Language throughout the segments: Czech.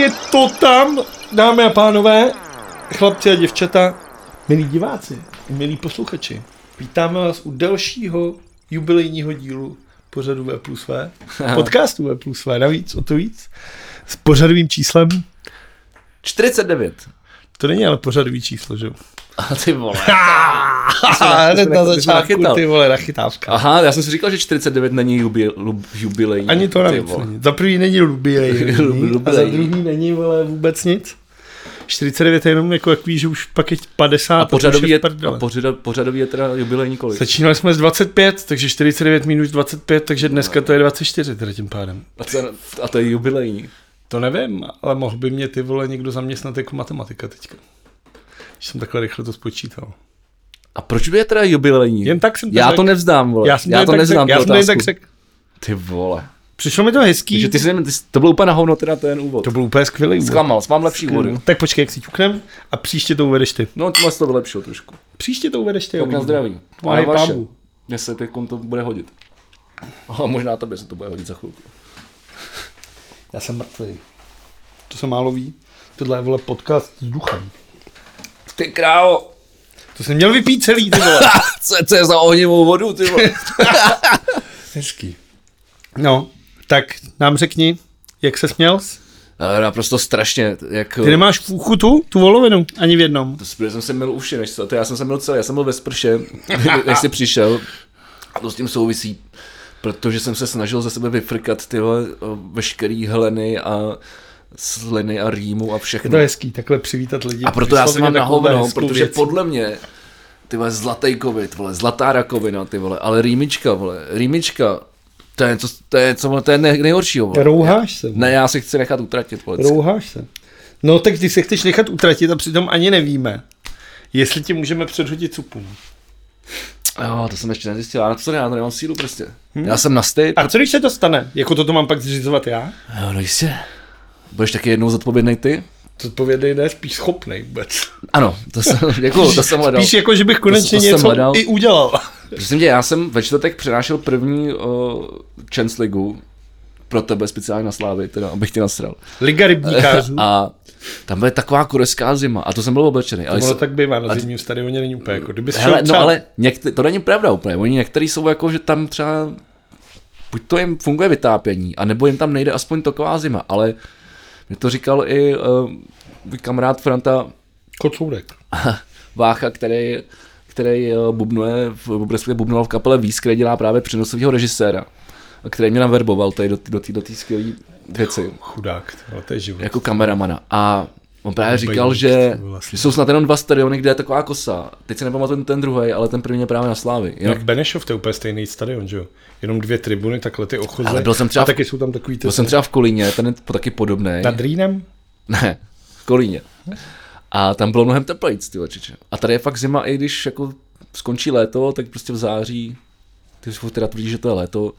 Je to tam, dámy a pánové, chlapci a děvčata, milí diváci, milí posluchači. Vítáme vás u dalšího jubilejního dílu pořadu V+V, podcastu V+V, navíc o to víc, s pořadovým číslem 49. To není ale pořadový číslo, že jo? A ty vole. Hned na začátku, ty vole, nachytávka. Aha, já jsem si říkal, že 49 není jubilejní. Ani to navíc není. Za první není jubilejní a za druhý není, vole, vůbec nic. 49 je jenom jako takový, že už pak je 50. A pořadový je teda jubilejní kolik? Začínali jsme z 25, takže 49 minus 25, takže dneska to je 24 teda tím pádem. A to je jubilejní. To nevím, ale mohl by mě ty vole někdo zaměstnat jako matematika teďka. Když jsem takhle rychle to spočítal. A proč by je teda jubilejní? Jen tak jsem to Já řekl. to nevzdám, vole. Já to nevzdám, já jsem to tak řekl. Ty vole. Přišlo mi to hezký. Takže to bylo úplně na hovno teda ten úvod. To byl úplně skvělý úvod. Zklamal, mám lepší úvod. Tak počkej, jak si ťuknem a příště to uvedeš ty. No, tohle to vylepšilo trošku. Příště to uvedeš ty. Tak na zdraví. Ahoj, vaše. pámu. Mně se teď to bude hodit. A možná tobě se to bude hodit za chvilku. Já jsem mrtvý. To se málo ví. Tohle je, vole, podcast s duchem. Ty krávo. To jsem měl vypít celý, ty vole. Co je za ohnivou vodu, ty vole. Hezký. No, tak nám řekni, jak se směl? Naprosto strašně. Ty nemáš v uchu tu volovinu, ani v jednom. To jsem se měl uši, než to. Já jsem se měl celý, já jsem byl ve sprše, než jsi přišel. A to s tím souvisí, protože jsem se snažil ze sebe vyfrkat ty veškerý hleny a sliny a rýmu a všechno. Je to hezký, takhle přivítat lidi. A proto já jsem mám na hovno, protože podle mě ty vole zlatý covid, vole, zlatá rakovina, ty vole, ale rýmička, to je nejhoršího, vole. Rouháš se. Ne, já si chci nechat utratit, vole. Rouháš se. No tak ty se chceš nechat utratit a přitom ani nevíme, jestli ti můžeme předhodit cupu. Jo, to jsem ještě nezjistil, já to nemám sílu prostě. Já jsem na styt. A co když se to stane? Jako to mám pak zřizovat já? Jo, no jistě. Budeš taky jednou zodpovědnej ty? Zodpovědnej ne, spíš schopnej vůbec. Ano, to jsem hledal. Spíš jako, že bych konečně něco i udělal. Prosím tě, já jsem ve čtvrtek přenášel první Champions Ligu pro tebe speciálně na Slávy, teda abych tě nasral. Liga rybníkářů. A tam byla taková korejská zima a to jsem byl oblečený. To tak bývá, na zimním stadioně není úplně jako, kdyby hele, no ale to není pravda úplně, oni některý jsou jako, že tam třeba buď to jim funguje vytápění, anebo jim tam nejde aspoň taková zima, ale mě to říkal i kamarád Franta Kocourek. Vácha, který bubnoval v kapele Víz, který dělá právě přenosovýho režiséra, který mě naverboval tady do té skvělé věci. Chudák, to je život. Jako kameramana. A on právě říkal, že jsou snad jenom 2 stadiony, kde je taková kosa. Teď se nepamatuju ten druhý, ale ten první je právě na Slávy. Jak Benešov, to je úplně stejný stadion, že jo? Jenom 2 tribuny, takhle ty ochozy. Ale byl jsem třeba a taky jsou tam takový ty. Byl jsem třeba v Kolíně, ten je taky podobný. Nad Rýnem? Ne, v Kolíně. A tam bylo mnohem teplejc, ty očiče. A tady je fakt zima, i když jako skončí léto, tak prostě v září, ty už teda tvrdí, že to je léto,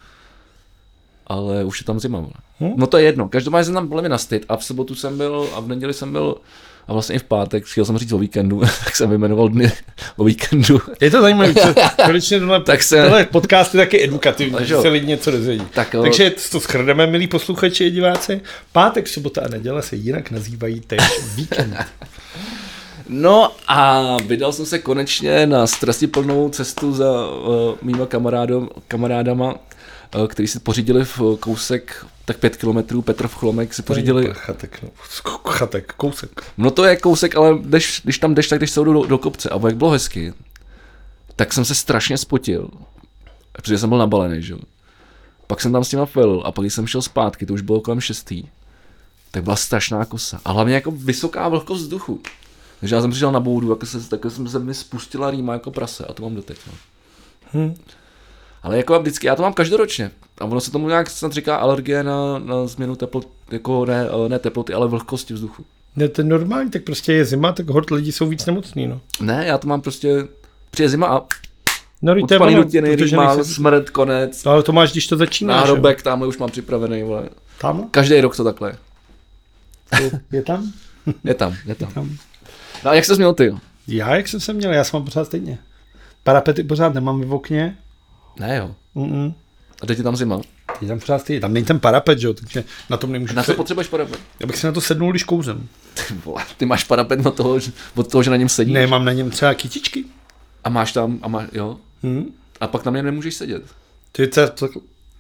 ale už je tam zima. No to je jedno, každopádně jsem tam byl mi na styt a v sobotu jsem byl a v neděli jsem byl a vlastně i v pátek, chtěl jsem říct o víkendu, tak jsem vyjmenoval dny o víkendu. Je to zajímavé, konečně tohle podcast je taky edukativní, že se lidi něco dozvědí. Takže to shrneme, milí posluchači a diváci. Pátek, sobota a neděle se jinak nazývají též víkend. No a vydal jsem se konečně na strastiplnou cestu za mýma kamarádama, kteří si pořídili v kousek tak 5 kilometrů, Petrov Chlomek si pořídili... Chatek, kousek. No to je kousek, ale když tam jdeš, tak jdeš se do kopce. A jak bylo hezky, tak jsem se strašně spotil, protože jsem byl nabalený, že jo. Pak jsem tam s nima pelil a pak když jsem šel zpátky, to už bylo kolem 6. Tak byla strašná kosa. A hlavně jako vysoká vlhkost vzduchu. Takže já jsem přišel na boudu, takhle jsem se mi spustila rýma jako prase a to mám doteď. No. Ale jako vždycky, já to mám každoročně. A ono se tomu nějak snad říká alergie na změnu teplot, jako ne teploty, ale vlhkosti vzduchu. Ne, to je normální, tak prostě je zima, tak hort lidi jsou víc nemocný, no. Ne, já to mám prostě, přijde zima a ucpaný dutiny, rýma, smrt, konec. No, ale to máš, když to začínáš. Nárobek, tamhle už mám připravený, vole. Tam? Každý rok to takhle. Je tam? Je tam. No a jak jsi měl ty? Já, jak jsem se měl, já jsem mám pořád stejně. Parapety pořád nemám v okně. Ne jo. A teď je tam zima. Je tam pořád stejně, tam není ten parapet, že jo, takže na tom nemůžu. Na co potřebuješ parapet? Já bych si na to sednul, když kouřem. Ty vole, ty máš parapet od toho, že na něm sedíš. Ne, mám na něm třeba kytičky. A máš tam, jo? A pak na něm nemůžeš sedět. Ty to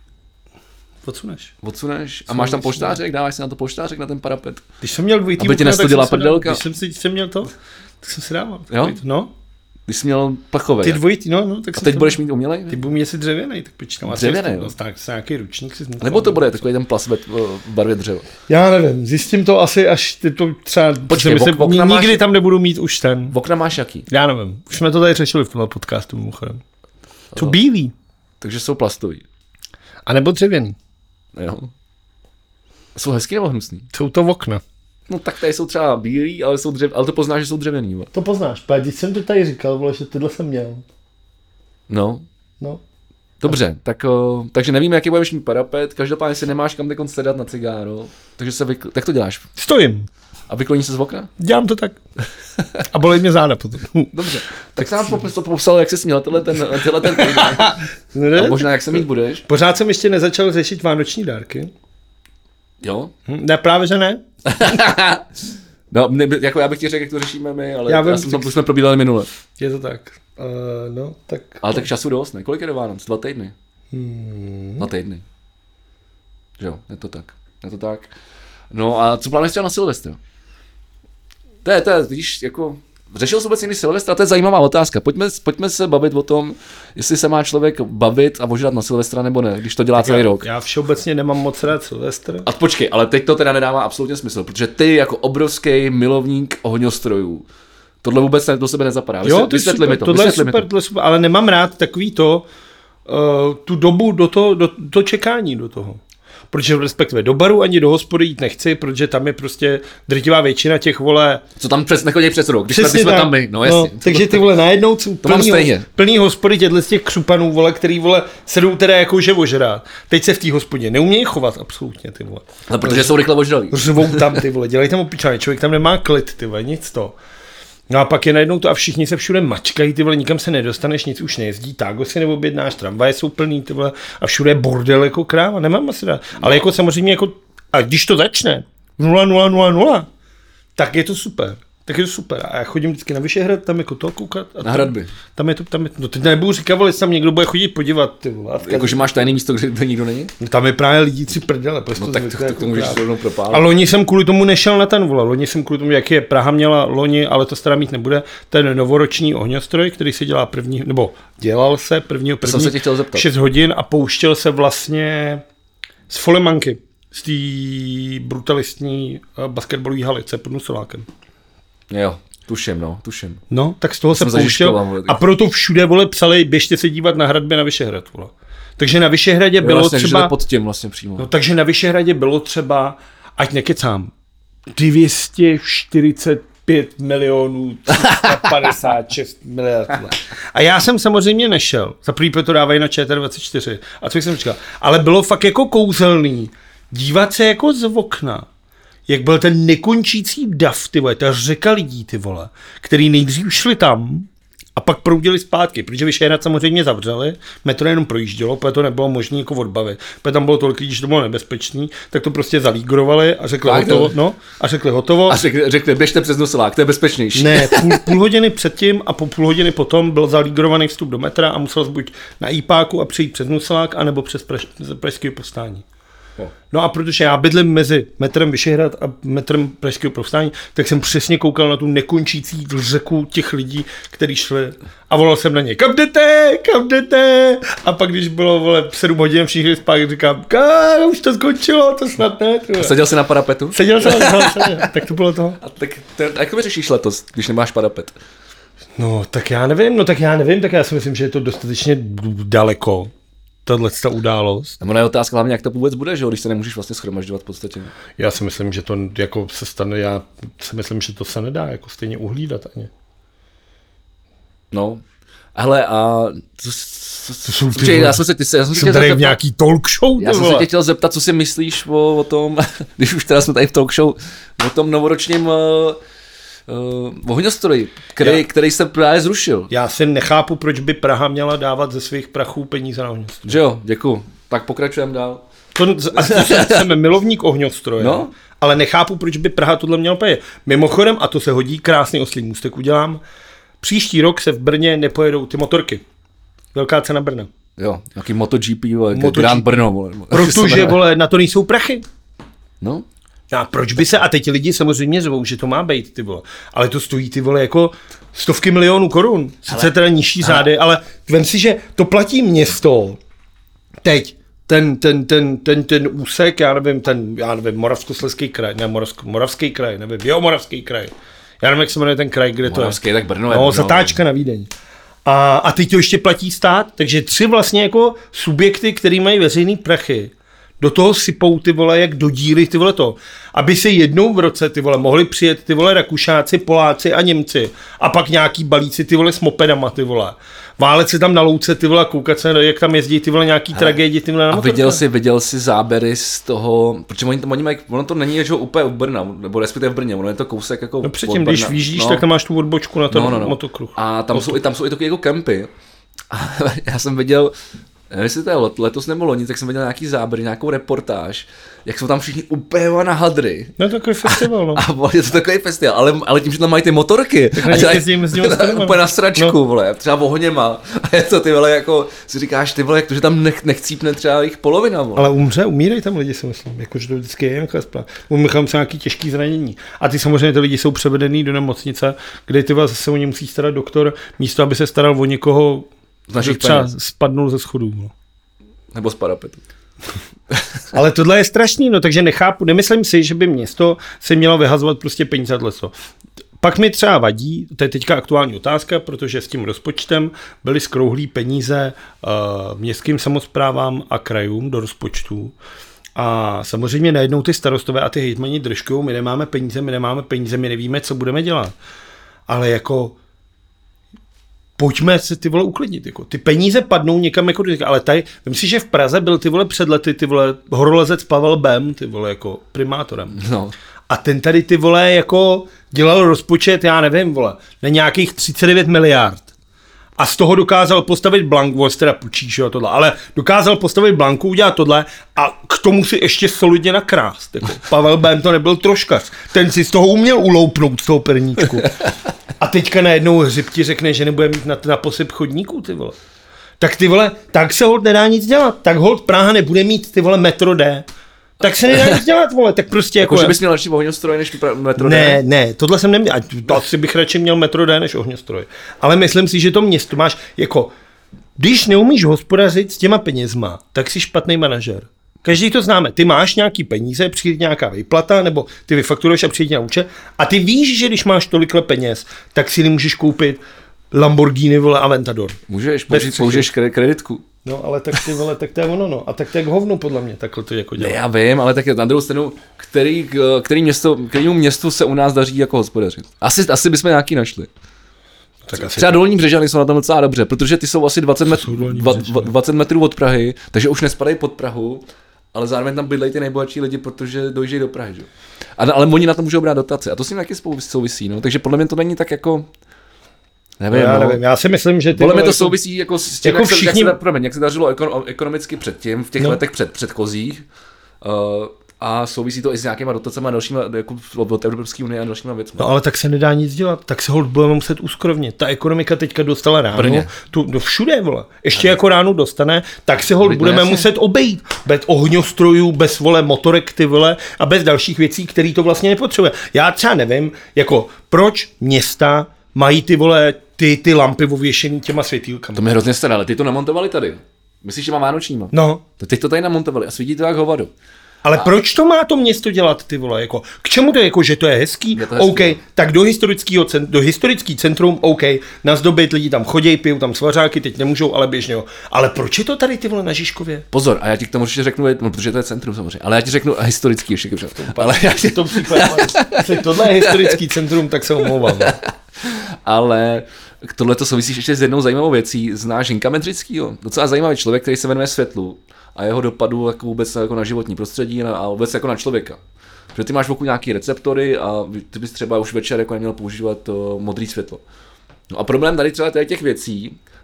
odsuneš. Odsuneš a máš tam poštářek, dáváš si na to poštářek na ten parapet. Když jsem měl dvojitý aby ti nestudila prdelka. Když jsem měl to, tak jsem si dával. Jo? No. Když jsi měl plechový. Ty dvojitý, no, tak a teď budeš mít umělej? Ty budu mít asi dřevěnej, tak počítám. Dřevěnej, jo. Tak se nějaký ručník si zmusel. Nebo to bude takový ten plas v barvě dřeva. Já nevím, zjistím to asi, až ty to třeba... Počkej, nikdy tam nebudu mít už ten. V okna máš jaký? Já nevím, už jsme to tady řešili v tomhle podcastu mimochodem. To bílý. Takže jsou plastový. A nebo dřevěný. Jo. Jsou hezký nebo hnusný? Jsou to okna. No tak tady jsou třeba bílý, ale to poznáš, že jsou dřevěný. Bo. To poznáš, když jsem to tady říkal, vole, že tyhle jsem měl. No. No. Dobře, takže nevím, jaký budeš mít parapet, každopádně si nemáš kam takon sedat na cigáro, takže tak to děláš. Stojím. A vykloníš se z okna? Dělám to tak. A bolí mě záda potom. Dobře, tak jsem vám popsal, jak jsi měl tenhle ten týden. A možná jak se mít budeš. Pořád jsem ještě nezačal řešit vánoční dárky. Jo? Ne, právě že ne. No, jako já bych ti řekl, jak to řešíme my, ale já to jsme probírali minule. Je to tak. No, tak. Ale tak času dost, ne? Kolik je do Vánoc? 2 týdny? 2 týdny. Jo, je to tak. No a co plánuješ třeba na Silvestra? To je, víš, jako... Řešil jsi vůbec někdy Silvestra? To je zajímavá otázka. Pojďme se bavit o tom, jestli se má člověk bavit a ožrat na Silvestra nebo ne, když to dělá celý rok. Já všeobecně nemám moc rád Silvestr. A počkej, ale teď to teda nedává absolutně smysl, protože ty jako obrovský milovník ohňostrojů, tohle vůbec do sebe nezapadá. Vysvětli mi to. Tohle je super, ale nemám rád takový to, tu dobu do čekání do toho. Protože respektive do baru ani do hospody jít nechci, protože tam je prostě drtivá většina těch, vole... Co tam nechodí přes rok, když jsme tam my, no jasně. No, takže ty, vole, najednou jsou plný hospody těchto z těch křupanů, vole, který, vole, se jdou teda jako že ožrát. Teď se v té hospodě neumějí chovat absolutně, ty vole. No, protože jsou rychle ožralí. Řvou tam, ty vole, dělají tam opičány, člověk tam nemá klid, ty vole, nic to. No a pak je najednou to a všichni se všude mačkají, ty vole, nikam se nedostaneš, nic už nejezdí, tágo si neobjednáš, tramvaje jsou plný, ty vole, a všude je bordel jako kráva, nemám asi rád. Ale jako samozřejmě jako, a když to začne 0,000, tak je to super. A já chodím vždycky na Vyšehrad, tam jako to koukat. A na hradby. Tam je to, no teď nebudu říkat, vole, tam někdo bude chodit podívat, ty vole. Jakože máš tajný místo, kde nikdo není? Tam je právě lidí tři prdele. No tak to můžeš se rovnou propálit. A loni jsem kvůli tomu nešel na ten, vole. Loni jsem kvůli tomu, jak je Praha měla loni, ale to teda mít nebude, ten novoroční ohňostroj, který se dělá dělal se prvního 6 hodin a pouštěl se vlastně z Folemanky, z té brutalistní basketbalové haly, co je pod Nusolákem. Jo, tuším. No, tak z toho se pouštěl a proto všude, vole, psali, běžte se dívat na hradbě na Vyšehrad, vole. Takže na Vyšehradě bylo vlastně, třeba... pod tím vlastně přímo. No, takže na Vyšehradě bylo třeba, ať nekecám, 245 milionů 356 miliard. A já jsem samozřejmě nešel. Za první to dávají na ČT24. A co jsem říkal? Ale bylo fakt jako kouzelný dívat se jako z okna. Jak byl ten nekončící dav, ty vole, ta řeka lidí, ty vole, který nejdřív šli tam a pak proudili zpátky, protože Vyšehrad samozřejmě zavřeli, metro jenom projíždělo, protože to nebylo možné jako odbavit. Protože tam bylo tolik lidí, že to bylo nebezpečný, tak to prostě zalígrovali a řekli hotovo. No, a řekli hotovo. A řekli, běžte přes Nosilák, to je bezpečnější. Ne, půl hodiny předtím a půl hodiny potom byl zalígrovaný vstup do metra a musel buď na Ipáku a přejít přes Nosilák, anebo přes Pražského povstání. No a protože já bydlím mezi metrem Vyšehrad a metrem Pražského povstání, tak jsem přesně koukal na tu nekončící řeku těch lidí, kteří šli a volal jsem na ně, kam jdete? A pak když bylo, vole, 7 hodin všichni zpátky, říkám, už to skončilo, to snad ne. A seděl jsi na parapetu? Seděl jsem, tak to bylo to. A jak to vyřešíš letos, když nemáš parapet? No tak já nevím, tak já si myslím, že je to dostatečně daleko. Ta událost. Nebo je otázka hlavně, jak to vůbec bude, že jo, když se nemůžeš vlastně shromažďovat v podstatě. Já si myslím, že to jako se stane, já si myslím, že to se nedá jako stejně uhlídat ani. No, hele a... Já jsem tady v nějaký talk show. Já jsem se tě chtěl zeptat, co si myslíš o tom, když už teda jsme tady v talk show, o tom novoročním ohňostroji, který se právě zrušil. Já si nechápu, proč by Praha měla dávat ze svých prachů peníze na ohňostroj. Že jo, děkuju. Tak pokračujeme dál. Jsem milovník ohňostroje, No. ale nechápu, proč by Praha tohle měla pět. Mimochodem, a to se hodí, krásný oslý můstek udělám, příští rok se v Brně nepojedou ty motorky. Velká cena Brna. Jo, nějaký MotoGP, Grand Brno, vole. Protože, vole, na to nejsou prachy. No. A proč by se, a teď lidi samozřejmě řvou, že to má být, ty vole. Ale to stojí, ty vole, jako stovky milionů korun. Sice teda nižší řády, ale vem si, že to platí město. Teď, ten úsek, já nevím, Moravskoslezský kraj, ne, Moravský kraj, nevím, Jihomoravský kraj. Já nevím, jak se jmenuje ten kraj, kde Moravský, to je. tak Brno je. No, Brno, zatáčka na Vídeň. A teď to ještě platí stát, takže 3 vlastně jako subjekty, který mají veřejný prachy, do toho sypou, ty vole, jak do díry, ty vole to. Aby se jednou v roce, ty vole, mohli přijet, ty vole, Rakušáci, Poláci a Němci. A pak nějaký balíci, ty vole, s mopedama, ty vole. Válet se tam na louce, ty vole, koukat se, jak tam jezdí, ty vole, nějaký tragédie, ty vole, na motorce. A viděl jsi záběry z toho, protože oni mají, ono to není že úplně u Brna, nebo respektive v Brně, ono je to kousek jako no předtím, když vyjíždíš, tak tam máš tu odbočku na ten motokruh. A tam jsou i takové jako kempy. A já jsem viděl, nevím, jestli to je letos nebo loni, tak jsem viděl nějaký záběr, nějakou reportáž, jak jsou tam všichni úplně na hadry. No takový festival, no. A je to takový festival, ale tím, že tam mají ty motorky, tak úplně na sračku, vole, třeba vohněma. A je to, ty vole, jako si říkáš, ty vole, jak to, že tam nechcípne třeba jich polovina, vole. Ale umírají tam lidi, si myslím, jakože to vždycky je nějaká správa. Umíchám se nějaký těžký zranění. A ty samozřejmě ty lidi jsou převedený do nemocnice, kde ty vás se o ně musí starat doktor, místo aby se staral o někoho, že třeba spadnul ze schodů. No. Nebo z parapetu. Ale tohle je strašný, no, takže nechápu, nemyslím si, že by město se mělo vyhazovat prostě peníze za leso. Pak mi třeba vadí, to je teďka aktuální otázka, protože s tím rozpočtem byly skrouhlý peníze městským samosprávám a krajům do rozpočtů. A samozřejmě najednou ty starostové a ty hejtmani držkujou, my nemáme peníze, my nevíme, co budeme dělat. Ale jako pojďme se ty vole uklidnit, jako. Ty peníze padnou někam jako, ale tady, vím si, že v Praze byl ty vole před lety, ty vole horolezec Pavel Bem, ty vole jako primátorem. No. A ten tady ty vole jako dělal rozpočet, já nevím, vole, na nějakých 39 miliard. A z toho dokázal postavit blanku, teda pučíš, jo, tohle, ale dokázal postavit blanku, udělat tohle a k tomu si ještě solidně nakrást. Jako. Pavel Bem to nebyl troškař, ten si z toho uměl uloupnout, z toho perníčku. A teďka najednou hřib ti řekne, že nebude mít na posyp chodníků, ty vole. Tak ty vole, tak se holt nedá nic dělat. Tak holt Praha nebude mít ty vole metro D. Tak se nedá nic dělat, vole, tak prostě jako... Že bys měl radši ohňostroj než metro D? Ne, tohle jsem neměl, to asi bych radši měl metro D než ohňostroj. Ale myslím si, že to město máš, jako, když neumíš hospodařit s těma penězma, tak jsi špatný manažer. Každý to známe. Ty máš nějaký peníze, přijde nějaká výplata, nebo ty vyfakturuješ a přijde na účet. A ty víš, že když máš tolikle peněz, tak si nemůžeš koupit Lamborghini, vole, Aventador. Použiješ kreditku. No, ale tak ty vole, tak to je ono, no. A tak to je hovno podle mě, takhle to jako dělá. Já vím, ale tak je na druhou stranu, kterému městu se u nás daří jako hospodařit. Asi bychom nějaký našli. Třeba Dolní Břežany jsou na tom docela dobře, protože ty jsou asi 20 metrů od Prahy, takže už nespadají pod Prahu, ale zároveň tam bydlejí ty nejbohatší lidi, protože dojíždějí do Prahy. Že? Ale oni na to můžou brát dotace a to s tím taky souvisí, no. Takže podle mě to není tak jako... Nevím, nevím, já si myslím, že... Podle mě to souvisí jako s tím, jako jak se dařilo ekonomicky předtím, v těch letech předchozích. A souvisí to i s nějakýma dotacemi a dalšíma, jako od Evropské unie a dalšíma věcmi. No ale tak se nedá nic dělat, tak se holt budeme muset uskrovnit. Ta ekonomika teďka dostala ráno, všude, vole. Ještě jako ráno dostane, tak se holt budeme muset obejít. Bez ohňostrojů, bez, vole, motorek, ty vole, a bez dalších věcí, které to vlastně nepotřebuje. Já třeba nevím, jako proč města mají ty, vole, ty lampy ověšený těma světýlkama. To mi hrozně staré, ale ty to namontovali tady. Myslíš, že má vánočníma? No. Teď to tady namontovali a svítí to jak hovado. Ale proč to má to město dělat, ty vole, jako, k čemu to je, jako, že to je hezký? Je to hezký, OK, tak do historický centrum, OK, nazdobit, lidi tam chodějí, pijou tam svařáky, teď nemůžou, ale běžně, jo. Ale proč je to tady, ty vole, na Žižkově? Pozor, a já ti k tomu ještě řeknu, no, protože to je centrum samozřejmě, ale já ti řeknu historický ještě, ale já ti to tohle je historický centrum, tak se omlouvám. Ale tohle to souvisí ještě s jednou zajímavou věcí. Znáš Hinka Medřickýho? Docela zajímavý člověk, který se věnuje světlu a jeho dopadu jako vůbec jako na životní prostředí a vůbec jako na člověka. Protože ty máš okolo nějaký receptory a ty bys třeba už večer jako neměl používat modrý světlo. No a problém tady třeba těch věcí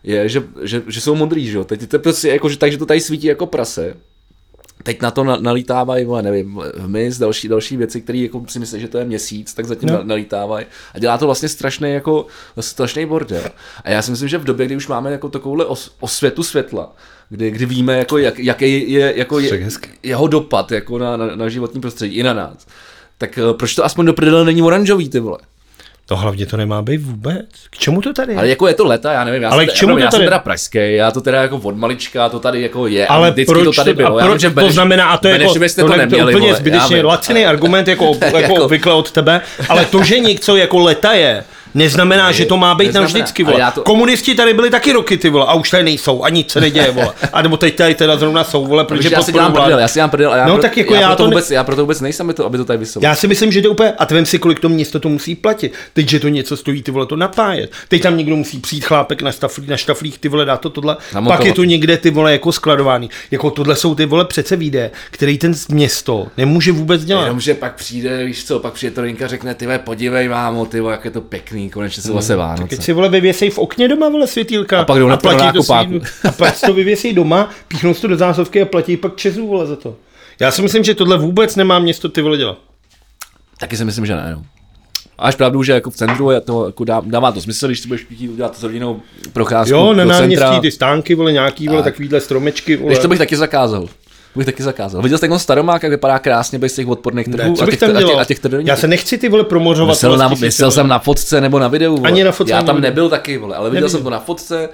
je, že jsou modrý, že jo. Teď to prostě jako, že takže to tady svítí jako prase. Teď na to nalítávají, nevím, hmyz, další věci, které jako si myslí, že to je měsíc, tak zatím nalítávají. A dělá to vlastně strašný bordel. A já si myslím, že v době, kdy už máme jako takovouhle osvětu světla, kdy víme, jako, jaký je jako jeho dopad jako na životní prostředí i na nás, tak proč to aspoň do prdele není oranžový, ty vole? To hlavně to nemá být vůbec. K čemu to tady je? Ale jako je to leta, já nevím, já jsem teda pražský, já to teda jako od malička, to tady jako je, ale vždycky to tady bylo. Proč to znamená, a to je jako, to neměli, úplně zbytečně laciný argument jako obvykle od tebe, ale to, že něco jako leta je, neznamená, že to má být navždycky, vole. Komunisti tady byli taky roky, ty vole, a už tady nejsou, a nic se neděje, vole. A nebo teď tady teda zrovna jsou, vole, protože já si dělám prdel a já proto vůbec nejsem, aby to tady vyselo. Já si myslím, že to úplně, a tvím si, kolik to město to musí platit. Teď, že to něco stojí, ty vole, to napájet. Teď tam někdo musí přijít chlápek na štaflích, ty vole, dá to tohle. Pak je to někde, ty vole, jako skladovaný. Jako tohle jsou ty vole přece výdaje, který ten město nemůže vůbec dělat. Jenomže pak přijde, víš co, pak přijde to Rinka, řekne, ty vole, podívej, mámo, ty vole, jak je to pěkný. Konečně jsou zase Vánoce. Teď si vole vyvěsej v okně doma, vole, světýlka. A pak jdou na nákupáku. A pak to vyvěsej doma, píchnou to do zásuvky a platí pak česu, vole, za to. Já si myslím, že tohle vůbec nemá město, ty vole, dělat. Taky si myslím, že ne, no. Až pravdu, že jako v centru je to, jako dává to smysl, když si budeš dělat s rodinou procházku do centra. Jo, na náměstí ty stánky, vole, nějaký, vole, takovýhle stromečky, vole. Když to bych taky zakázal. Viděl jsi ten Staromák, jak vypadá krásně bez těch odporných trhů a těch trhů? Já se nechci ty vole promořovat. Myslel jsem na fotce nebo na videu, vole. Ani na fotce. Já tam nebyl taky, vole, ale viděl jsem to na fotce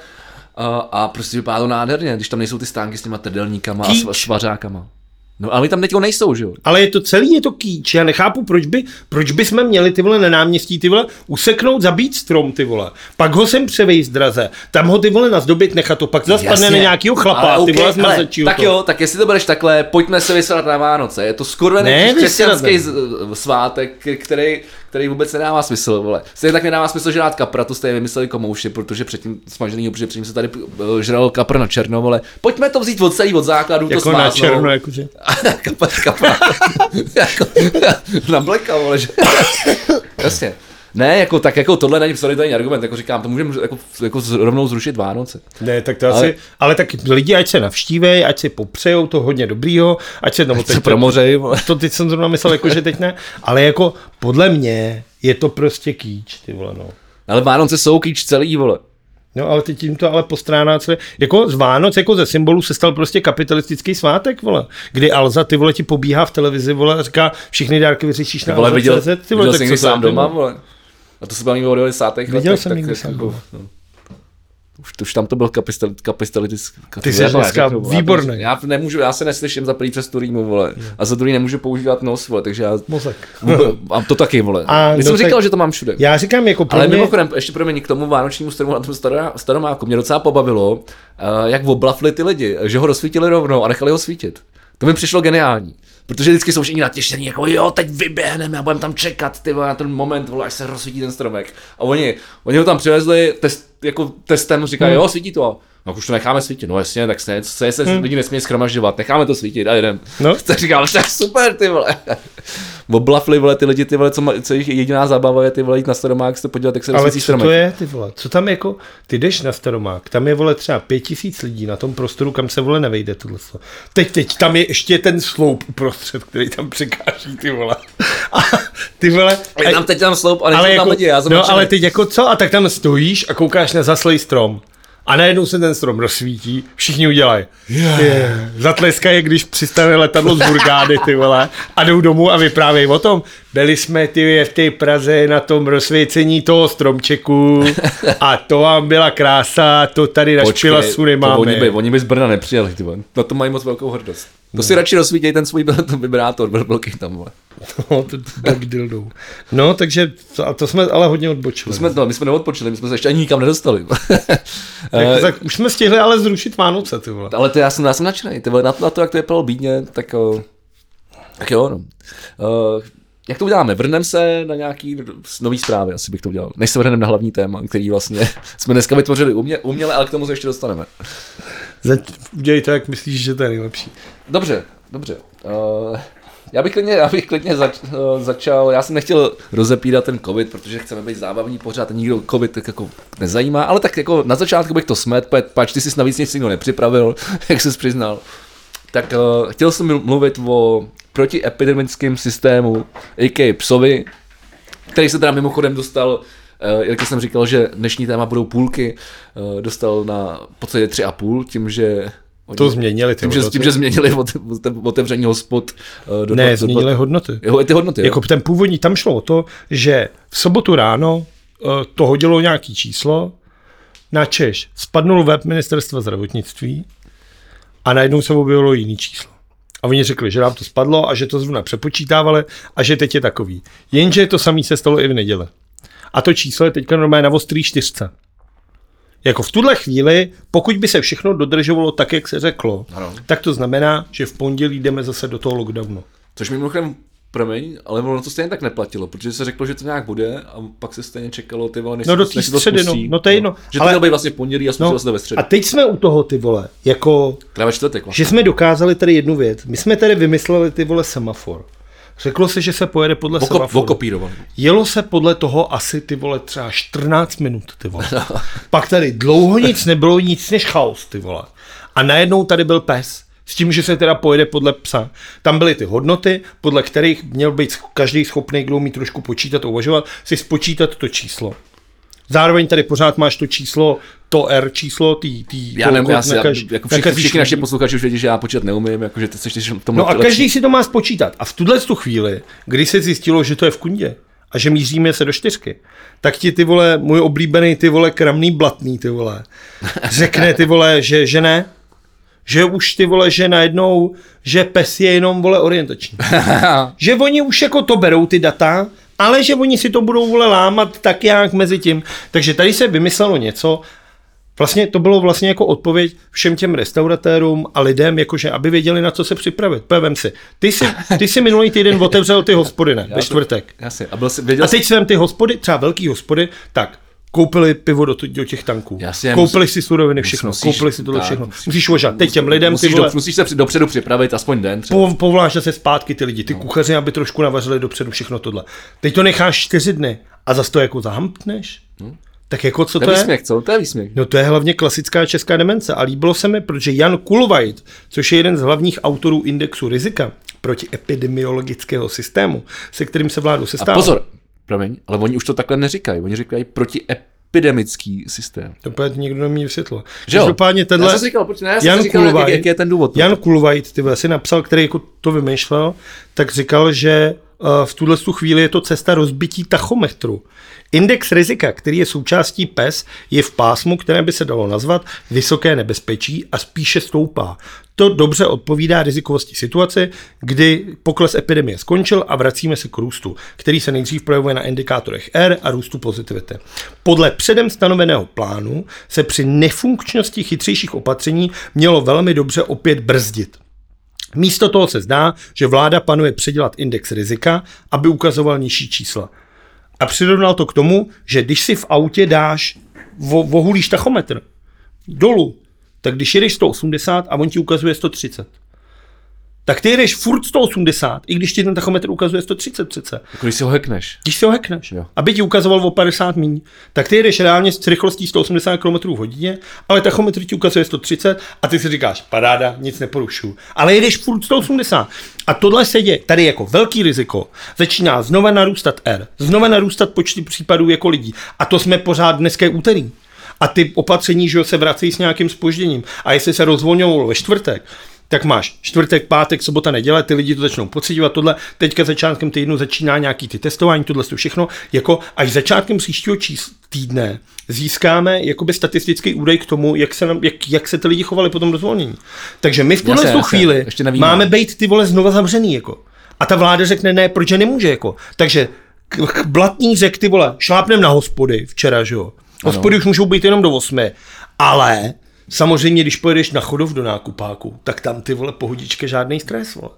a prostě vypadá to nádherně, když tam nejsou ty stánky s těma trdelníkama a svařákama. No ale my tam teďko nejsou, že jo? Ale je to celý, je to kýč. Já nechápu, proč by jsme měli ty vole na náměstí, ty vole, useknout, zabít strom, ty vole. Pak ho sem převejst draze. Tam ho ty vole nazdobit, nechat to, pak zase padne na nějakýho chlapa, ty vole zmazečího. Tak jo, tak jestli to budeš takhle, pojďme se vysrat na Vánoce. Je to skurvený křesťanský svátek, který vůbec nedává smysl, vole. Stejně tak nedává smysl žrát kapra, to jste vymysleli komouši, protože předtím smažený, protože předtím se tady žral kapr na černo, vole. Pojďme to vzít od základu, jako to smáznout. Na černo, jakože. kapra. Na bleka, vole, že. Jasně. Ne, jako tak jako tohle není solidární argument, jako říkám, to můžeme jako rovnou zrušit Vánoce. Ne, tak to asi, ale tak lidi ať se navštívejí, ať si popřejou to hodně dobrýho, ať se promořejí. To teď jsem zrovna myslel, jako, že teď ne, ale jako podle mě je to prostě kýč, ty vole, no. Ale Vánoce jsou kýč celý, vole. No ale teď tím to ale postráná celé, jako z Vánoc, jako ze symbolu se stal prostě kapitalistický svátek, vole, kdy Alza, ty vole, ti pobíhá v televizi, vole, a říká, všechny dárky vyřešíš na Alza.cz, ty vole, viděl jsi někdy sám doma, vole. A to se bavíme o 90. letech. Viděl jsem někdy sám doma. Už tam to byl kapitalistický. Ty jsi dneska výborný. Já se neslyším za první přes tu rýmu, vole. A za druhý nemůžu používat nos, vole, takže já... Mozek. A to taky, vole. Když jsem říkal, že to mám všude. Já říkám jako Ale mimochodem, ještě pro mě k tomu vánočnímu stromu na tom Staromáku mě docela pobavilo, jak oblafli ty lidi, že ho rozsvítili rovnou a nechali ho svítit. To mi přišlo geniální. Protože vždycky jsou všichni natěšení, jako jo, teď vyběhneme a budeme tam čekat, ty vole, na ten moment, vole, až se rozsvítí ten stromek. A oni ho tam přivezli testem, říkají, jo, svítí to. No už to necháme svítit, no jasně, tak se lidi nesmí schromažďovat, necháme to svítit a jdem. No. Tak říkám, to je super, ty vole. Oblafli, vole, ty lidi, ty vole, co jich jediná zábava je, ty vole, jít na Staromák, se podívat, jak se rozsvítí stromek. Ale co to je, ty vole, co tam jako, ty jdeš na Staromák, tam je, vole, třeba 5000 lidí na tom prostoru, kam se, vole, nevejde tohle. Teď tam je ještě ten sloup uprostřed, který tam překáží, ty vole. A ty vole. Teď tam sloup a nejsou tam lidi, já jsem no, ale teď jako co, a tak tam stojíš a koukáš na zaslej strom. A najednou se ten strom rozsvítí, všichni udělají. Zatleskají, když přistane letadlo z Burgády, ty vole, a jdou domů a vyprávějí o tom. Byli jsme ty v té Praze na tom rozsvícení toho stromčeku a to vám byla krása, to tady na Špilasu nemáme. Oni by z Brna nepřijeli, ty vole. Na to mají moc velkou hrdost. To si radši rozsvítěj ten svůj vibrátor, velký tam, vole. No, to tak dildou. No, takže to jsme ale hodně odbočili. My jsme neodbočili, my jsme se ještě ani nikam nedostali. tak už jsme stihli ale zrušit Vánoce, ty vole. Ale to já jsem nadšenej, ty vole, na to, jak to vypadalo bídně, tak jo, no. Jak to uděláme? Vrhneme se na nějaký nový zprávy, asi bych to udělal. Než se vrhneme na hlavní téma, který vlastně jsme dneska vytvořili uměle, ale k tomu se ještě dostaneme. Udělej to, jak myslíš, že to je nejlepší. Dobře. Já bych klidně začal, já jsem nechtěl rozepírat ten covid, protože chceme být zábavní pořád a nikdo covid tak jako nezajímá, ale tak jako na začátku bych to smet, pač ty jsi navíc nic jiného nepřipravil, jak jsi přiznal. Tak chtěl jsem mluvit o protiepidemickém systému, a.k.a. PSOVy, který se teda mimochodem dostal, jak jsem říkal, že dnešní téma budou půlky, dostal na podstatě 3,5, tím, že to změnili ty hodnoty. Tím, že změnili otevření hospod. Změnili hodnoty. Jo, ty hodnoty. Jako ten původní, tam šlo o to, že v sobotu ráno to hodilo nějaký číslo, načež spadnul web ministerstva zdravotnictví a najednou se objevilo jiný číslo. A oni řekli, že nám to spadlo a že to zrovna přepočítávali a že teď je takový. Jenže to samé se stalo i v neděli. A to číslo je teďka normálně na ostrý 4. Jako v tuhle chvíli, pokud by se všechno dodržovalo tak, jak se řeklo, tak to znamená, že v pondělí jdeme zase do toho lockdownu. Což mi mimochodem, promiň, ale ono to stejně tak neplatilo, protože se řeklo, že to nějak bude a pak se stejně čekalo ty vole, než do té středy, no to je jedno. Že to mělo být vlastně v pondělí a spustilo se to ve středu. A teď jsme u toho, ty vole, jako, ve čtvrtek, vlastně. Že jsme dokázali tady jednu věc. My jsme tady vymysleli ty vole semafor. Řeklo se, že se pojede podle semaforu. Okopírovali. Jelo se podle toho asi ty vole třeba 14 minut, ty vole. Pak tady dlouho nic nebylo, nic než chaos, ty vole. A najednou tady byl pes. S tím, že se teda pojede podle psa. Tam byly ty hodnoty, podle kterých měl být každý schopný, kdo umí trošku počítat a uvažovat, si spočítat to číslo. Zároveň tady pořád máš to číslo, to R číslo, všichni naši posluchači už vědí, že já počítat neumím, jakože ty seš v tom. No a každý si to má spočítat. A v tuhle chvíli, kdy se zjistilo, že to je v kundě a že míříme se do 4, tak ti ty vole, můj oblíbený ty vole kramný blatný ty vole, řekne ty vole, že ne, že už ty vole, že najednou, že pes je jenom vole orientační. Že oni už jako to berou ty data, ale že oni si to budou vole lámat tak jak mezi tím. Takže tady se vymyslelo něco, vlastně to bylo vlastně jako odpověď všem těm restauratérům a lidem, jakože aby věděli, na co se připravit. Vem si, ty jsi minulý týden otevřel ty hospody, ne? Ve čtvrtek. Jasně. A teď jsem ty hospody, třeba velký hospody, tak koupili pivo do těch tanků. Koupili si suroviny, všechno. Koupili si tohle všechno. Musíš uvažovat. Teď těm lidem musíš se dopředu připravit aspoň den. Povoláš se zpátky ty lidi, ty kuchaři, aby trošku navařili dopředu všechno tohle. Teď to necháš 4 dny a zase to jako zahampneš. Tak jako co to je? Výsměch, co? To je výsměch. No to je hlavně klasická česká demence a líbilo se mi, protože Jan Kulveit, což je jeden z hlavních autorů indexu rizika proti epidemiologického systému, se kterým se vládu sestává. A pozor, promiň, ale oni už to takhle neříkají. Oni říkají protiepidemický systém. To právě nikdo nemí vysvětlo. Každopádně tenhle... Já jsem říkal, proč ne? Já jsem říkal, jaký je ten důvod. Jan Kulveit, ty si napsal, který jako to vymýšlel, tak říkal, že v tuhle chvíli je to cesta rozbití tachometru. Index rizika, který je součástí PES, je v pásmu, které by se dalo nazvat vysoké nebezpečí a spíše stoupá. To dobře odpovídá rizikovosti situace, kdy pokles epidemie skončil a vracíme se k růstu, který se nejdřív projevuje na indikátorech R a růstu pozitivity. Podle předem stanoveného plánu se při nefunkčnosti chytřejších opatření mělo velmi dobře opět brzdit. Místo toho se zdá, že vláda plánuje předělat index rizika, aby ukazoval nižší čísla. A přirovnal to k tomu, že když si v autě dáš, vohulíš tachometr dolů, tak když jedeš 180 a on ti ukazuje 130, tak ty jedeš furt 180, i když ti ten tachometr ukazuje 130 přece. Jako když si ho hackneš. Když si ho hackneš, aby ti ukazoval o 50 míň, tak ty jedeš reálně s rychlostí 180 km/h, ale tachometr ti ukazuje 130 a ty si říkáš, paráda, nic neporušuju. Ale jedeš furt 180. A tohle se děje, tady jako velký riziko, začíná znova narůstat R, znova narůstat počty případů jako lidí. A to jsme pořád dneska úterý. A ty opatření, že se vracejí s nějakým zpožděním. A jestli se rozvolňovalo ve čtvrtek, tak máš čtvrtek, pátek, sobota, neděle, ty lidi to začnou pociťovat, tohle, teďka začátkem týdnu začíná nějaký ty testování, tohle to všechno, jako až začátkem příštího týdne získáme jakoby statistický údaj k tomu, jak se ty lidi chovali po tom rozvolnění. Takže my v tuhle chvíli máme být ty vole znova zavřený, jako. A ta vláda řekne ne, proč nemůže, jako. Takže Blatný řekl, ty vole, šlápnem na hospody včera, že jo. Hospody už můžou být jenom do 8, ale samozřejmě, když pojedeš na Chodov do nákupáku, tak tam ty vole pohodička žádný stres, vole.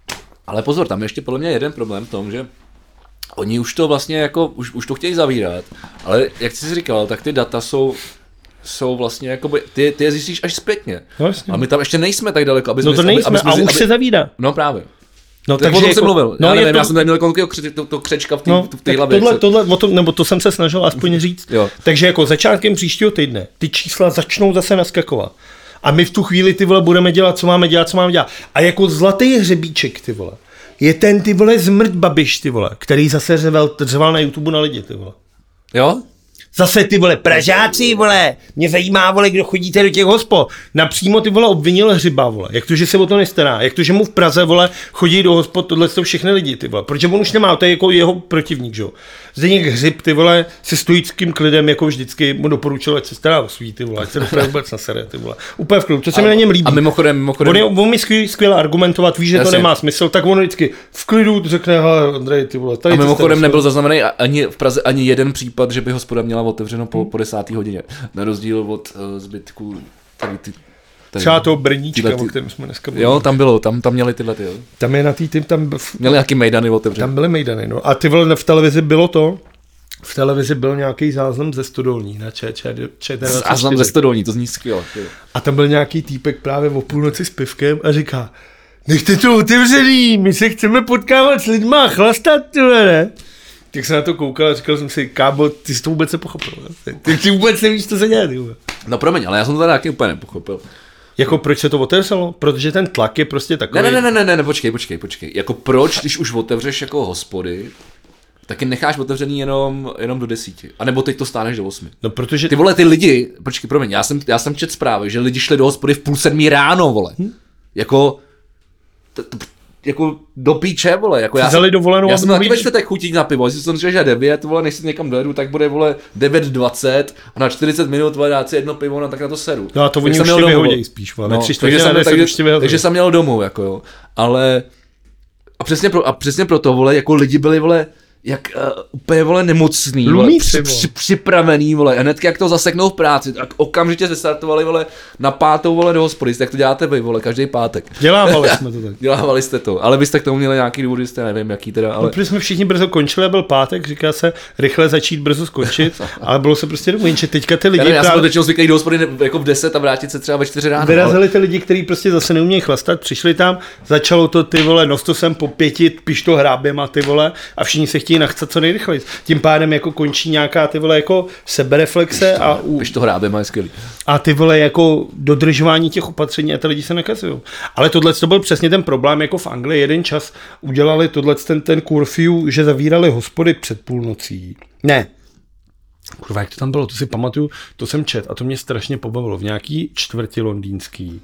Ale pozor, tam je ještě podle mě jeden problém v tom, že oni už to vlastně jako, už to chtějí zavírat, ale jak jsi říkal, tak ty data jsou vlastně jakoby, ty je zjistíš až zpětně. Vlastně. A my tam ještě nejsme tak daleko, aby jsme... No to nejsme, a už se zavírá. No právě. No, takže jsem mluvil. No, nevím, já jsem tady měl to křečka v té hlavě. To jsem se snažil aspoň říct. Jo. Takže jako začátkem příštího týdne ty čísla začnou zase naskakovat. A my v tu chvíli, ty vole, budeme dělat, co máme dělat. A jako zlatý hřebíček, ty vole, je ten, ty vole, zmrt Babiš, ty vole, který zase řval na YouTube na lidi, ty vole. Jo? Zase ty vole, Pražáci, vole, mě zajímá, vole, kdo chodíte do těch hospod. Napřímo ty vole obvinil Hřiba, vole, jak to, že se o to nestará, jak to, že mu v Praze, vole, chodí do hospod, tohle jsou všechny lidi, ty vole, protože on už nemá, to je jako jeho protivník, že jo. Zdeněk Hřib, ty vole, se stoickým klidem, jako vždycky mu doporučil, ať se stará o svý, ty vole, ať se doprve vůbec nasere, ty vole. Úplně v klidu, to se mi na něm líbí. A mimochodem. On mi skvěle argumentovat, víš, že to nemá smysl, tak on vždycky v klidu řekne, hele, Andrej, ty vole. A mimochodem nebyl zaznamený ani v Praze ani jeden případ, že by hospoda měla otevřeno po 10. hodině. Na rozdíl od zbytku tady třeba toho Brníčka, o kterém jsme dneska byli. Jo, tam bylo, tam měli tyhle ty, jo. Tam je na tým, tam... Měli nějaký mejdany otevřené. Tam byly mejdany, no. A ty vole, v televizi bylo to, v televizi byl nějaký záznam ze Stodolní, na ČT24. Záznam ze Stodolní, to zní skvěle. A tam byl nějaký týpek právě o půlnoci s pivkem a říká, nechte to otevřený, my se chceme potkávat s lidma a chlastat, tyhle, ne? Tak jsem na to koukal a říkal jsem si, kámo, ty jsi to vůbec nepochopil, ne? Ty vůbec nevíš, co se děje, ty vole. No promiň, ale já jsem to tady taky úplně nepochopil. Jako proč se to otevřelo? Protože ten tlak je prostě takový... Ne, počkej. Jako proč, když už otevřeš jako hospody, taky necháš otevřený jenom do 10. A nebo teď to stáneš do 8. No protože... Ty vole, ty lidi, počkej, promiň, já jsem čet zprávy, že lidi šli do hospody v 6:30 ráno, vole. Jako do píče, vole, jako já jsem taky ve čtvrtek chutí na pivo, jestli jsem říkal, že 9, vole, než si někam dojedu, tak bude, vole, 9:20 a na 40 minut, vole, dát si jedno pivo, no tak na to sedu. No a to oni už tě vyhodějí spíš, vole, no, takže jsem měl domů, jako jo, ale a přesně proto, vole, jako lidi byli, vole, jak úplně, vole, nemocný, vole, připravený, vole, a hnedky jak to zaseknou v práci, tak okamžitě se startovali, vole, na 5, vole, do hospody, jak to děláte vy, vole, každý pátek. Dělávali jsme to tak. Dělávali jste to, ale byste k tomu měli nějaký důvody, jste nevím, jaký teda, ale... No, protože jsme všichni brzo končili a byl pátek, říká se rychle začít, brzo skončit, ale bylo se prostě domů, jenže teďka ty lidi... Já jsem teď zvyklý do hospody jako v 10 a vrátit se třeba ve 4 ráno. Vyrazili ty lidi, kteří prostě zase neumějí chlastat, přišli tam, začalo to, ty vole, nosto sem po 5, piš to hráběma, ty vole, a všichni se chtějí nachcat co nejrychleji. Tím pádem jako končí nějaká, ty vole, jako sebereflexe a piš to hráběma je skvělý. A ty vole, jako dodržování těch opatření a ty lidi se nakazují. Ale tohle to byl přesně ten problém, jako v Anglii jeden čas udělali tohle ten curfew, že zavírali hospody před půlnocí. Ne. Kurva, jak to tam bylo, to si pamatuju, to jsem čet a to mě strašně pobavilo v nějaký čtvrti londýnský,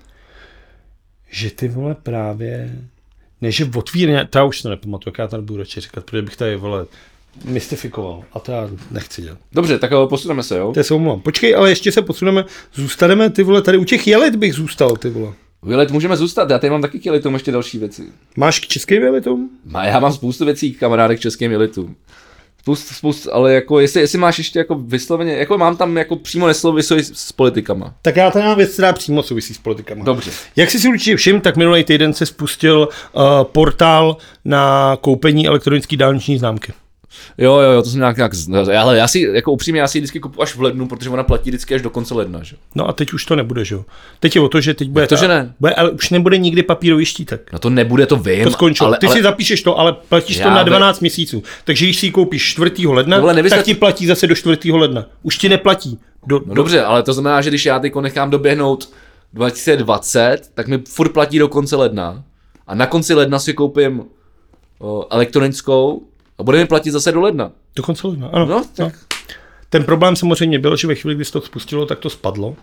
že ty vole právě, ne, že otvírají, to já už to nepamatuju, jak já tady budu radši říkat, protože bych tady, vole, mystifikoval a to já nechci dělat. Dobře, tak posuneme se, jo? To se omlouvám. Počkej, ale ještě se posuneme, zůstaneme, ty vole, tady u těch jelit bych zůstal, ty vole. U jelit můžeme zůstat, já tady mám taky k jelitům ještě další věci. Máš k českým jelitům? Já mám spoustu věcí k kamarádek k českým jelitům. Spoustu, ale jako jestli máš ještě jako vysloveně, jako mám tam jako přímo nesouvisí s politikama. Tak já tady mám věc, která přímo souvisí s politikama. Dobře. Jak jsi si určitě všiml, tak minulý týden se spustil portál na koupení elektronické dálniční známky. Jo, to jsem nějak, ale já si, jako upřímně, já si vždycky kupu až v lednu, protože ona platí vždycky až do konce ledna, že? No a teď už to nebude, že jo? Teď je o to, že teď bude, že ne? Ale už nebude nikdy papírový štítek. No to nebude, to vím. To skončilo. Ty si zapíšeš to, ale platíš to na 12 měsíců. Takže když si ji koupíš 4. ledna, tak ti platí zase do 4. ledna. Už ti neplatí. Dobře, ale to znamená, že když já teď nechám doběhnout 2020, tak mi furt platí do konce ledna. A na konci ledna si koupím elektronickou a bude mi platit zase do ledna. Do konce ledna, ano. No, tak. No. Ten problém samozřejmě byl, že ve chvíli, kdy se to spustilo, tak to spadlo.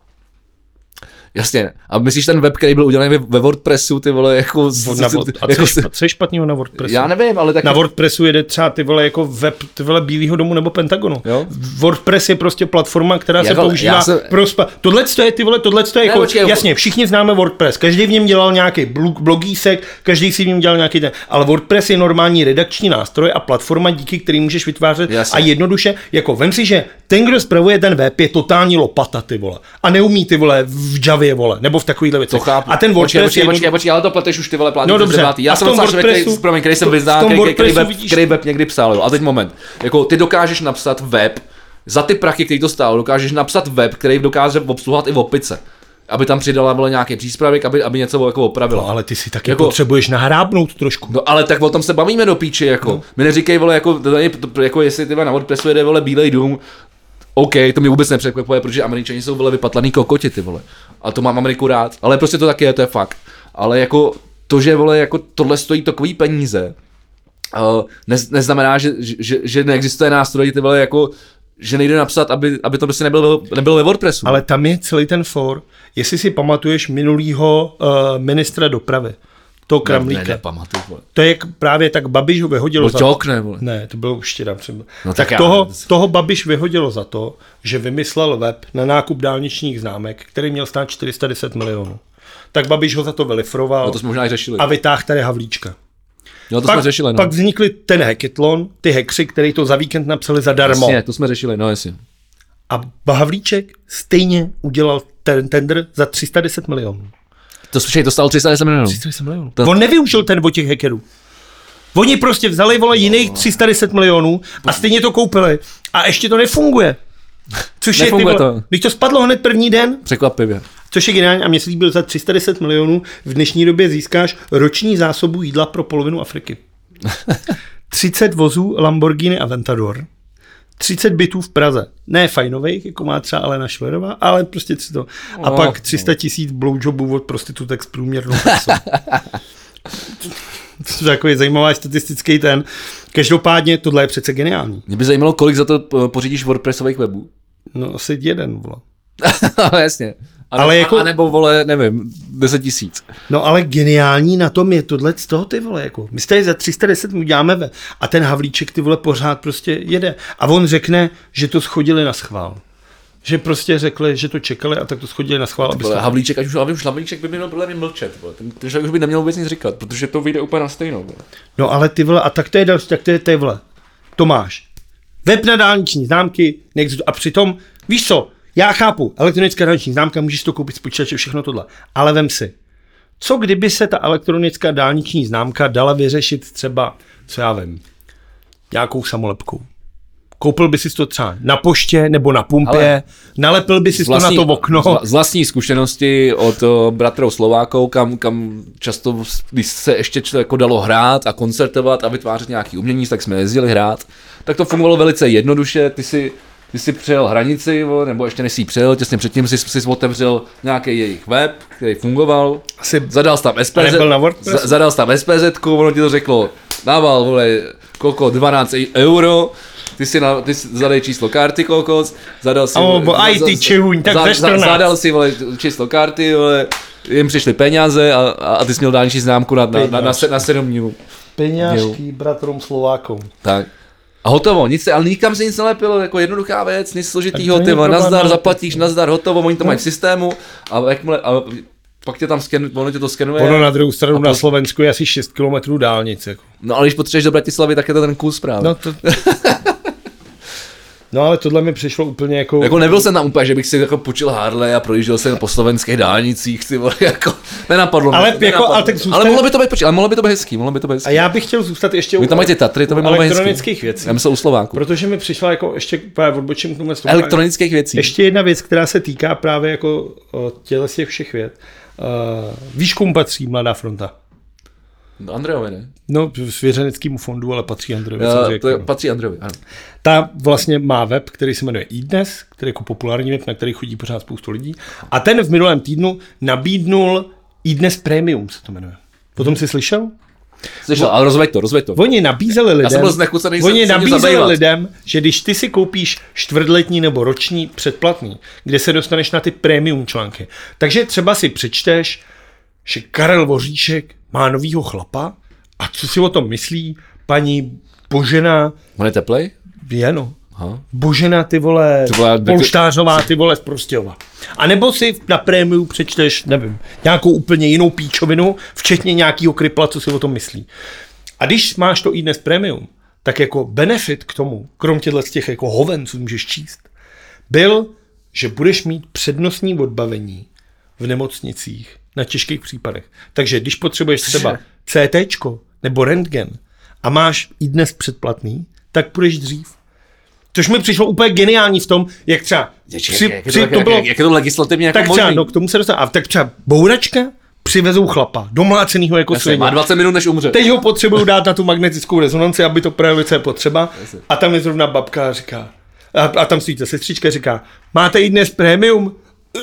Jasně. A myslíš ten web, který byl udělaný ve WordPressu, ty vole, jako... Co je špatného na WordPressu? Já nevím, ale tak... Na WordPressu jede třeba ty vole jako web, ty vole Bílýho domu nebo Pentagonu. Jo? WordPress je prostě platforma, která se používá pro Tohle je, ty vole, jako... Jasně, všichni známe WordPress, každý v něm dělal nějaký blogísek, každý si v něm dělal nějaký ten... Ale WordPress je normální redakční nástroj a platforma, díky který můžeš vytvářet a jednoduše, jako vem si, že ten, kdo spravuje ten web, je totální lopata, ty vole. A neumí ty vole v Javě, vole, nebo v takovýhle věci. To chápu. A ten WordPress počkej, ale to pleteš už ty vole plátí. No dobře. Já jsem člověk, který jsem vyznal, který web někdy psal, jo. A teď moment. Jako ty dokážeš napsat web za ty prachy, který to stálo, dokážeš napsat web, který dokáže obsluhovat i opice. aby tam přidala vole nějaký příspravek, aby něco jako opravila. No, ale ty si taky potřebuješ nahrábnout trošku. No ale tak o tom se bavíme do píči, jako. No. Mi neříkej, vole, jako jestli ty na WordPressu jede, vole, Bílej dům, OK, to mě vůbec nepřekvapuje, protože Američani jsou, vole, vypatlaný kokoti, ty vole. A to mám Ameriku rád, ale prostě to taky je, to je fakt. Ale jako to, že, vole, jako tohle stojí takový peníze, neznamená, že neexistuje nástroj, ty vole, jako že nejde napsat, aby to prostě nebylo ve WordPressu. Ale tam je celý ten for. Jestli si pamatuješ minulýho ministra dopravy, toho Kramlíka. Nepamatuju, vole. To je právě tak Babiš ho vyhodilo za to. Vole. Ne, to bylo už teda třeba. No, tak toho Babiš vyhodilo za to, že vymyslel web na nákup dálničních známek, který měl stát 410 milionů. Tak Babiš ho za to vylifroval. No to jsme možná i řešili. A vytáhl tady Havlíčka. No to jsme řešili, no. Pak vznikly ten hackathon, ty hackři, který to za víkend napsali zadarmo. Jasně, to jsme řešili, no jasně. A Havlíček stejně udělal ten tender za 310 milionů. To slyšej, to stalo 310 milionů. 310 milionů. On nevyužil ten od těch hackerů. Oni prostě vzali, vole, jiných 310 milionů a stejně to koupili. A ještě to nefunguje. Což nefunguje je, ty vole, když to spadlo hned první den. Překvapivě. Což je geniální a mě se líbil, za 310 milionů v dnešní době získáš roční zásobu jídla pro polovinu Afriky. 30 vozů Lamborghini Aventador, 30 bytů v Praze. Ne fajnových, jako má třeba Alena Schillerová, ale prostě to. A pak 300 000 blowjobů od prostitutek s průměrnou persou. To je takový zajímavý statistický ten. Každopádně tohle je přece geniální. Mě by zajímalo, kolik za to pořídíš WordPressových webů. No asi jeden, vole. Jasně. A nebo, vole, nevím, 10 000. No ale geniální na tom je tohle z toho, ty vole, jako. My tady za 310 mu děláme ve. A ten Havlíček, ty vole, pořád prostě jede. A on řekne, že to schodili na schvál. Že prostě řekli, že to čekali a tak to schodili na schvál. Havlíček, ať už Havlíček by měl podle mě mlčet. Ten už by neměl vůbec nic říkat, protože to vyjde úplně na stejnou. Vole. No ale ty vole, a tak to je další, tak to je ty vole. Tomáš. Web na dálniční známky, a přitom, víš co, já chápu, elektronická dálniční známka, můžeš to koupit z počítače, všechno tohle. Ale vem si, co kdyby se ta elektronická dálniční známka dala vyřešit třeba, co já vím, nějakou samolepkou. Koupil by si to třeba na poště nebo na pumpě, nalepil by si to na to okno. Z vlastní zkušenosti od bratrou Slováků, kam často, když se ještě jako dalo hrát a koncertovat a vytvářet nějaký umění, tak jsme jezdili hrát, tak to fungovalo velice jednoduše. Ty si přejel hranici, nebo ještě než jsi přejel, těsně předtím si otevřel nějaký jejich web, který fungoval, zadal jsi tam SPZ, ono ti to řeklo, dával, vole, kolko, 12 euro, ty si zadej číslo karty, kokos, zadal si, zadal si, vole, číslo karty, vole, jim přišly peníze a ty jsi měl dálniční známku na 7 dní. Peňážky bratrům Slovákům. Tak. A hotovo, ale nikam se nic nelepilo, jako jednoduchá věc, nic složitýho, ty nazdar, zaplatíš, nazdar, hotovo, oni to mají v systému a pak tě tam ono tě to skenuje. Ono na druhou stranu na Slovensku je asi 6 km dálnic. Jako. No ale když potřebuješ do Bratislavy, tak je to ten kus právě. No ale tohle mi přišlo úplně jako... Jako nebyl jsem tam úplně, že bych si jako půjčil Harley a projížděl jsem po slovenských dálnicích, ty vole, jako nenapadlo. Ale mohlo by to být, mohlo by to být hezký, A já bych chtěl zůstat ještě u... tam mají ty Tatry, to by mohlo být hezký. Elektronických věcí. Já myslel u Slováků. Protože mi přišla jako ještě odbočím k tomu. Elektronických věcí. Ještě jedna věc, která se týká právě jako těch všech věd. Víš, komu patří Mladá fronta? Andrejovi, ne? No, svěřeneckému fondu, ale patří Andrejovi. Patří Andrejovi, ano. Ta vlastně má web, který se jmenuje iDnes, který je jako populární web, na který chodí pořád spoustu lidí. A ten v minulém týdnu nabídnul iDnes Premium, se to jmenuje. Potom jsi slyšel? Slyšel, ale rozveď to. Oni nabízeli lidem, že když ty si koupíš čtvrtletní nebo roční předplatný, kde se dostaneš na ty premium články, takže třeba si přečteš, že Karel Voříšek má novýho chlapa a co si o tom myslí paní Božena... On je teplej? Je, no. Božena, ty vole, Polštářová, ty vole, z Prostějova. A nebo si na prémiu přečteš, nevím, nějakou úplně jinou píčovinu, včetně nějakýho kripla, co si o tom myslí. A když máš to iDnes Premium, tak jako benefit k tomu, krom těchto těch jako hoven, co můžeš číst, byl, že budeš mít přednostní odbavení v nemocnicích na těžkých případech. Takže když potřebuješ třeba CTčko nebo rentgen a máš iDnes předplatný, tak půjdeš dřív. Což mi přišlo úplně geniální v tom, jak třeba... Jak je to legislativně jako tak možný? třeba, no k tomu se dostane. A tak třeba bouračka přivezou chlapa, domlácenýho jako svině. Má 20 minut, než umře. Teď ho potřebují dát na tu magnetickou rezonanci, aby to projevilo, co je potřeba. A tam je zrovna babka a říká, a tam stojí ta sestřička a říká, máte i dnes prémium?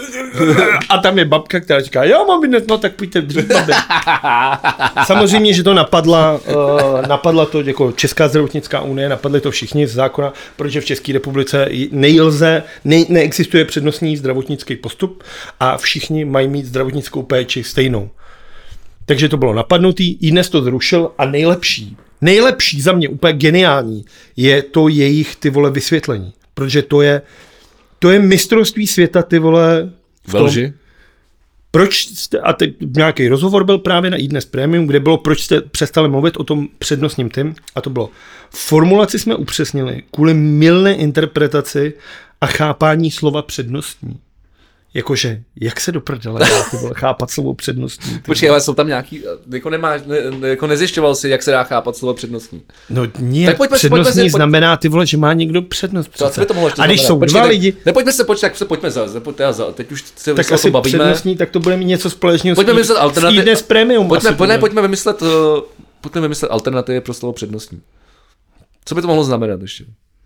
A tam je babka, která říká, jo, mám i dnes, no tak pojďte dřív, babi. Samozřejmě, že to napadla to jako Česká zdravotnická unie, napadly to všichni z zákona, protože v České republice neexistuje přednostní zdravotnický postup a všichni mají mít zdravotnickou péči stejnou. Takže to bylo napadnutý, dnes to zrušil a nejlepší za mě, úplně geniální, je to jejich ty vole vysvětlení. Protože to je mistrovství světa, ty vole. Velži? Proč jste, a teď nějaký rozhovor byl právě na iDnes Premium, kde bylo, proč jste přestali mluvit o tom přednostním tím, a to bylo, formulaci jsme upřesnili kvůli mylné interpretaci a chápání slova přednostní. Jakože, jak se do prdele dá, ty vole, chápat slovo přednostní? Počkej, ale jsou tam nějaký, jako nezjišťoval si, jak se dá chápat slovo přednostní. No nijak, přednostní znamená, ty vole, že má někdo přednost. A když jsou dva lidi... Pojďme za, teď už se tak o tom bavíme. Přednostní, tak to bude mít něco společného pojďme vymyslet alternativy. iDnes Premium. Pojďme vymyslet alternativy pro slovo přednostní. Co by to mohlo znamenat ještě?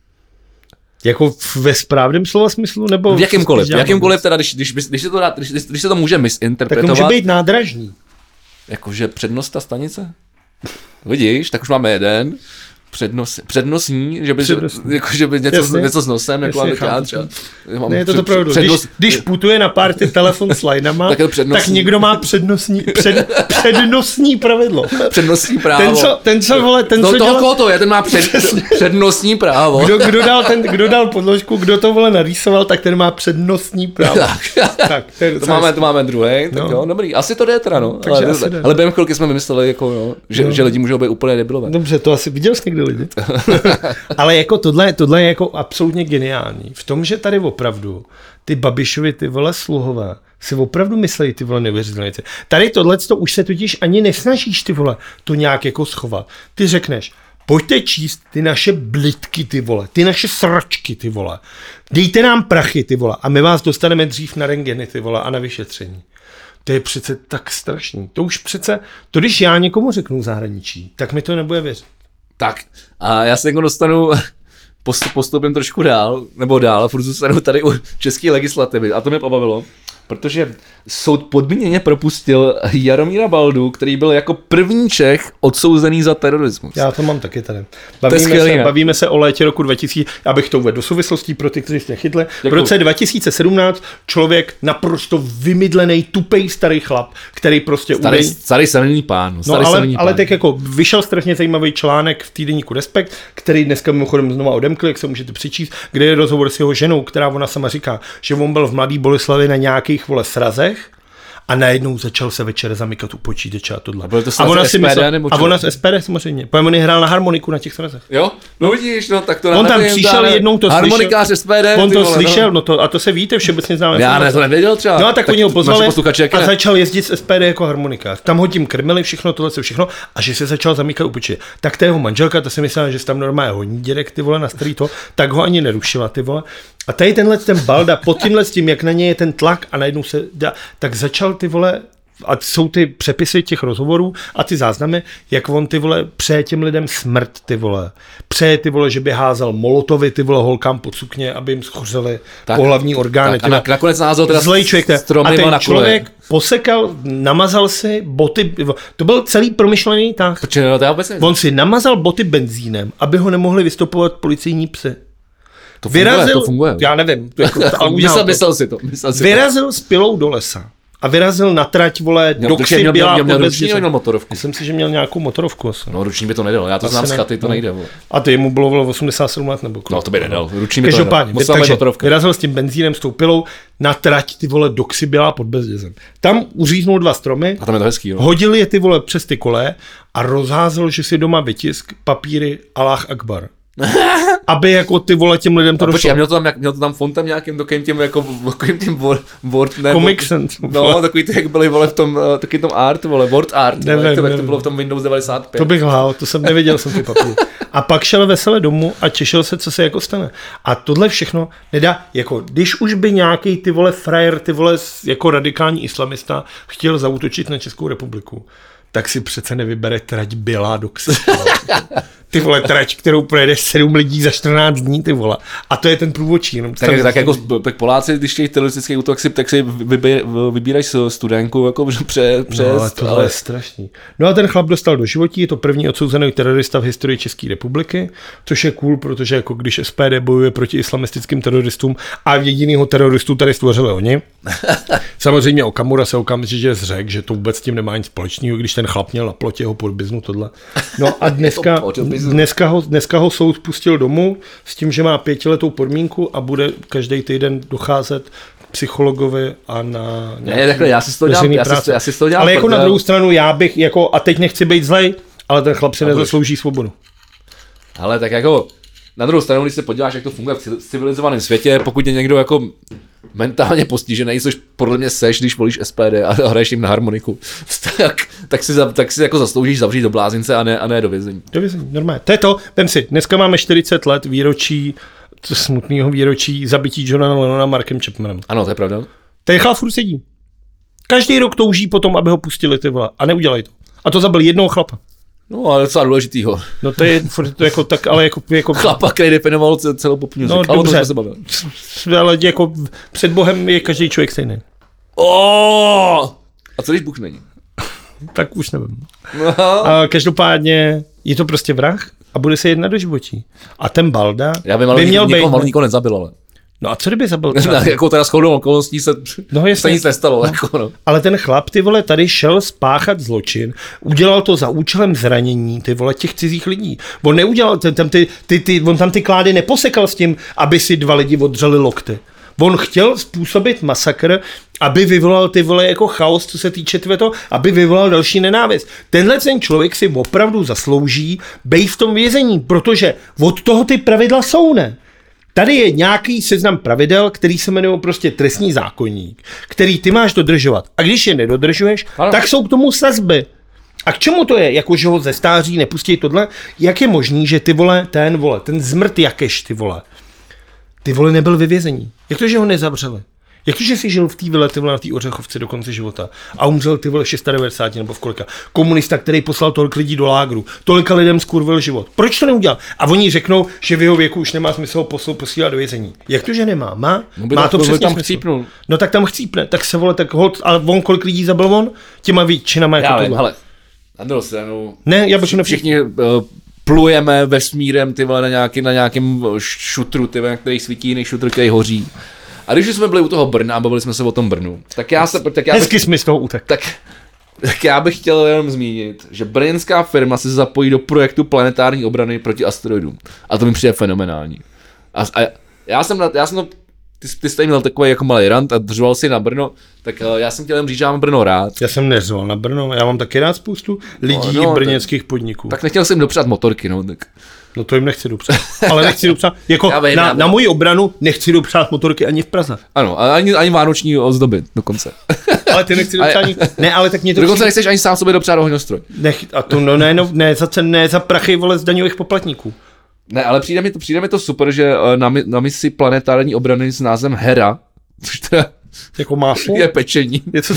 Jako ve správném slova smyslu, nebo... V jakýmkoliv teda, když se to může misinterpretovat. Tak to může být nádražní. Jakože přednost ta stanice? Vidíš, tak už máme jeden. Přednostní, že by něco s nosem, jako aby já třeba... Ne, je to pravdu. Když putuje na party telefon s lineama, tak někdo má přednostní pravidlo. Přednostní právo. Ten co toho, koho to je, ten má přednostní právo. Kdo dal podložku, kdo to vole narýsoval, tak ten má přednostní právo. Tak, to máme druhý, tak jo, dobrý. Asi to jde teda, no. Ale během chvilky jsme vymysleli, jako, že lidi můžou být úplně debilové. Dobře, to asi viděl jsi někdy lidi. Ale jako tohle je jako absolutně geniální. V tom, že tady opravdu ty Babišovi, ty vole sluhové, si opravdu myslejí ty vole neuvěřitelné věci. Tady tohleto už se totiž ani nesnažíš ty vole to nějak jako schovat. Ty řekneš, pojďte číst ty naše blitky, ty vole, ty naše sračky, ty vole. Dejte nám prachy, ty vole, a my vás dostaneme dřív na rentgeny, ty vole, a na vyšetření. To je přece tak strašný. To už přece, to když já někomu řeknu v zahraničí, tak mi to nebude věřit. Tak, a já se jako dostanu, postupím trošku dál, furt zůstanu tady u české legislativy, a to mě pobavilo, protože soud podmíněně propustil Jaromíra Baldu, který byl jako první Čech odsouzený za terorismus. Já to mám taky tady. Bavíme se o létě roku 2000, abych to uvedl do souvislostí pro ty, kteří jste chytli. V roce 2017 člověk naprosto vymydlený, tupej starý chlap, který prostě... Starý silný pán. Ale tak jako vyšel strašně zajímavý článek v týdeníku Respekt, který dneska mimochodem znova odemkli, jak se můžete přečíst, kde je rozhovor s jeho ženou, která ona sama říká, že on byl v Mladý Boleslavi na nějakých vole srazech a najednou začal se večer zamykat u počítače a tohle. A ona z SPD samozřejmě. On hrál na harmoniku na těch srazech. Jo? No vidíš, no tak to on tam přišel jednou, to harmonikář slyšel. SPD. On to slyšel, no to, a to se víte, všeobecně známe. Já ne, to nevěděl třeba. No a tak oni ho pozvali a začal jezdit z SPD jako harmonikář. Tam ho tím krmili všechno, tohle se všechno a že se začal zamykat u počítače. Tak ta jeho manželka, ta si myslela, že tam normálně honí dědek, ty vole, na starý to, tak ho ani nerušila, ty vole. A tady ten Balda, pod tímhle s tím, jak na něj je ten tlak a najednou se dá, tak začal ty vole, a jsou ty přepisy těch rozhovorů a ty záznamy, jak on ty vole přeje těm lidem smrt, ty vole. Přeje ty vole, že by házel molotovy ty vole holkám pod sukně, aby jim schořely pohlavní orgány. Tak, a nakonec názel teda zlej člověk. A ten člověk posekal, namazal si boty, to byl celý promyšlený tah. On si namazal boty benzínem, aby ho nemohli vystopovat policejní psy. To funguje. Já nevím. Myslel si to. Vyrazil s pilou do lesa. A vyrazil na trať, vole, do Ksy byla měl ruční nebo motorovku? Myslím si, že měl nějakou motorovku asi. No ruční by to nedal, já to znám z chaty, to nejde. Vole. A to jemu bylo 87 let nebo kolik. No to by nedal, ruční by to nedal. Takže vyrazil s tím benzínem, s tou pilou na trať, ty vole, do Ksy byla pod Bezdězem. Tam uříznul 2 stromy, a tam je to hezký, no. Hodil je ty vole přes ty koleje a rozházel, že si doma vytisk papíry Alláh Akbar. aby jako ty vole těm lidem to došlo. Počkej, měl to tam fontem nějakým takovým tím jako word, ne? Comic Sans. No, takový ty, jak byly, vole, v tom, taky tom art, vole, word art, Nevím, jak to bylo v tom Windows 95. To bych lhal, to jsem neviděl jsem ty papíry. A pak šel vesele domů a těšil se, co se jako stane. A tohle všechno nedá, jako když už by nějaký ty vole frajer, ty vole jako radikální islamista chtěl zaútočit na Českou republiku, tak si přece nevybere trať Bělá do Ksíka. Ty vole, trať, kterou projede 7 lidí za 14 dní, ty vole. A to je ten průvodčí. Tak jako tak Poláci, když chtějí teroristický útok, tak si vybírají studenku jako přes. No, ale je strašný. No a ten chlap dostal do životí, je to první odsouzený terorista v historii České republiky, což je cool, protože jako když SPD bojuje proti islamistickým teroristům a jedinýho teroristu tady stvořili oni. Samozřejmě Okamura se okamžitě zřekl, že to vůbec s tím nemá nic společného, když ten chlap měl na plotě jeho podbiznu tohle. No a dneska ho soud pustil domů s tím, že má 5letou podmínku a bude každý týden docházet psychologovi a na takhle, já si to dělám. Ale jako na druhou stranu já bych, jako, a teď nechci být zlej, ale ten chlap si nezaslouží svobodu. Ale tak jako, na druhou stranu, když se podíváš, jak to funguje v civilizovaném světě, pokud je někdo jako mentálně postižený, což podle mě seš, když volíš SPD a hraješ jim na harmoniku, tak si jako zasloužíš zavřít do blázince a ne do vězení. Do vězení, normálně. To je to, vem si, dneska máme 40 let výročí, smutného výročí zabití Johna Lennona Markem Chapmanem. Ano, to je pravda. Ten chlap furt sedí. Každý rok touží potom, aby ho pustili ty vole, a neudělají to. A to zabil jednoho chlapa. No, ale docela důležitýho. No to je to jako tak, ale jako chlapa, který definoval celou pop music. No dobře, ale jako před Bohem je každý člověk stejný. A co když Bůh není? Tak už nevím. A každopádně je to prostě vrah a bude se jednat do životí. A ten Balda by měl být... Nikoho nezabil, ale... No a co kdyby zabil? Jako teda shodou okolností se nic nestalo. Jako, no. Ale ten chlap, ty vole, tady šel spáchat zločin, udělal to za účelem zranění, ty vole, těch cizích lidí. On neudělal, on tam ty klády neposekal s tím, aby si 2 lidi odřeli lokty. On chtěl způsobit masakr, aby vyvolal ty vole jako chaos, co se týče toho, aby vyvolal další nenávist. Tenhle ten člověk si opravdu zaslouží být v tom vězení, protože od toho ty pravidla jsou, ne? Tady je nějaký seznam pravidel, který se jmenuje prostě trestní zákoník, který ty máš dodržovat. A když je nedodržuješ, tak jsou k tomu sazby. A k čemu to je? Jako, že ho ze stáří nepustí tohle? Jak je možný, že ty vole, ten zmrt Jakeš, ty vole nebyl ve vězení? Jak to, že ho nezavřeli? Jak to, že jsi žil v té vile, ty vole, na té Ořechovce do konce života a umřel ty vole 690 nebo v kolika? Komunista, který poslal tolik lidí do lágru, tolika lidem skurvil život. Proč to neudělal? A oni řeknou, že v jeho věku už nemá smysl ho posílat do vězení. Jak to, že nemá? Má to přesně tam smysl. Chcípnul. No tak tam chcípne, tak se vole, tak hold, ale on kolik lidí zabil on? Těma většinama jako tohle. Ale na druhou stranu, ne, já bych všichni plujeme vesmírem, ty vole, na nějakém šutru, ty vole, který svítí jiný šutr, který hoří. A když jsme byli u toho Brna a bavili jsme se o tom Brnu, hezky jsme z toho utek. Tak já bych chtěl jenom zmínit, že brněnská firma se zapojí do projektu planetární obrany proti asteroidům. A to mi přijde fenomenální. A já jsem to, ty jsi měl takový jako malý rant a držoval si na Brno, tak já jsem chtěl jen říct, že mám Brno rád. Já jsem neřval na Brno, já mám taky rád spoustu lidí brněnských podniků. Tak nechtěl jsem dopřát motorky, no tak. No to jim nechci dopřát. Ale nechci dopřát, jako na moji obranu nechci dopřát motorky ani v Praze. Ano, ani vánoční ozdoby dokonce. Ale ty nechci dopřát ani, ne, ale tak mě to dokonce nechceš ani sám sobě dopřát ohňostroj. A to ne za prachy, vole, z daňových poplatníků. Ne, ale přijde mi to super, že na misi planetární obrany s názvem Hera, což teda jako máslo? Je pečení. Něco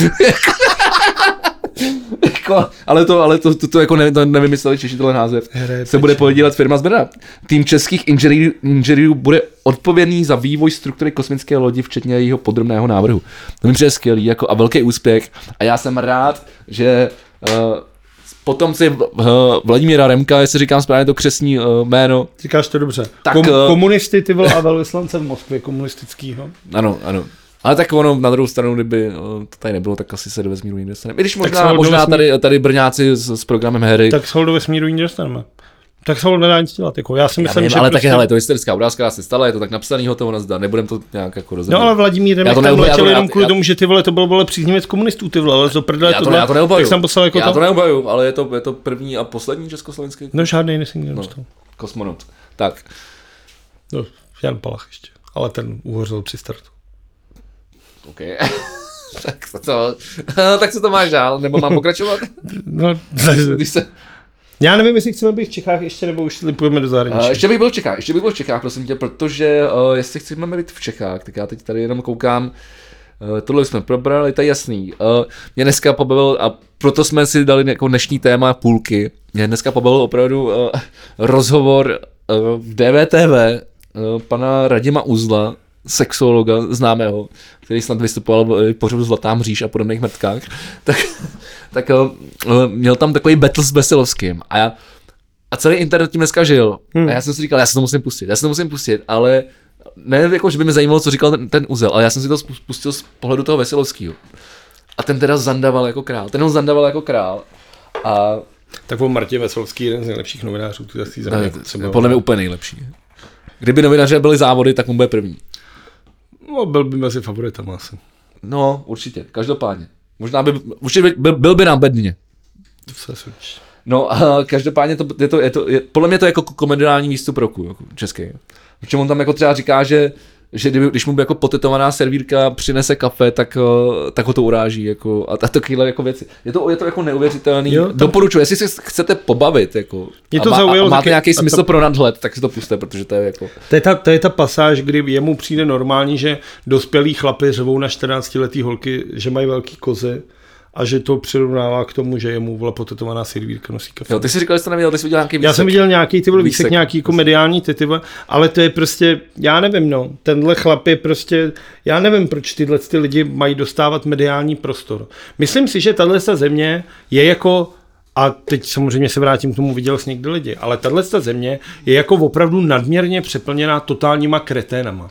ale to jako nevymysleli Češi tohle název. Se bude podílet firma z Brna. Tým českých inženýrů bude odpovědný za vývoj struktury kosmické lodi, včetně jejího podrobného návrhu. To mi přijde skvělý jako a velký úspěch. A já jsem rád, že potomci Vladimíra Remka, jestli říkám správně to křestní jméno. Říkáš to dobře. Tak, komunisty, ty vole, a velvyslance v Moskvě komunistickýho. Ano. Ale tak ono na druhou stranu, kdyby to tady nebylo, tak asi se do vesmíru nikdy dostaneme. I když možná tady Brňáci s programem Harry. Tak se do vesmíru nikdy dostaneme. Tak se ho nedá nic dělat. Jako já si myslím, že ale prostě... hele, to je historická udářka, se stala, je to tak napsaný, hotovo nazdar, nebudem to nějak jako rozhodnout. No ale Vladimír Remek tam letěl jenom kvůli tomu, že ty vole, to bylo příznivec komunistů, ty vole, ale do prdele tohle. Já to neobhaju. Jako já to neobhaju, ale je to první a poslední československý. No žádnej nesmí nedostal. Kosmonaut. Tak. No, Jan Palach ještě, ale ten uhořel při startu. OK. tak co to máš dál, nebo mám pokračovat? No, Když se... Já nevím, jestli chceme být v Čechách ještě, nebo už půjdeme do zahraničí. Ještě bych byl v Čechách, prosím tě, protože jestli chceme být v Čechách, tak já teď tady jenom koukám, tohle jsme probrali, to je jasný. Mě dneska pobavil, a proto jsme si dali jako dnešní téma půlky, mě dneska pobavil opravdu rozhovor v DVTV pana Radima Uzla, sexuologa známého, který snad vystupoval v pořadu Zlatá mříž a podobných mrtkách, tak měl tam takový battle s Veselovským a celý internet tím dneska žil. A já jsem si říkal, já se to musím pustit, ale ne jako, že by mě zajímalo, co říkal ten Uzel, ale já jsem si to pustil z pohledu toho Veselovského. A ten teda zandaval jako král. A tak byl Martin Veselovský, jeden z nejlepších novinářů, tu jasný země. Podle mě úplně nejlepší. Kdyby novináři byli závody, tak on bude první. No, byl by mezi favoritama asi. No, určitě, každopádně. Možná byl by nám bedně. To se suč. No a každopádně podle mě to je jako komediální výstup roku, jako český. Protože on tam jako třeba říká, že když mu jako potetovaná servírka přinese kafe, tak ho to uráží. Jako, a takovéhle jako věci. Je to jako neuvěřitelný. Jo, doporučuji, jestli se chcete pobavit jako, a máte nějaký smysl pro nadhled, tak si to puste, protože to je jako... To je ta pasáž, kdy jemu přijde normální, že dospělí chlapi řvou na 14letý holky, že mají velký kozy. A že to přirovnává k tomu, že je mu vole potetovaná servírka nosí kafe. Jo, ty jsi říkal, že to neviděl, ty jsi viděl nějaký výsek. Já jsem viděl nějaký výsek, nějaký jako mediální ale to je prostě, já nevím, no, tenhle chlap je prostě, já nevím, proč tyhle ty lidi mají dostávat mediální prostor. Myslím si, že tahle země je jako, a teď samozřejmě se vrátím k tomu, viděl jsi někdy lidi, ale tahle země je jako opravdu nadměrně přeplněná totálníma kreténama.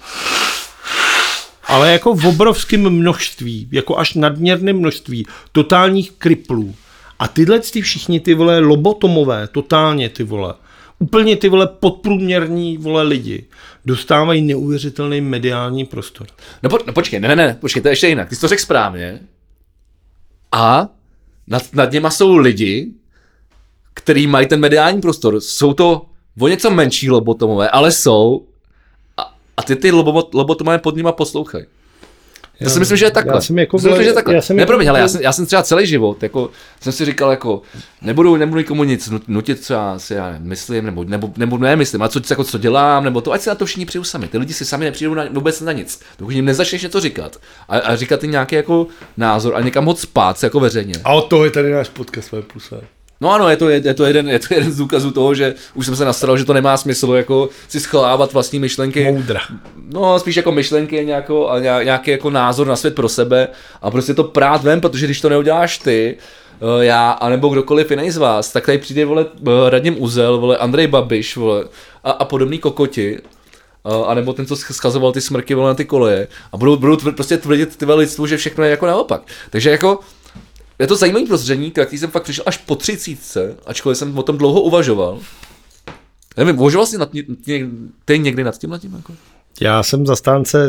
Ale jako v obrovském množství, jako až nadměrné množství totálních kriplů. A tyhle všichni ty vole lobotomové, totálně ty vole, úplně ty vole podprůměrní vole lidi dostávají neuvěřitelný mediální prostor. No počkej, počkej, to je ještě jinak. Ty jsi to řekl správně. A nad něma jsou lidi, kteří mají ten mediální prostor. Jsou to o něco menší lobotomové, ale jsou. A ty lobotomové pod nima poslouchají. To si myslím, že je takhle. Nepromiň, ale já jsem třeba celý život, jako, jsem si říkal, jako, nebudu nikomu nic nutit, co já myslím, nebo nemyslím, ale co dělám, nebo to, ať se na to všichni přijdu sami. Ty lidi si sami nepřijdou vůbec na nic. Dokud jim nezačneš něco říkat a říkat jim nějaký jako názor a někam moc spát jako veřejně. A od toho je tady náš podcast Své plus Své. No ano, je to jeden z důkazů toho, že už jsem se nastaral, že to nemá smysl jako si schovávat vlastní myšlenky. Moudra. No, spíš jako myšlenky nějaký jako názor na svět pro sebe a prostě to prát ven, protože když to neuděláš ty, já, anebo kdokoliv jiný z vás, tak tady přijde, vole, Radim Uzel, vole, Andrej Babiš, vole, a podobný kokoti, anebo ten, co schazoval ty smrky, vole, na ty koleje a budou prostě tvrdit ty lidstvu, že všechno je jako naopak. Takže jako je to zajímavý prostředí, který jsem fakt přišel až po 30, ačkoliv jsem o tom dlouho uvažoval. Nevím, uvažoval jsi ty někdy nad tímhletím? Jako? Já jsem zastánce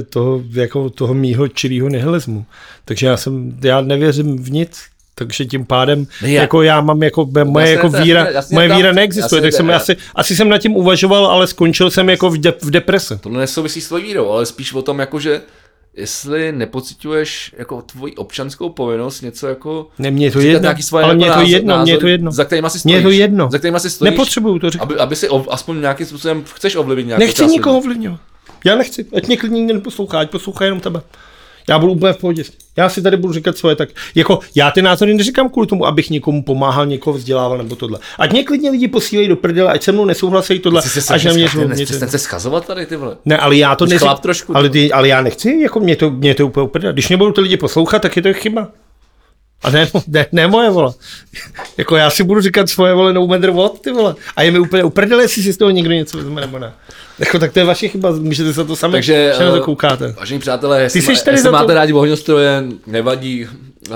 toho mýho čirýho nihilismu. Takže já nevěřím v nic, takže tím pádem jako já mám jako moje víra neexistuje, tak jsem asi jsem nad tím uvažoval, ale skončil jsem jako v depresi. Tohle nesouvisí s tvojí vírou, ale spíš o tom jako, že jestli nepociťuješ jako tvoji občanskou povinnost něco jako... Ne, mě to jedno, ale mě to jedno. Za kterýma si stojíš. Mě to jedno. Za kterýma si stojíš. Nepotřebuju to říkat. Aby si aspoň nějakým způsobem chceš ovlivnit nějaký Nechci nikoho ovlivňovat. Já nechci. Ať mě klidně nikdo neposlouchá, ať poslouchá jenom tebe. Já budu úplně v pohodě. Já si tady budu říkat svoje, tak jako já ty názory neříkám kvůli tomu, abych někomu pomáhal, někoho vzdělával nebo tohle. Ať mě klidně lidi posílejí do prdele, ať se mnou nesouhlasejí tohle. Až na mě Chceš se schazovat tady, ty vole. Ne, ale já to neříkám. Ale já nechci, jako mě to úplně uprdele. Když mě budou ty lidi poslouchat, tak je to chyba. A ne moje, vole. Jako já si budu říkat svoje, vole, no matter what, ty vole. A je mi úplně uprdele, jestli si z toho někdo něco vezme nebo ne. Jako, tak to je vaše chyba, můžete se to sami, takže na to koukáte. Vážení přátelé, jestli máte rádi ohňostroje, nevadí.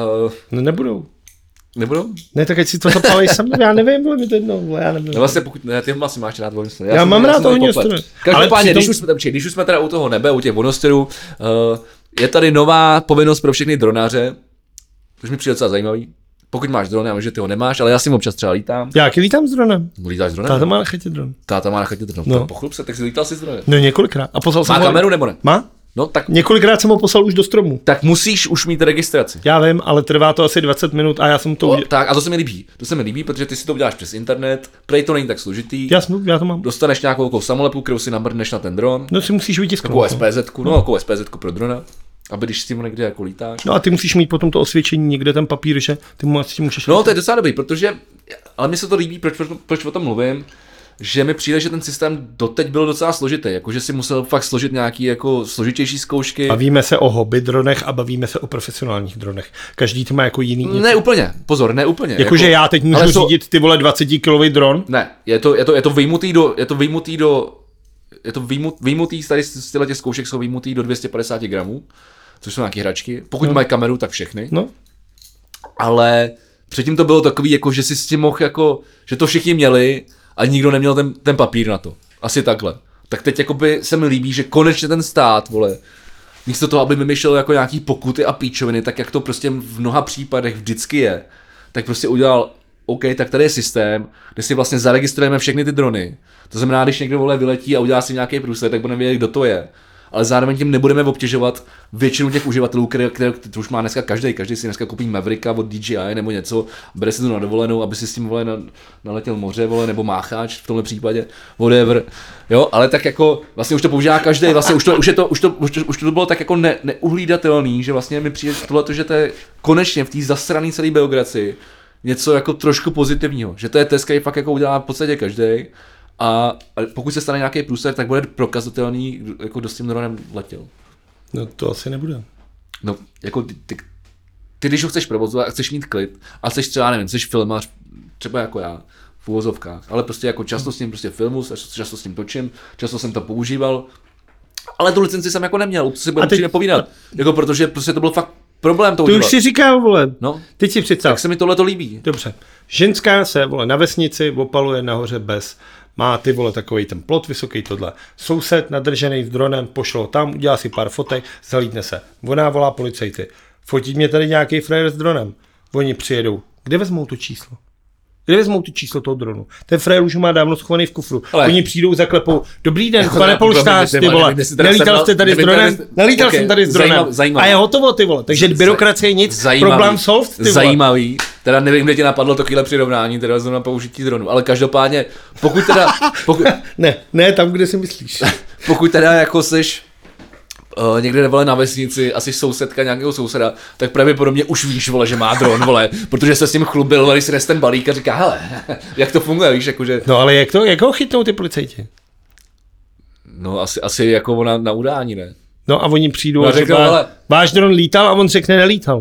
No nebudou. Nebudou? Ne, tak ať si to zapálej sami, já nevím, bylo mi to jedno, já nevím. No vlastně pokud, ne, ty vlastně máš rád ohňostroje. Já mám rád ohňostroje. Každopádně, když už jsme teda u toho nebe, u těch ohňostrojů, je tady nová povinnost pro všechny dronáře, což mi přijde docela zajímavý. Pokud máš dron, já vím, že ty ho nemáš, ale já s tím občas třeba lítám. Já taky lítám s dronem. Lítáš s dronem? Táta má na chatě dron. Táta má na chatě dron. No. Pochlup se, tak jsi lítal si s dronem. No několikrát. A poslal jsem Má ho... kameru nebo ne? Má? No tak, Několikrát jsem ho poslal už do stromu. tak musíš už mít registraci. Já vím, ale trvá to asi 20 minut a já jsem to udělal. Tak a to se mi líbí. To se mi líbí, protože ty si to uděláš přes internet, prej to není tak složitý. Já to mám. Dostaneš nějakou takovou samolepku, kterou si nabrdneš na ten dron. No si musíš Takovou vytisknout. No. SPZ, no takovou SPZ pro drona. Aby když s tím někde jako lítáš. No a ty musíš mít potom to osvědčení někde ten papír, že ty mu s tím můžeš... No to je docela dobrý, protože, ale mně se to líbí, proč o tom mluvím, že mi přijde, že ten systém doteď byl docela složitý, jakože si musel fakt složit nějaký jako složitější zkoušky. Bavíme se o hobby dronech a bavíme se o profesionálních dronech. Každý to má jako jiný něco. Ne úplně, pozor, ne úplně. Jakože já teď můžu řídit ty vole 20-kilový dron? Ne, je to vyjmutý tady z těch zkoušek jsou vyjmutý do 250 gramů, což jsou nějaké hračky. Pokud mají kameru, tak všechny. No. Ale předtím to bylo takový, jako, že si s tím mohl, jako, že to všichni měli a nikdo neměl ten papír na to. Asi takhle. Tak teď jakoby se mi líbí, že konečně ten stát, vole, místo toho, aby vymýšlel jako nějaký pokuty a píčoviny, tak jak to prostě v mnoha případech vždycky je, tak prostě udělal, OK, tak tady je systém, kde si vlastně zaregistrujeme všechny ty drony. To znamená, když někdo vole vyletí a udělá si nějaký průsled, tak budeme vědět, kdo to je. Ale zároveň tím nebudeme obtěžovat většinu těch uživatelů, které to už má dneska každý si dneska koupí Mavericka od DJI nebo něco, bere si to na dovolenou, aby si s tím vole naletěl moře, vole, nebo mácháč v tomhle případě, whatever. Jo, ale tak jako vlastně už to používá každý, vlastně už to bylo tak jako neuhlídatelný, že vlastně mi přijde tohleto, že to je konečně v té zasrané celé byrokracii něco jako trošku pozitivního, že to je test, který fakt jako udělá v podstatě každý. A pokud se stane nějaký průser, tak bude prokazatelný, jako kdo s tím dronem letěl. No to asi nebude. No, jako ty když ho chceš provozovat a chceš mít klid a chceš třeba, nevím, chceš filmař, třeba jako já, v uvozovkách, ale prostě jako často s ním prostě filmu, často s ním točím, často jsem to používal, ale tu licenci jsem jako neměl, to si budeme přijde povídat, jako protože prostě to byl fakt problém to udělat. Ty už si říkal, vole, no, teď si představ. tak se mi tohleto líbí. Dobře, ženská se, vole, na vesnici opaluje nahoře bez, má ty vole takovej ten plot vysoký tohle. Soused nadržený s dronem, pošlo tam, udělá si pár fotek, zalítne se. Ona volá policajty. Fotit mě tady nějaký frajer s dronem. Oni přijedou. Kde vezmou to číslo? Kde vezmou to číslo toho dronu? Ten frajer už má dávno schovaný v kufru. Ale oni přijdou, zaklepou. Dobrý den, pane polštář, ty vole. Nelítal jste tady s dronem? Nelítal jsem tady s dronem. A je hotovo, ty vole. Takže byrokracie nic, problém solved, ty vole. Zajímavý. Teda nevím, kde tě napadlo takovýhle přirovnání, teda zrovna použití dronu, ale každopádně, pokud teda... Ne, tam, kde si myslíš. Pokud teda jako seš někde vole na vesnici a jsi sousedka nějakého souseda, tak pravděpodobně už víš, vole, že má dron, vole, protože se s tím chlubil, vole, si ten balík a říká, hele, jak to funguje, víš, jakože... No ale jak ho chytnou ty policajti? No asi jako ona na udání, ne? No a oni přijdou no, a řeknou, váš dron lítal a on řekne nelítal.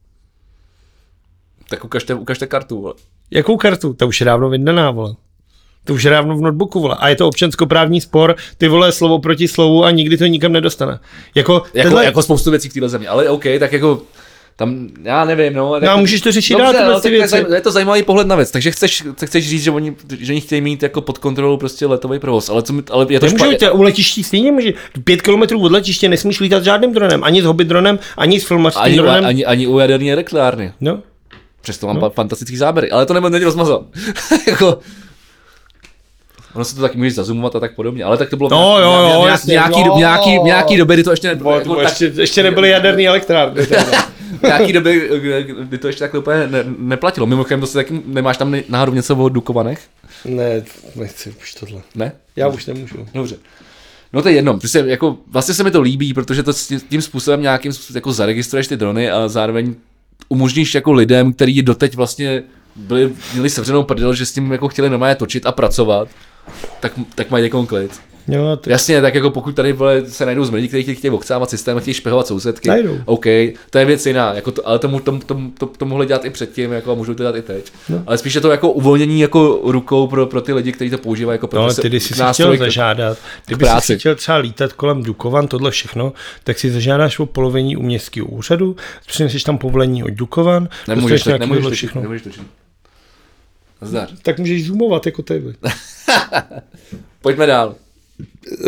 Tak ukažte kartu, vole. Jakou kartu? Ta už je dávno vydaná, vole. To už je dávno v notebooku, vole. A je to občanskoprávní spor, ty vole slovo proti slovu a nikdy to nikam nedostane. Jako spoustu věcí v téhle zemi, ale OK, tak jako tam, já nevím, no. No a můžeš to řešit dál, tyhle ty věci. Je to zajímavý pohled na věc, takže chceš říct, že oni chtějí mít jako pod kontrolou prostě letový provoz, ale je to špatně. U letiští stejně může, 5 kilometrů od letiště nesmíš lítat žádným dronem, ani s hobby dronem, ani s filmařským dronem. Ani u jaderné elektrárny. No. Přesto mám fantastický záběry, ale to není rozmazal. Jako, ono se to taky může zazumovat a tak podobně, ale tak to bylo nějaký doby, kdy to ještě nebylo. Ještě nebyly jaderný elektrárny. Nějaký doby, kdy to ještě takhle úplně neplatilo. Mimochodem, to se taky nemáš tam náhodou něco o Dukovanech? Ne, nechci už tohle. Ne? Já už nemůžu. Dobře. No to je jedno, protože jako vlastně se mi to líbí, protože to tím způsobem nějakým jako zaregistruješ ty drony a zároveň umožníš jako lidem, kteří doteď vlastně měli sevřenou prdel, že s tím jako chtěli normálně točit a pracovat, tak mají jako klid. Jo, jasně, tak jako pokud tady se najdou zmrdi, kteří chtějí okcávat systém, chtějí špehovat sousedky, najdou. OK, to je věc jiná, jako ale to mohli dělat i předtím, jako a můžou to dělat i teď. No. Ale spíš je to jako uvolnění jako rukou pro ty lidi, kteří to používají jako pro ty si chtěl zažádat, kdyby si chtěl třeba lítat kolem Dukovan, tohle všechno, tak si zažádáš o povolení u městského úřadu, přineseš tam povolení od Dukovan, nemůžeš točit. Zdar. Tak můžeš zoomovat jako tebe. Pojďme dál.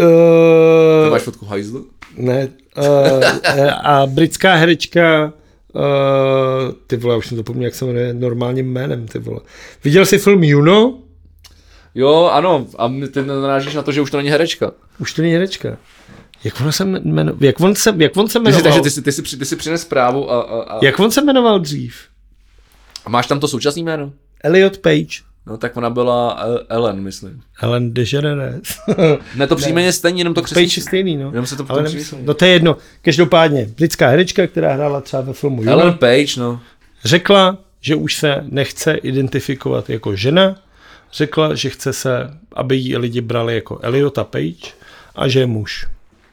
Ty máš fotku hajzlu? Ne. A britská herečka Ty vole, už jsem zapomněl, jak se jmenuje normálním jménem, ty vole. Viděl jsi film Juno? Jo, ano, a ty narážíš na to, že už to není herečka. Už to není herečka. Jak on se jmenoval? Jak on se jmenoval? Takže ty si přines zprávu a... Jak on se jmenoval dřív? A máš tam to současné jméno? Elliot Page. No tak ona byla Ellen, myslím. Ellen DeGeneres. Ne, to příjmení stejně, jenom to křesí. Page je stejný, no. Jenom se to Ale no to je jedno. Každopádně, britská herečka, která hrála třeba ve filmu Juno, Ellen Page, no. řekla, že už se nechce identifikovat jako žena. Řekla, že chce se, aby jí lidi brali jako Elliota Page a že je muž.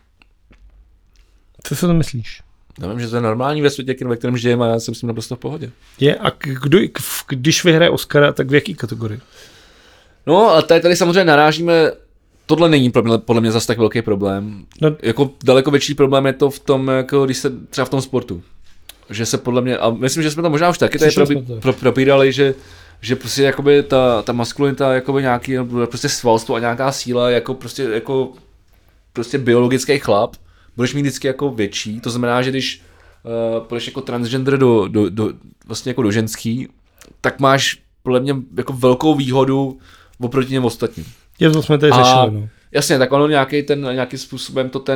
Co si to myslíš? Já vím, že to je normální ve světě, ve kterém žijeme a já jsem s tím naprosto v pohodě. Je, a když vyhraje Oscara, tak v jaký kategorii? No a tady samozřejmě narážíme, tohle není podle mě zase tak velký problém. No. Jako daleko větší problém je to v tom, jako když se třeba v tom sportu. Že se podle mě, a myslím, že jsme to možná už taky tady propírali, že prostě jakoby ta maskulinita, jakoby nějaký prostě svalstvo a nějaká síla jako prostě biologický chlap, budeš mít vždycky jako větší, to znamená, že když půjdeš jako transgender vlastně jako do ženský, tak máš podle mě jako velkou výhodu oproti těm ostatním. To jsme tady řešili, no. Jasně, tak ono nějakým způsobem to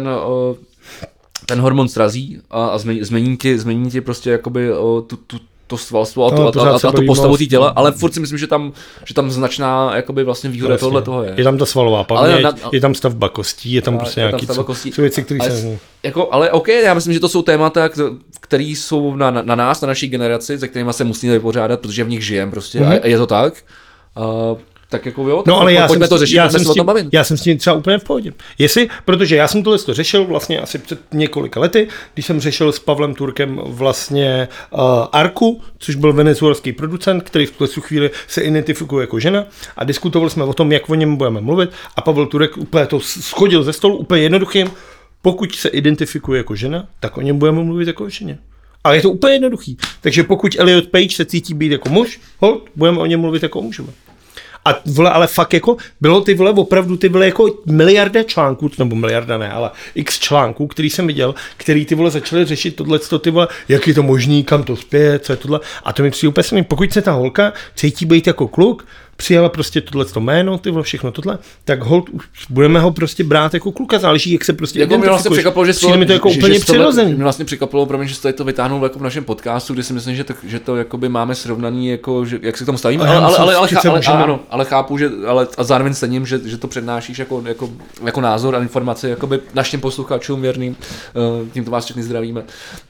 ten hormon srazí a změní ti prostě jakoby to svalstvo a tu postavu té těla, ale furt si myslím, že tam značná jakoby vlastně výhoda tohle toho je. Je tam ta svalová paměť, je tam stavba kostí, je tam prostě nějaký jsou věci, které se... Ale OK, já myslím, že to jsou témata, které jsou na nás, na naší generaci, se kterými se musíme vypořádat, protože v nich žijeme prostě a je to tak. Tak jako jo, no, ale pojďme to řešit, pojďme se o tom bavit. Já jsem s tím třeba úplně v pohodě. Protože já jsem tohle řešil vlastně asi před několika lety, když jsem řešil s Pavlem Turkem vlastně Arku, což byl venezuelský producent, který v tuhle chvíli se identifikuje jako žena a diskutovali jsme o tom, jak o něm budeme mluvit a Pavel Turek úplně to schodil ze stolu úplně jednoduchým, pokud se identifikuje jako žena, tak o něm budeme mluvit jako o ženě. Ale je to úplně jednoduchý. Takže pokud Elliot Page se cítí být jako muž, budeme o něm mluvit jako o mužovi. A vole, ale fakt jako, bylo ty vole opravdu ty vole jako miliarda článků, nebo miliarda ne, ale x článků, který jsem viděl, který ty vole začaly řešit tohleto, ty vole, jak je to možný, kam to spěje, co je tohle. A to mi přijde úplně samý, pokud se ta holka cítí být jako kluk, přijala prostě tohleto jméno, ty vole, všechno tohle, tak holt, budeme ho prostě brát jako kluka, záleží, jak se prostě jako identifikuješ. Přijde mi to jako úplně přirozený. Mě vlastně překvapilo, promiň, že jste to vytáhnul jako v našem podcastu, kde si myslím, že to jakoby máme srovnaný, jako, že, jak se k tomu stavíme, ale chápu, že, a zároveň cením, že to přednášíš jako názor a informace jakoby našim posluchačům věrným, tímto vás všechny zdravíme.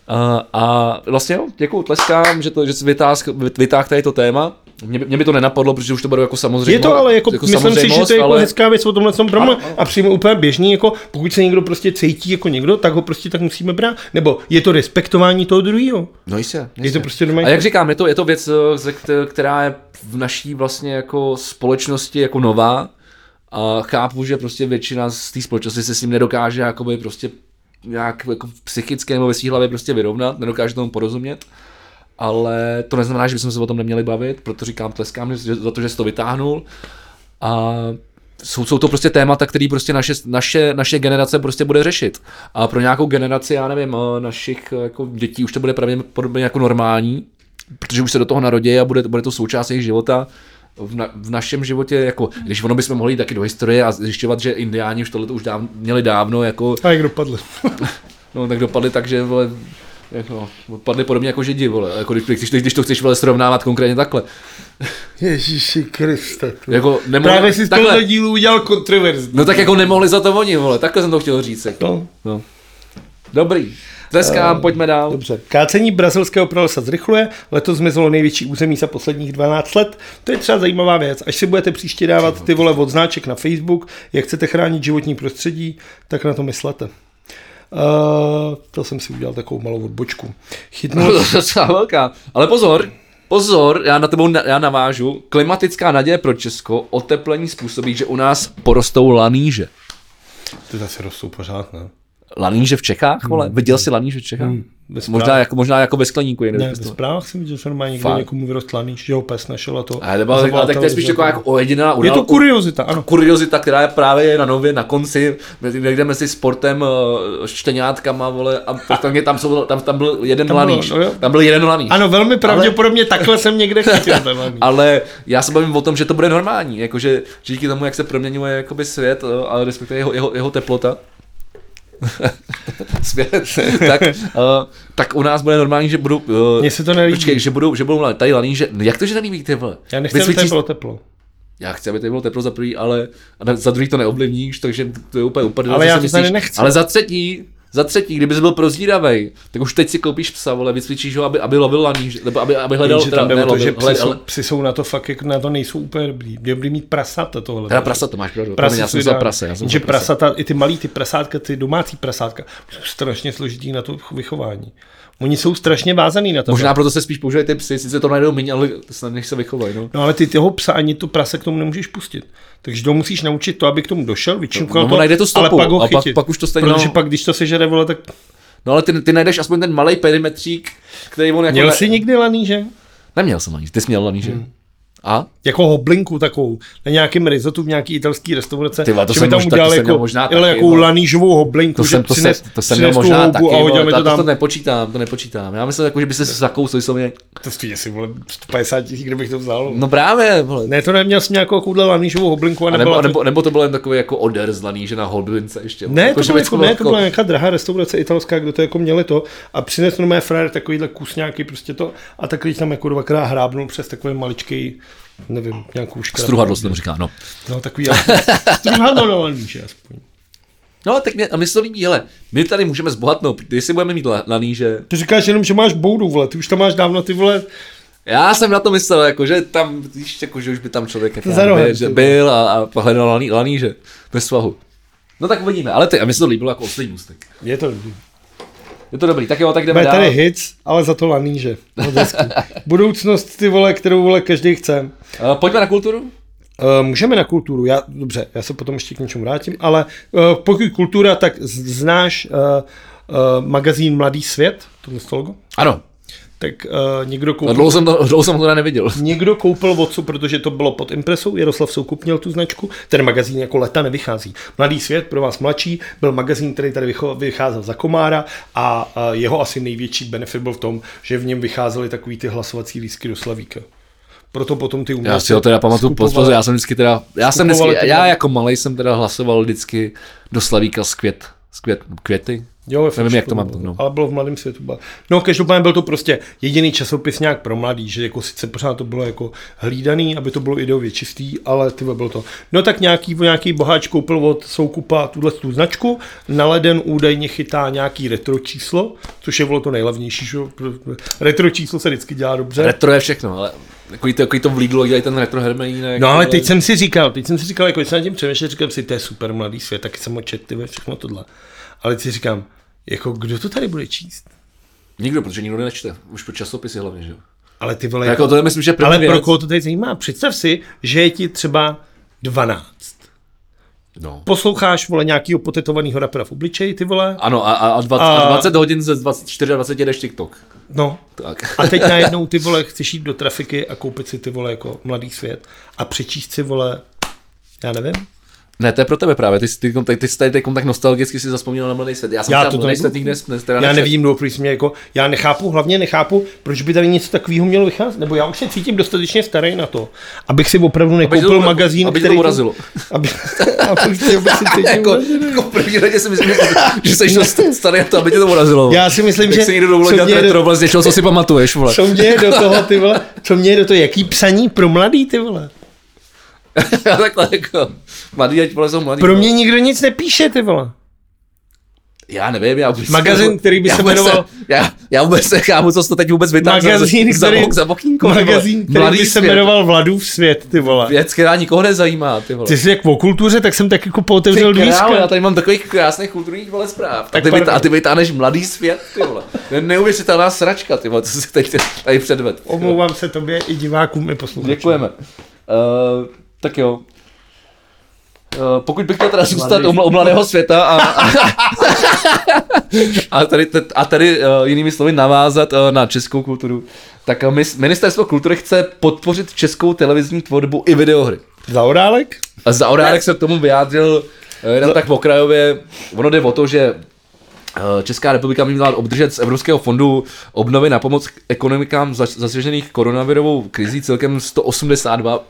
A vlastně děkuju, tleskám, že jsi vytáhl tady to téma. Mě by to nenapadlo, protože už to beru jako samozřejmě. Je to ale jako myslím si, že to je jako hezká věc o tomhle promlu a přijme úplně běžný, jako pokud se někdo prostě cítí jako někdo, tak ho prostě tak musíme brát. Nebo je to respektování toho druhého. No jistě. Je to prostě normální. A jak říkám, je to věc, která je v naší vlastně jako společnosti jako nová a chápu, že prostě většina z té společnosti se s tím nedokáže jakoby prostě nějak jako psychicky nebo ve svý hlavě prostě vyrovnat, nedokáže tomu porozumět. Ale to neznamená, že bychom se o tom neměli bavit, proto říkám tleskám za to, že jsi to vytáhnul. A jsou to prostě témata, které prostě naše generace prostě bude řešit. A pro nějakou generaci, já nevím, našich jako dětí už to bude pravděpodobně jako normální, protože už se do toho narodí a bude to součást jejich života. V našem životě, jako, když ono bychom mohli jít taky do historie a zjišťovat, že indiáni už tohleto už měli dávno. Jako, a jak dopadli? No tak dopadli tak, že vole, jako, padly podobně jako Židi, vole, jako když to chceš vole srovnávat konkrétně takhle. Ježíši Kriste. Jako právě si z tohoto dílu udělal kontroverzní. No tak jako nemohli za to oni, vole, takhle jsem to chtěl říct. Jako. No. Dobrý. Tleskám, pojďme dál. Dobře. Kácení brazilského pralesa zrychluje, letos zmizelo největší území za posledních 12 let. To je třeba zajímavá věc. Až si budete příště dávat ty vole odznáček na Facebook, jak chcete chránit životní prostředí, tak na to myslete. To jsem si udělal takovou malou odbočku. Chytnul... To je docela velká. Ale pozor, já navážu. Klimatická naděje pro Česko, oteplení způsobí, že u nás porostou laníže. Ty zase rostou pořád, ne? Laníže v Čechách, vole? Viděl jsi laníže v Čechách? Možná jako ve skleníku. Ne, ve zprávách jsem viděl, že normálně někdo někomu vyrostl laníž, že ho pes našel a to. Ale tak to je spíš jako ojedinělá událost. Je to kuriozita, ano. Kuriozita, která je právě na Nově, na konci, někde mezi sportem, štěňátkama, vole, a tam byl jeden laníž. Tam byl jeden laníž. Ano, velmi pravděpodobně takhle jsem někde chytil ten laníž. Ale já se bavím o tom, že to bude normální, jakože díky tomu, jak se proměňuje jakoby svět, ale respektive jeho teplota. Svět, tak u nás bude normální, že budou... Mně se to nelíbí. Počkej, že budou tady laníže. Jak to, že nelíbí, ty vole? Já nechci, aby tady bylo teplo. Já chci, aby tady bylo teplo za prvý, ale za druhý to neovlivníš, takže to je úplně upadlo. Ale já to tady nechci. Ale za třetí, kdybys byl prozíravej, tak už teď si koupíš psa, vole, vycvičíš ho, aby lovil laníž, nebo aby hledal... Psi jsou na to fakt, jako na to nejsou úplně dobrý. Dobrý mít prasata tohle. Teda prasata máš pravdu. Já jsem za prase. Že prasata, i ty malý, ty prasátka, ty domácí prasátka, jsou strašně složitý na to vychování. Oni jsou strašně vázaný na to. Možná proto se spíš používají ty psy, sice to najdou méně, ale snad nech se vychovají. No ale ty toho psa ani to prase k tomu nemůžeš pustit. Takže to musíš naučit to, aby k tomu došel, vyčinkal to, najde to stopu, ale pak ho chytit. Pak už to stejně. Protože pak, když to sežere, vole, tak... No ale ty najdeš aspoň ten malej perimetřík, který on jako... Měl jsi někdy laníže? Neměl jsem laníže, ty jsi měl laníže. A? Jako hoblinku takovou, na nějakém rizotu v nějaký italský restaurace, Tyva, to že mi tam udělal jako lanížovou hoblinku, že to jsem možná taky, to nepočítám. Já myslím, jako, že by se zakous vyslovně. To stojí asi, vole, 150 000, kde bych to vzal. No právě, vole. Ne, to neměl jsem nějakou takovouhle lanížovou hoblinku. Nebo to bylo jen takový jako oder z laníže na hoblince ještě. Ne, to byla nějaká drahá restaurace italská, kde to jako měli to a přinesl mé frajer takovýhle kus nějaký prostě to a tak když tam jako dvakrát hrábnul přes takový maličký, nevím, nějakou škratu. Struhadlo se tomu říká, no. No takový struhadlo na laníže aspoň. No tak mě se to líbí, hele, my tady můžeme zbohatnout, jestli budeme mít laníže. Ty říkáš jenom, že máš boudu, vole, ty už tam máš dávno, ty vole. Já jsem na to myslel, jako, že tam, víš, jako, že už by tam člověk byl a hledal laníže bez svahu. No tak uvidíme, ale a mi se to líbilo jako oslý můstek. Je to dobrý. Je to dobrý, tak jo, tak jdeme dál. Tady hits, ale za to laníže. Budoucnost, ty vole, kterou, vole, každý chce. Pojďme na kulturu? Můžeme na kulturu, dobře, já se potom ještě k něčemu vrátím, ale pokud kultura, tak znáš magazín Mladý svět, tohle logo? Ano. Tak někdo koupil... Dlouho jsem to neviděl. Někdo koupil vodcu, protože to bylo pod impresou, Jaroslav Soukup měl tu značku, ten magazín jako leta nevychází. Mladý svět, pro vás mladší, byl magazín, který tady vycházel za Komára a jeho asi největší benefit byl v tom, že v něm vycházely takový ty hlasovací lístky do Slavíka. Proto potom ty umělci... Já si ho teda pamatuju pozdě, já jsem vždycky já jako malej jsem teda hlasoval vždycky do Slavíka z květy. Jo, nevím, jak to mám. No. Ale bylo v Mladém světu. No, každopádně byl to prostě jediný časopis nějak pro mladý, že jako sice pořád to bylo jako hlídaný, aby to bylo ideově čistý, ale tyhle bylo to. No tak nějaký boháč koupil od Soukupa tu značku, na leden údajně chytá nějaký retro číslo, což je bylo to nejlevnější, že? Retro číslo se vždycky dělá dobře. Retro je všechno, ale takový to v Lidlu, dělají ten retro hermelínek. No ale teď jsem si říkal, jako jsem na tím přemýšlel, říkám si, to je super Mladý svět, taky jsem ho četl, všechno tohle. Ale si říkám, jako kdo to tady bude číst? Nikdo, protože nikdo nečte. Už pro časopisy hlavně, že jo. Ale ty vole, jako to je, myslím, že ale pro koho to tady zajímá? Představ si, že je ti třeba 12. No. Posloucháš, vole, nějakýho potetovanýho rapera v obličeji, ty vole. Ano, a 20 hodin ze 24 jdeš TikTok. No. Tak. A teď najednou, ty vole, chceš jít do trafiky a koupit si, ty vole, jako Mladý svět a přečíst si, vole, já nevím. Ne, to je pro tebe právě, ty jsi tady tak nostalgicky si zapomněl na Mladý svět. Já jsem tam Mladý svět nikdy já nevím, no, protože mě jako, já hlavně nechápu, proč by tady něco takového mělo vycházet, nebo já už se cítím dostatečně starý na to, abych si opravdu nekoupil magazín, aby který... to urazilo. Abych si jako v první řadě si myslím, že jsi dost starý na to, aby tě to urazilo. Já si myslím, že... Tak si někdo dovolil dělat retro, vlastně něčeho, co si pamatuješ, vole. Co mě do toho, ty vole, jaký psaní pro mladý, ty vole. Takhle jako, mladý, ať vole jsou mladý. Pro mě nikdo nic nepíše, ty vole. Já nevím, já vůbec... Magazín, který by se jmenoval... Já vůbec nechápu, co to teď vůbec vytáhl za okýnko. Magazín, který by se jmenoval Vladův svět, ty vole. Věc, která nikoho nezajímá, ty vole. Ty jsi jak o kultuře, tak jsem taky jako pootevřel dvířka. Já tady mám takových krásných kulturních, vole, zpráv. A ty vytáhneš Mladý svět, ty vole. Neuvěřitelná sračka, ty vole, co si teď tady předved. Omlouvám se tobě i divákům, i posluchačům. Děkujeme. Tak jo. Pokud bych chtěl teda zůstat u mladého světa a tady jinými slovy navázat na českou kulturu, tak Ministerstvo kultury chce podpořit českou televizní tvorbu i videohry. Zaorálek? A Zaorálek se k tomu vyjádřil jenom tak okrajově. Ono jde o to, že Česká republika by měla obdržet z Evropského fondu obnovy na pomoc ekonomikám zasažených koronavirovou krizí celkem 182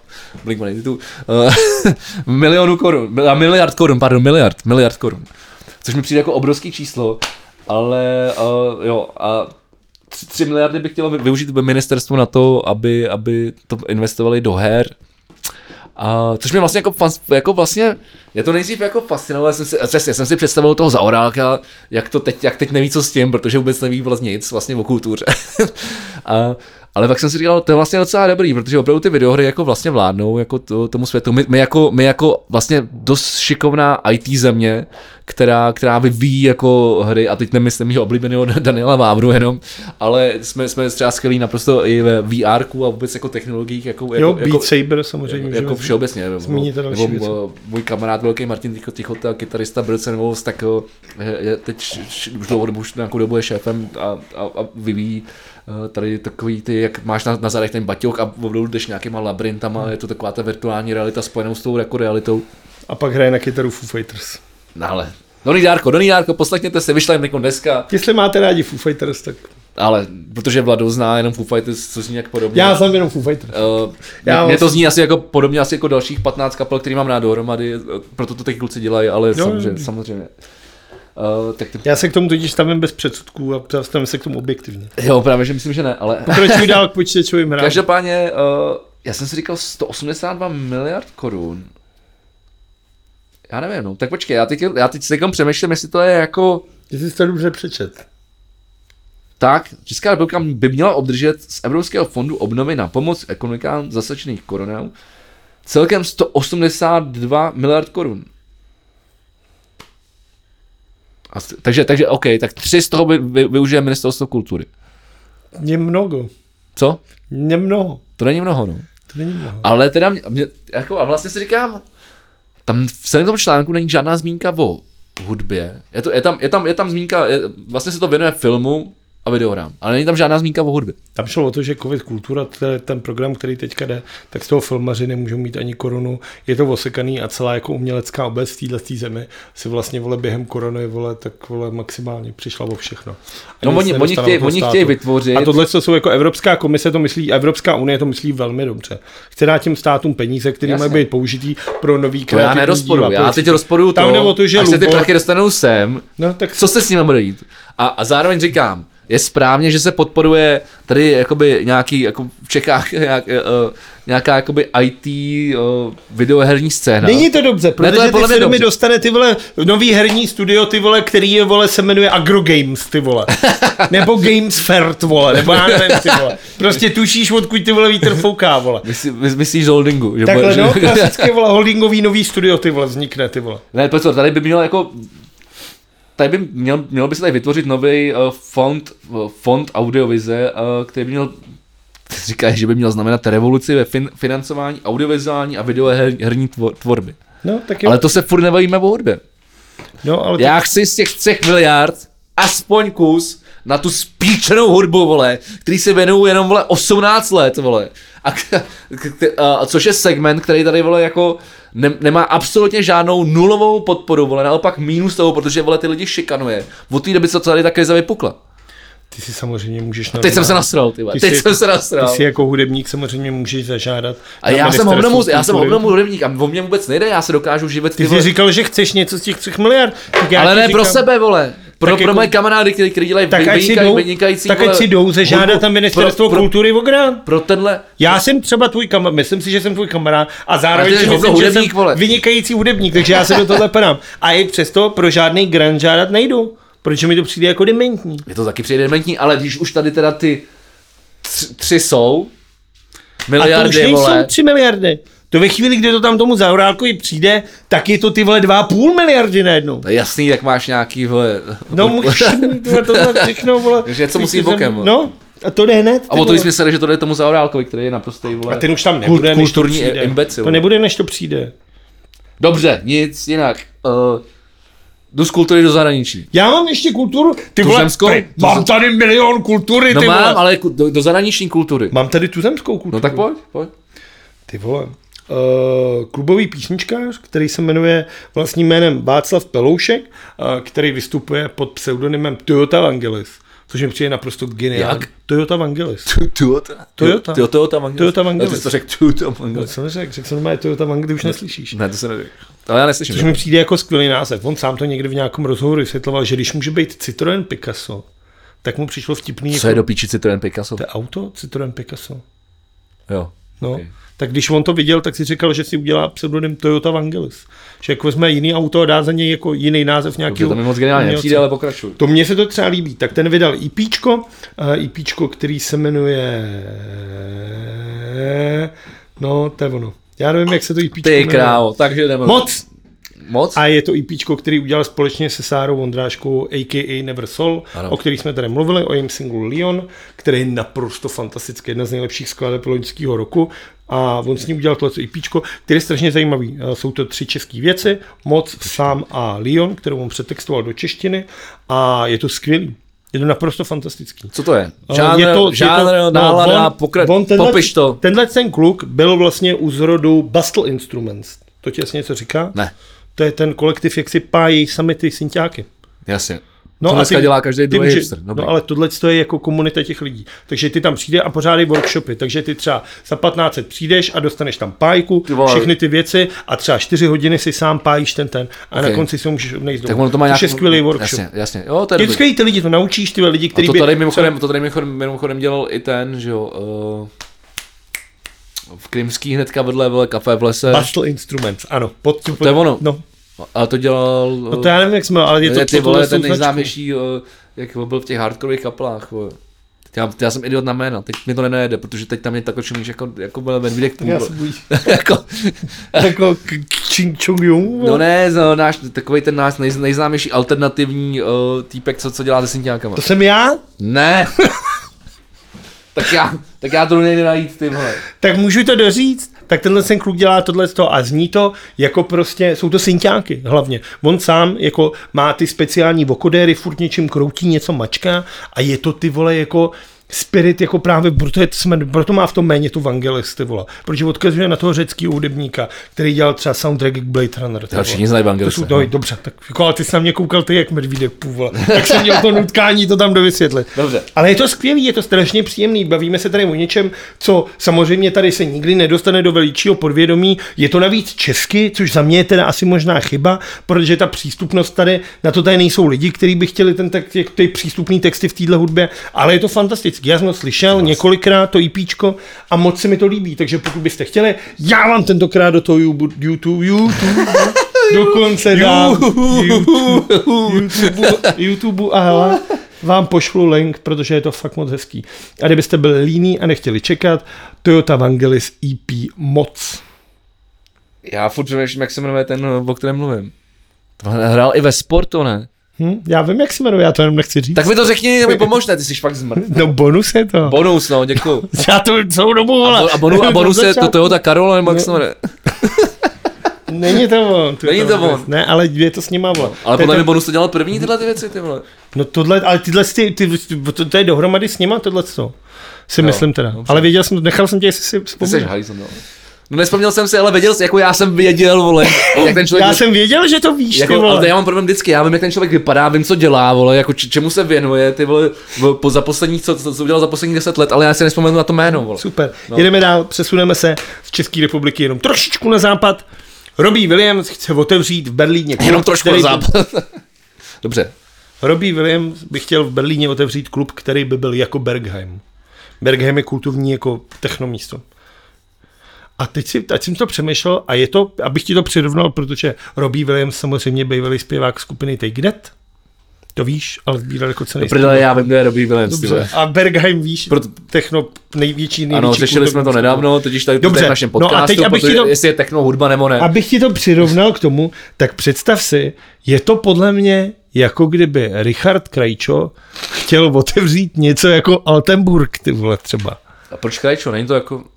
milionů korun, miliard korun, což mi přijde jako obrovský číslo, ale jo, a 3 miliardy by chtělo využít ministerstvo na to, aby to investovali do her. Což mě vlastně jako vlastně, je to nejdřív jako fascinovalo, jsem si představil toho Zaorálka, jak teď neví co s tím, protože vůbec neví vlastně nic vlastně o kultuře. Ale pak jsem si říkal, to je vlastně docela dobrý, protože opravdu ty videohry jako vlastně vládnou jako tomu světu. My jako vlastně dost šikovná IT země, která vyvíjí jako hry, a teď nemyslím jeho oblíbeného Daniela Vávru jenom, ale jsme třeba skvělí naprosto i ve VR-ku a vůbec jako technologiích. Beat Saber samozřejmě. Jako všeobecně. Nebo můj kamarád velký Martin Tichota, kytarista Brce Wolves, tak teď už dlouho dobu, už nějakou dobu je šéfem a vyvíjí tady takový ty, jak máš na zadech ten baťoch a opravdu jdeš nějakýma labyrintama, je to taková ta virtuální realita spojenou s tou jako realitou. A pak hraje na kytaru Foo Fighters. No ale, Donný Dárko, poslechněte se, vyšla jim dneska. Jestli máte rádi Foo Fighters, tak... Ale, protože Vlado zná jenom Foo Fighters, co zní jak podobně. Já znám jenom Foo Fighters. Mně to zní asi jako podobně asi jako dalších 15 kapel, který mám rád dohromady, proto to teď kluci dělají, ale samozřejmě. Já se k tomu totiž stavím bez předsudků a stavím se k tomu objektivně. Jo, právě, že myslím, že ne, ale... Pokračuj dál k počítačovým hrám. Každopádně, já jsem si říkal 182 miliard korun. Já nevím, no, tak počkej, já teď si přemýšlím, jestli to je jako... Jestli jsi to dobře přečet. Tak, Česká republika by měla obdržet z Evropského fondu obnovy na pomoc ekonomikám zasažených koronou celkem 182 miliard korun. Takže OK, tak 3 z toho využije Ministerstvo kultury. Je mnoho. Co? Je mnoho. To není mnoho, no. To není mnoho. Ale teda, jako, a vlastně si říkám, tam v celém tom článku není žádná zmínka o hudbě. Je tam zmínka, vlastně se to věnuje filmu a videohrám, ale není tam žádná zmínka o hudbě. Tam šlo o to, že COVID kultura, ten program, který teďka jde, tak z toho filmaři nemůžou mít ani korunu, je to osekaný a celá jako umělecká obec v této zemi si vlastně během korony tak maximálně přišla o všechno. No oni chtějí vytvořit. A tohle jsou jako Evropská komise to myslí, Evropská unie to myslí velmi dobře. Chce dát těm státům peníze, které mají být použitý pro nový kreativní. Já nerozporuju, já teď rozporuju to, až se ty prachy dostanou sem, no, tak co se s nimi bude dít. A zároveň říkám, je správně, že se podporuje tady jakoby nějaký, jako v Čechách nějaká jakoby IT videoherní scéna. Není to dobře, protože ty firmy dostane ty vole nový herní studio, ty vole, který je vole se jmenuje Agrogames, ty vole. Nebo Gamesfert, vole, nebo já nevím, ty vole. Prostě tušíš, odkud ty vole vítr fouká, vole. Myslíš holdingu. Že takhle no, klasické vole holdingový nový studio, ty vole, vznikne, ty vole. Ne, pojď, tady by mělo jako... Tady by mělo by se tady vytvořit nový fond audiovize, který by měl, říkáš, že by měl znamenat revoluci ve financování audiovizuální a videoherní tvorby. No, tak ale to se furt nebavíme o hudbě. No, ale já chci z těch 3 miliard aspoň kus na tu spíčenou hudbu, vole, který se věnují jenom, vole, 18 let, vole. A což je segment, který tady, vole, jako nemá absolutně žádnou nulovou podporu, vole, naopak mínus toho, protože, vole, ty lidi šikanuje. Od té doby, co tady ta krize vypukla. Ty si samozřejmě můžeš... Teď jsem se nasral, ty si jako hudebník samozřejmě můžeš zažádat. A já jsem obnovu hudebník a o mě vůbec nejde, já se dokážu živit. Ty jsi říkal, že chceš něco z těch 3 miliard. Ale ne pro sebe, vole. Pro moje kamarády, kteří dělají vynikající. Tak ať si jdou zažádat tam Ministerstvo kultury o grant. Pro tenhle... Já jsem třeba tvůj kamarád, myslím si, že jsem tvůj kamarád a zároveň si myslím, že jsem vynikající hudebník, takže já se do tohle padám. A i přesto pro žádný grant žádat nejdu. Protože mi to přijde jako dementní. Je to taky přijde dementní, ale když už tady teda ty 3 jsou miliardy, a to už nejsou 3 miliardy. To ve chvíli, kdy to tam tomu Zaorálkovi přijde, tak je to ty vole 2,5 miliardy najednou. To je jasný, tak máš nějaký, vole... No můžeš mít tohle všechno, vole. Takže něco musí bokem, vole. No, a to jde hned. A o to jsme že to jde tomu Zaorálkovi, který je naprostý, vole... A ten už tam nebude, kulturní imbecil. To nebude, než to přijde. Dobře, nic, jinak. Jdu z kultury do zahraničí. Já mám ještě kulturu, ty vole, mám tady milion kultury, ty No vole. mám, ale do zahraniční kultury. Mám tady tuzemskou kulturu. No tak pojď. Ty vole. Klubový písničkář, který se jmenuje vlastním jménem Václav Peloušek, který vystupuje pod pseudonymem Toyota Vangelis, což mi přijde naprosto geniální. Jak? Toyota Vangelis. Toyota Vangelis. Toyota Vangelis. Ty jsi to řekl Toyota Vangelis. Co neřekl? Řekl jsem normálně Toyota Vangelis, ty už neslyšíš. Ne, to se neřekl. Ale já neslyším. Což mi přijde jako skvělý název. On sám to někdy v nějakém rozhovoru vysvětloval, že když může být Citroën Picasso, tak mu přišlo vtipný. Co je do píči Citroën Picasso? To je auto Citroën Picasso. Jo. No. Okay. Tak když on to viděl, tak si říkal, že si udělá pseudonym Toyota Vangelis. Že jako vezme jiný auto a dá za něj jako jiný název nějakého. To mi moc geniálně nepřijde, ale pokračuj. To mně se to třeba líbí. Tak ten vydal EPčko, který se jmenuje... No, to je ono. Já nevím, jak se to EPčko jmenuje. Ty krávo, takže jdeme. Moc? A je to EPčko, který udělal společně se Sárou Vondráškou, a.k.a. Never Soul, o který jsme tady mluvili, o jejím singlu Leon, který je naprosto fantastický, jedna z nejlepších skladeb loňského roku. A on s ním udělal tohle EPčko, který je strašně zajímavý. Jsou to 3 české věci, Moc, Sám a Leon, kterou on přetextoval do češtiny a je to skvělý. Je to naprosto fantastický. Co to je? Žánr, nálada, popiš to. Tenhle ten kluk byl vlastně u zrodu Bustle Instruments. To ti jasně něco říká? Ne. To je ten kolektiv, jak si pájí sami ty synťáky. Jasně. No to dneska dělá každý druhý hipster. No ale tohle je jako komunita těch lidí. Takže ty tam přijde a pořádají workshopy. Takže ty třeba za 1500 přijdeš a dostaneš tam pájku, všechny ty věci a třeba 4 hodiny si sám pájíš ten. A na konci si můžeš nejít domů. To je skvělý workshop. Jasně. Jo, to je skvělý, ty lidi to naučíš, ty lidi, kteří to tady mimochodem dělal i ten, že jo, v Krymský hnedka vedle kafe v lese. Bustle Instruments, ano. To je ono. No. A to dělal... No to já nevím, jak jsme, ale je to... Ty vole, ten nejznámější, jak byl v těch hardcoreových kaplách, vole. Já jsem idiot na jména, teď mi to nenajede, protože teď tam je tak čumíš jako byl Medvídek půl. Já se bojím. Jako Ching Chong Jung? No ne, takovej ten náš nejznámější alternativní týpek, co dělá se synťákama. To jsem já? Ne. Tak já to nejde najít, ty vole. Tak můžu to doříct? Tak tenhle ten kluk dělá tohleto a zní to jako prostě, jsou to synťáky hlavně. On sám jako má ty speciální vokodéry, furt něčím kroutí, něco mačká a je to ty vole jako spirit, jako právě, proto má v tom méně tu Vangelis, ty vole. Protože odkazuje na toho řeckého hudebníka, který dělal třeba soundtrack k Blade Runner. Ale všichni znají Vangelise. No, dobře, tak jako, ale ty jsi na mě koukal ty jak Medvídek půl, vole. Tak jsem měl to nutkání to tam dovysvětlit. Dobře. Ale je to skvělý, je to strašně příjemný, bavíme se tady o něčem, co samozřejmě tady se nikdy nedostane do veličího podvědomí. Je to navíc česky, což za mě je teda asi možná chyba, protože ta přístupnost tady, na to tady nejsou lidi, kteří by chtěli ty přístupný texty v téhle hudbě, ale je to fantastický. Já jsem ho slyšel několikrát to EPčko a moc se mi to líbí, takže pokud byste chtěli, já vám tentokrát do toho YouTube dokonce dám YouTube a hele, vám pošlu link, protože je to fakt moc hezký. A kdybyste byli líní a nechtěli čekat, Toyota Vangelis EP Moc. Já furt přemýšlím, jak se jmenuje ten, o kterém mluvím. Hrál i ve sportu, ne? Já vím, jak se jmenuje, já to jenom nechci říct. Tak mi to řekni, mi pomožte, ty jsi fakt zmrt. No bonus je to. Bonus, no, děkuju. Já to celou dobu volám. A bonus je to Toyota Carola, nebo jak se jmenuje? Není to on. Není to on. Ne, ale je to s nima, vole. Ale podle mě bonus to dělal první tyhle ty věci, ty vole. No tohle, ale to je dohromady s nima, tohleto. Si myslím teda. Dobře. Ale věděl jsem, nechal jsem tě, jestli si vzpomněl. Ty jsi hajzl, no. No nespomněl jsem si, ale věděl jsi, jako já jsem věděl, vole, jak ten člověk... Já jsem věděl, že to víš, jako, ty vole. Ale já mám problém vždycky, já vím, jak ten člověk vypadá, vím, co dělá, vole, jako čemu se věnuje, ty vole, za posledních, co udělal za posledních 10 let, ale já si nespomenu na to jméno, vole. Super, jedeme dál, přesuneme se z České republiky jenom trošičku na západ. Robbie Williams chce otevřít v Berlíně klub, jenom trošku na západ. Dobře. Robbie Williams by chtěl v Berlíně otevřít klub, který by byl jako Berghain. Berghain je kultovní jako technomísto. A teď jsem to přemýšlel a je to, abych ti to přirovnal, protože Robbie Williams samozřejmě bývalý zpěvák skupiny Take That. To víš, ale daleko co nejspěvá. Prdele, já vím, kde je Robbie Williams. Dobře. A Berghain víš, techno největší ano, řešili jsme to nedávno, totiž tady v našem podcastu, no protože jestli je techno hudba nebo ne. Abych ti to přirovnal k tomu, tak představ si, je to podle mě jako kdyby Richard Krajčo chtěl otevřít něco jako Altenburg, ty vole třeba. A proč Krajčo? Není to jako...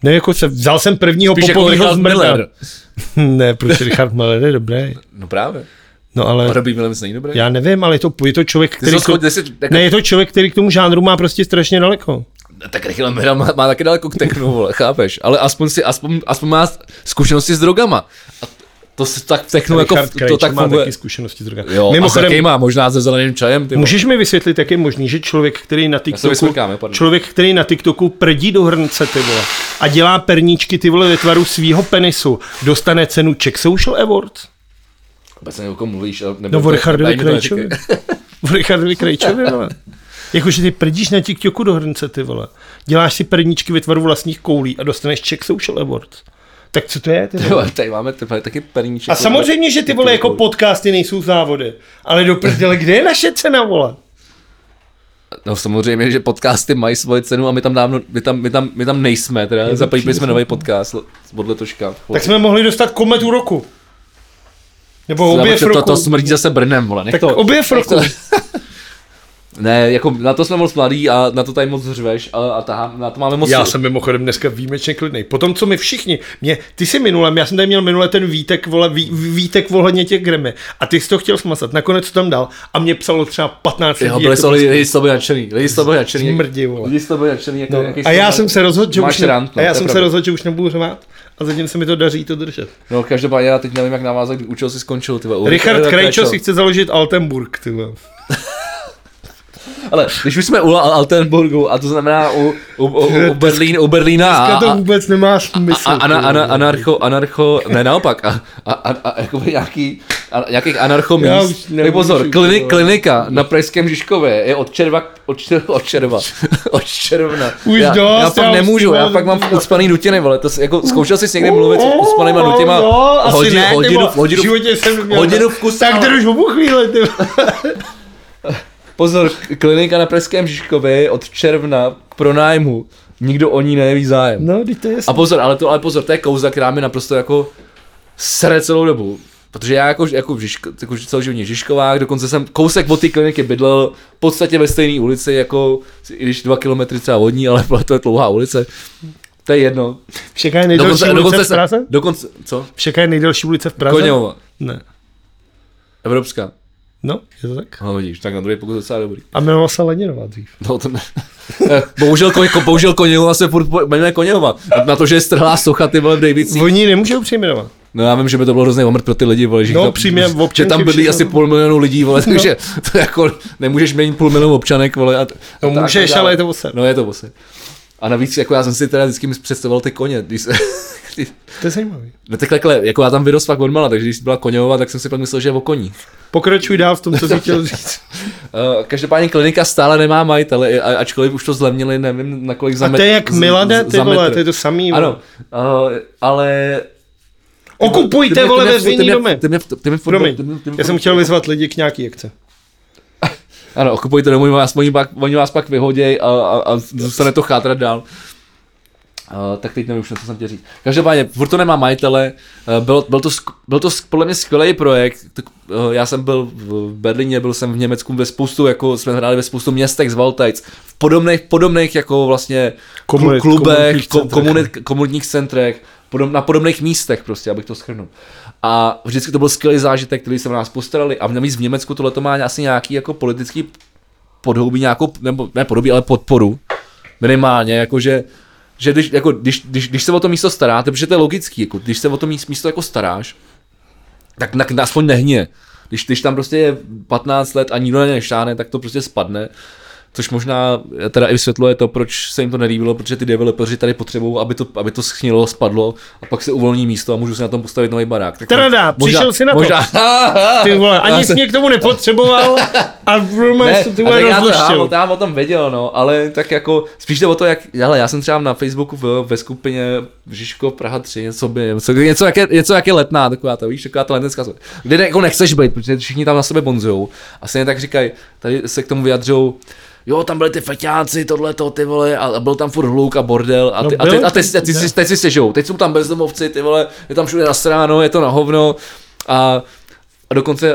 Ne, jako vzal jsem prvního Spíš jako popovýho Richard zmrda. Miller. Ne, proč Richard Miller je dobrý. No právě. No ale... A Robbie Williams není dobrý? Já nevím, ale je to člověk, který... Ne, je to člověk, který k tomu žánru má prostě strašně daleko. Tak Richard Miller má taky daleko k technu, vole, chápeš? Ale aspoň má zkušenosti s drogama. A to se tak v technu jako... To tak má funguje. taky zkušenosti s drogama. Jo, mimochodem, a s jakýma? Možná se zeleným čajem? Můžeš mi vysvětlit, jak je možný, že člověk, který na TikToku prdí do hrnce, ty vole, a dělá perníčky, ty vole, ve tvaru svýho penisu, dostane cenu Czech Social Awards? Vůbec nevím, o kom mluvíš. No o Richardovi Krejčovi. O Richardovi Krejčovi, vole. Jakože ty prdíš na TikToku do hrnce, ty vole. Děláš si perníčky ve tvaru vlastních koulí a dostaneš Czech Social Awards. Tak co to je, ty vole? Tady máme taky perníček. A samozřejmě, že ty vole jako podcasty nejsou závody. Ale do prdele, kde je naše cena, vole? No samozřejmě, že podcasty mají svoji cenu a my tam nejsme, teda zapojili jsme nový podcast od letoška. Tak jsme mohli dostat kometu roku. Nebo objev roku. To smrdí zase Brnem, vole. Tak objev roku. Ne, jako na to jsme moc mladý a na to tady moc řveš a na to máme moc... Já jsem mimochodem dneska výjimečně klidnej. Potom, co my všichni, ty si minule, já jsem tady měl minule ten výtek, vole, výtek ohledně těch Grammy a ty jsi to chtěl smazat, nakonec to tam dal a mě psalo třeba 15 lidí. Jo, byli jsou lidi z toho nadšený, Smrdí, vole. Lidi z toho nadšený, no. A já jsem se rozhodl, že už nebudu řvát. A zatím se mi to daří to držet. No každopádně já teď nevím, jak navázat, kdy účel si skončil, ty vole. Richard Krejčo si chce založit Altenburg, ty vole. Ale když už jsme u Altenburgu, a to znamená u Berlína a to vůbec nemá smysl. Ne naopak, a jakoby nějakých anarchomíst. Pozor, klinika na Pražském Žižkově je od června. Já fakt nemůžu, já fakt mám ucpaný dutiny, vole, to jako zkoušel jsi někdy mluvit s ucpanýma dutima hodinu v kuse. Tak drž ho chvíli, ty. Pozor, klinika na Pražském Žižkově od června pro nájmu. Nikdo o ní neví zájem. No, to je a pozor, ale to je kauza, která mi naprosto jako sere celou dobu. Protože já jako celoživotně Žižkovák, dokonce jsem kousek od té kliniky bydlel v podstatě ve stejné ulici, jako i když 2 kilometry třeba od ní, ale to je dlouhá ulice. To je jedno. Všeká je nejdelší ulice v Praze? Co? Všeká je nejdelší ulice v Praze? Koněvova. Ne. Evropská. No, je to tak? No vidíš, tak na druhý pokus docela dobrý. A jmenoval se Leninová dřív. No to ne. Bohužel Koněhova se furt jmenuje Koněhova. Na to, že je strhlá socha, ty vole v Dejvicích. Oni nemůžou přejmenovat. No já vím, že by to bylo hrozný omrt pro ty lidi, vole, že tam byli asi 500 000 lidí, vole, takže to jako nemůžeš měnit 500 000 občanek, vole. No můžeš, ale je to vose. No je to vose. A navíc, jako já jsem si teda vždycky představoval ty koně. To je zajímavý. No takhle, jako já tam vyrost fakt odmala, takže když byla Koněvova, tak jsem si pak myslel, že je o koních. Pokračuj dál v tom, co jsi chtěl říct. Každopádně klinika stále nemá majitele, ačkoliv už to zlevnili, nevím na kolik za metr. A to je jak Milade, ty vole, to je to samý. Ano, ale... Okupujte, vole, veřejný domy. Já jsem chtěl vyzvat lidi k nějaký akce. Ano, okupujte domy, oni vás pak vyhoděj a zůstane to chátrat dál. Tak teď nevím už, co jsem chtěl říct. Každopádně, furt to nemá majitele, byl to podle mě skvělý projekt. Já jsem byl v Berlíně, byl jsem v Německu ve spoustu, jako jsme hráli ve spoustu městech z Waldteils, v podobných jako vlastně klubech, komunitních centrech, na podobných místech prostě, abych to shrnul. A vždycky to byl skvělý zážitek, který se v nás postarali a navíc v Německu tohle to má asi nějaký jako politický podhoubí, nějakou, nebo ne podhoubí, ale podporu. Minimálně, jakože že když se o to místo staráte, protože to je logický, jako když se o to místo jako staráš, tak aspoň nehně. Když tam prostě je 15 let a nikdo nešáhne, tak to prostě spadne. Což možná teda i vysvětluje to, proč se jim to nelíbilo, protože ty developeři tady potřebují, aby to schnilo, spadlo a pak se uvolní místo a můžu si na tom postavit nový barák. Tak Trada, přišel si na to. Ty vole, ani jsi mě k tomu nepotřeboval a ty vole rozluštil. Já o tom věděl, no, ale tak jako spíš jde o to, hele, já jsem třeba na Facebooku ve skupině Žižkov Praha 3, něco jak je letná, taková ta letnická, kde jako nechceš být, protože všichni tam na sebe bonzujou a stejně tak říkají, tady se k tomu vyjadřou. Jo, tam byli ty feťáci, tohleto, ty vole, a byl tam furt hluk a bordel a teď si stěžou, teď jsou tam bezdomovci, ty vole, je tam všude nasráno, je to na hovno a dokonce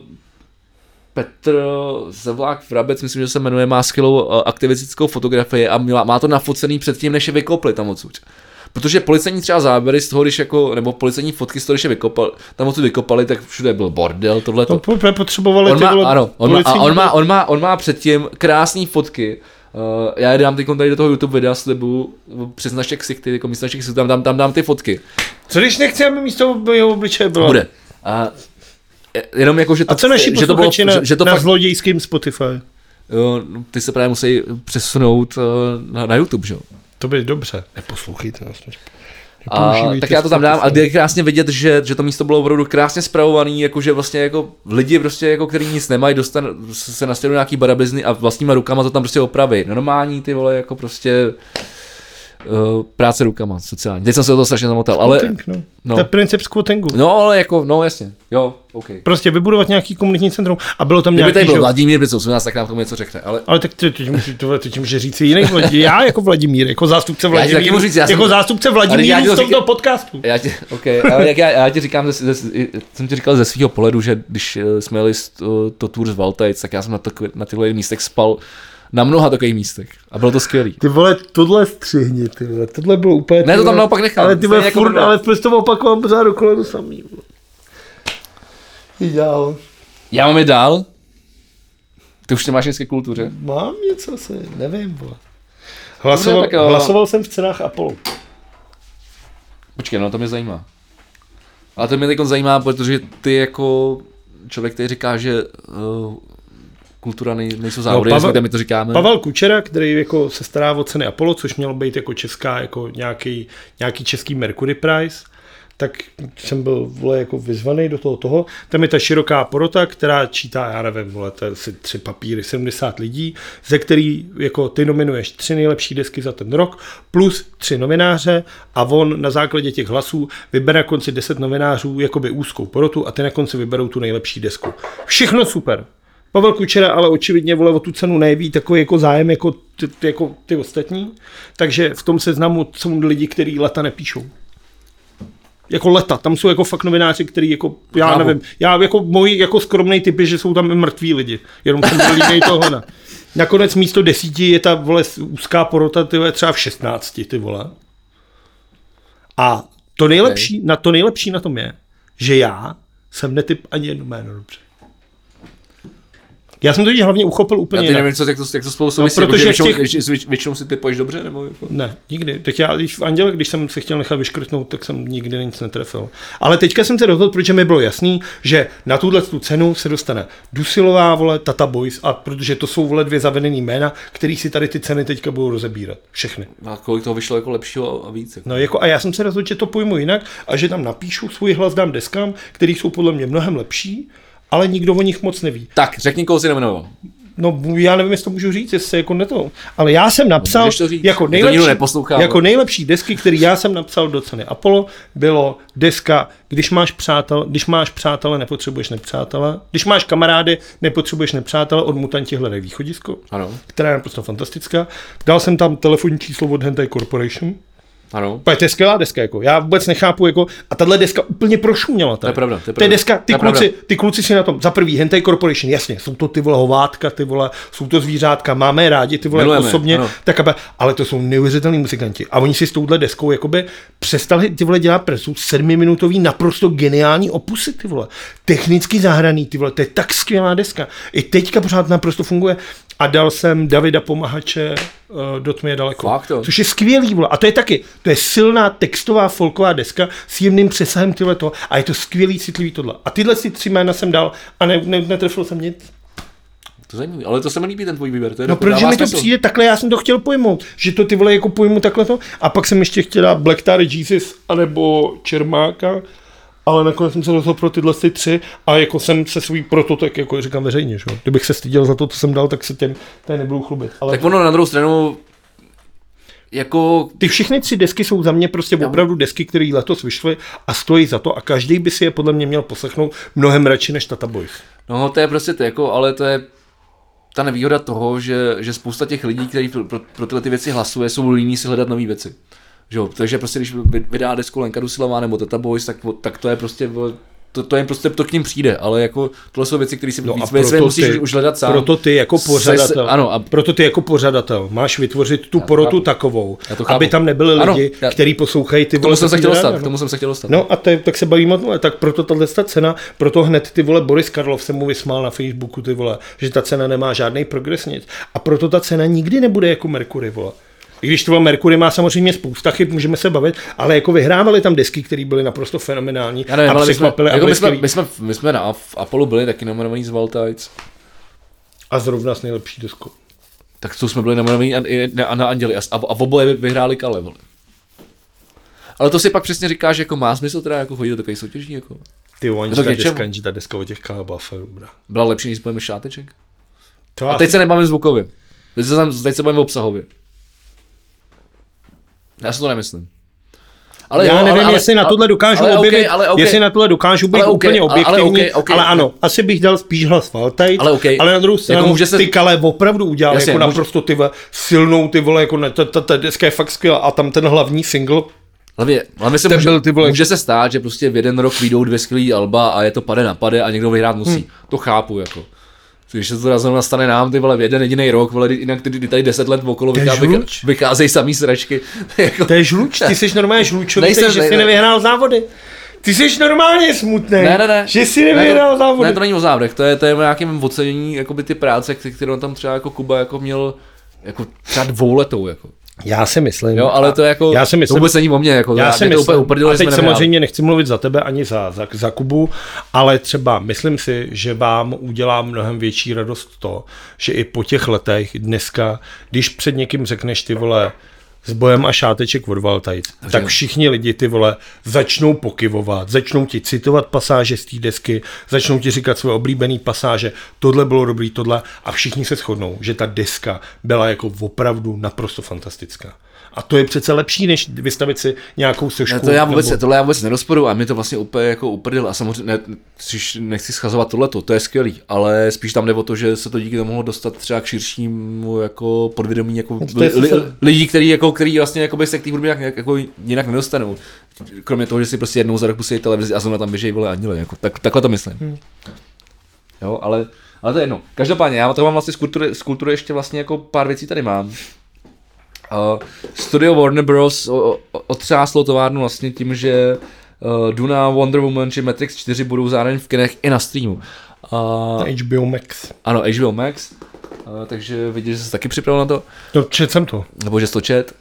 Petr Zavlák Vrabec, myslím, že se jmenuje, má skvělou aktivistickou fotografii a má to nafocený předtím, než je vykopli tam odsud. Protože policejní třeba záběry z toho, když jako, nebo policejní fotky z toho, když je vykopali, tam odsud vykopali, tak všude byl bordel, tohleto. To potřebovali On má předtím krásné fotky. Já je dám teď tady do toho YouTube videa, slibu, přes naše ksichty, jako místo našich ksichtů, tam dám ty fotky. Co když nechci, aby místo jeho obličeje bylo? Bude. Jenom jako, že to, a co naši posluchači na fakt, zlodějským Spotify? Jo, ty se právě musí přesunout na YouTube, že jo? To by dobře. Neposlouchejte nás. Tak já to tam dám a je krásně vidět, že to místo bylo opravdu krásně spravovaný, jakože vlastně jako lidi prostě jako, který nic nemají, se nastěhují nějaký barabizny a vlastníma rukama to tam prostě opraví. Normální ty vole jako prostě práce rukama sociální. Teď jsem se o to strašně zamotal, ale no. To je princip squattingu. No, ale jako, no jasně. Jo, OK. Prostě vybudovat nějaký komunitní centrum a bylo tam nějaký... Kdyby tady byl Vladimír Bricov, nás tak nám tomu něco řekne, ale tak ty může říct jiný Vladimír. Já jako Vladimír, jako zástupce Vladimír. Jako zástupce Vladimíru z tomto podcastu. Já ti říkám, jsem ti říkal ze svého pohledu, že když jsme jeli to tour z Valtajc, tak já jsem na těchto místech spal na mnoha takových místech. A bylo to skvělý. Ty vole, tohle střihni, ty vole. Tohle bylo úplně... Ne, to tam naopak nechám. Ale ty vole, ale prostě to opakovám pořád dokola do samý. Dál. Já mám je dál? Ty už nemáš české kultuře? Mám něco asi, nevím, vole. Hlasoval jsem v cenách Apollo. Počkej, no to mě zajímá. Ale to mě teď zajímá, protože ty jako člověk, který říká, že kultura nejsou závody, kde my to říkáme. Pavel Kučera, který jako se stará o ceny Apollo, což mělo být jako česká, jako nějaký český Mercury Prize, tak jsem byl, vole, jako vyzvaný do toho. Tam je ta široká porota, která čítá, já nevím, vole, to je asi 3 papíry, 70 lidí, ze který jako ty nominuješ 3 nejlepší desky za ten rok, plus 3 novináře a on na základě těch hlasů vybere na konci 10 novinářů jakoby úzkou porotu a ty na konci vyberou tu nejlepší desku. Všechno super. Pavel Kučera ale očividně, vole, o tu cenu neví takový jako zájem jako ty ostatní, takže v tom seznamu jsou lidi, kteří leta nepíšou. Jako leta, tam jsou jako fakt novináři, který jako, já nevím, já jako můj jako skromnej typ je, že jsou tam i mrtví lidi, jenom jsem byl línej tohle. Nakonec místo 10 je ta, vole, úzká porota, ty vole, třeba v 16, ty vole. A to nejlepší na tom je, že já jsem netyp ani jedno jméno, dobře. Já jsem to hlavně uchopil úplně jinak. Já nevím, jak to spolu souvisí, protože většinou si typuješ dobře? Nebo jako? Ne, nikdy. Tak já v Anděle, když jsem se chtěl nechat vyškrtnout, tak jsem nikdy nic netrefil. Ale teďka jsem se rozhodl, protože mi bylo jasný, že na tuhle cenu se dostane Dusilová, vole, Tata Boys, a protože to jsou, vole, 2 zavedený jména, který si tady ty ceny teďka budou rozebírat. Všechny. A kolik toho vyšlo jako lepšího a víc? Jako? No jako, a já jsem se rozhodl, že to pojmu jinak a že tam napíšu svůj hlas, dám deskám, který jsou podle mě mnohem lepší, ale nikdo o nich moc neví. Tak, řekni, koho si nominoval. No, já nevím, jestli to můžu říct, jestli jako neto. Ale já jsem napsal, jako nejlepší desky, který já jsem napsal do ceny Apollo, bylo deska Když máš přátele, nepotřebuješ nepřátele. Když máš kamarády, nepotřebuješ nepřátele, od Mutanti hledaj východisko, ano. Která je naprosto fantastická. Dal jsem tam telefonní číslo od Hentai Corporation. Ano. To je skvělá deska, jako. Já vůbec nechápu, jako, a tahle deska úplně prošuměla. To je pravda. To je deska, ty kluci si na tom, za prvý Hentai Corporation, jasně, jsou to ty vole hovátka, ty vole, jsou to zvířátka, máme rádi ty vole milujeme, osobně, tak ale to jsou neuvěřitelní muzikanti. A oni si s touhle deskou jakoby přestali ty vole dělat presu 7minutový naprosto geniální opusy, ty vole. Technicky zahraný, ty vole, to je tak skvělá deska. I teďka pořád naprosto funguje. A dal jsem Davida Pomahače Do tmy je daleko. Což je skvělý, vole. A to je silná textová folková deska s jemným přesahem tyhleto. A je to skvělý, citlivý tohle. A tyhle 3 jména jsem dal a netrefil jsem nic. To zajímavý, ale to se mi líbí ten tvůj výběr. No protože mi to přijde takhle, já jsem to chtěl pojmout, že to ty vole jako pojmu takhle to. A pak jsem ještě chtěl dát Black Tar Jesus anebo Čermáka. Ale nakonec jsem se rozhodl pro tyhle 3 a jako jsem se svůj proto, tak jako říkám veřejně, že? Kdybych se styděl za to, co jsem dal, tak se tady nebudu chlubit. Ale tak ono na druhou stranu, jako... Ty všechny 3 desky jsou za mě prostě opravdu desky, které letos vyšly a stojí za to a každý by si je podle mě měl poslechnout mnohem radši než Tata Boys. No to je prostě to, jako, ale to je ta nevýhoda toho, že spousta těch lidí, kteří pro tyhle ty věci hlasuje, jsou líní si hledat nové věci. Jo, takže prostě když vydá desku Lenka Dusilová nebo Tata Boys, tak to je prostě to jen prostě to k ním přijde, ale jako tohle jsou věci, které si No víc musíš už hledat sám. Proto ty jako pořadatel, ano, proto ty jako pořadatel máš vytvořit tu porotu takovou, aby tam nebyli lidi, kteří poslouchají ty vole. K tomu jsem se chtěl dostat. No a tak se bavíme o tom, tak proto tahle cena, proto hned ty vole Boris Karloff se mu vysmál na Facebooku ty vole, že ta cena nemá žádný progres nic. A proto ta cena nikdy nebude jako Mercury, vole. I když to Mercury má samozřejmě spousta chyb, můžeme se bavit, ale jako vyhrávali tam desky, které byly naprosto fenomenální a překvapily. My jsme na Apollo byli taky nominovaní z Valtides. A zrovna s nejlepší deskou. Tak to jsme byli nominovaní na Anděli a oboje vyhráli Kale, vole. Ale to si pak přesně říkáš, jako má smysl teda jako chodit do takových soutěží, jako. Ty ta deska o těch Kale byla fakt dobrá. Byla lepší, než spojíme Šáteček. A teď se nebavím zvukově. Teď se bavím obsahově. Já si to nemyslím. Ale já nevím, jestli na tohle dokážu objevit, jestli na tohle dokážu být úplně objektivní, ale ano, asi bych dal spíš hlas Valtide, ale na druhou stranu jako ty Kale opravdu udělal jako naprosto ty silnou ty vole, jako ta deska je fakt skvělá a tam ten hlavní single. Hlavně se může se stát, že prostě v jeden rok vyjdou 2 skvělý alba a je to pade na pade a někdo vyhrát musí. To chápu, jako. Když se to zrovna stane nám, ty vole, v jeden jediný rok, vole, jinak ty tady 10 let okolo vycházejí samý sračky. Jako... To je žluč, ty jsi normálně žlučový, že jsi nevyhrál závody. Ty jsi normálně smutný, že jsi nevyhrál závody. Ne, to není o závodech, to je nějakým ocenění, jakoby ty práce, kterou tam třeba jako Kuba jako měl jako třeba 2letou, jako. Já si myslím. Jo, ale to jako, to vůbec není o mě, jako, já si myslím, a teď samozřejmě nechci mluvit za tebe ani za Kubu, ale třeba myslím si, že vám udělá mnohem větší radost to, že i po těch letech dneska, když před někým řekneš ty vole s Bojem a Šáteček od Valtides, tak všichni lidi ty vole začnou pokyvovat, začnou ti citovat pasáže z té desky, začnou ti říkat své oblíbené pasáže, tohle bylo dobrý, tohle a všichni se shodnou, že ta deska byla jako opravdu naprosto fantastická. A to je přece lepší, než vystavit si nějakou sošku. Tohle já vůbec nerozporuji a mi to vlastně úplně jako uprdil a samozřejmě nechci schazovat tohleto, to je skvělý, ale spíš tam jde o to, že se to díky tomu mohlo dostat třeba k širšímu jako podvědomí jako lidí, který vlastně jakoby se k té hudbě jako jinak nedostanou. Kromě toho, že si prostě jednou za rok pustí televizi a zrovna tam běžejí vole anděle, jako takhle to myslím. Jo, ale to je jedno. Každopádně já to mám vlastně z kultury ještě vlastně jako pár věcí tady mám. Studio Warner Bros. Otřáslo továrnu vlastně tím, že Duna, Wonder Woman či Matrix 4 budou zároveň v kinech i na streamu. HBO Max. Ano, HBO Max. Takže vidíš, že jsi taky připravil na to. No, čet jsem to. Nebo že jsi to čet.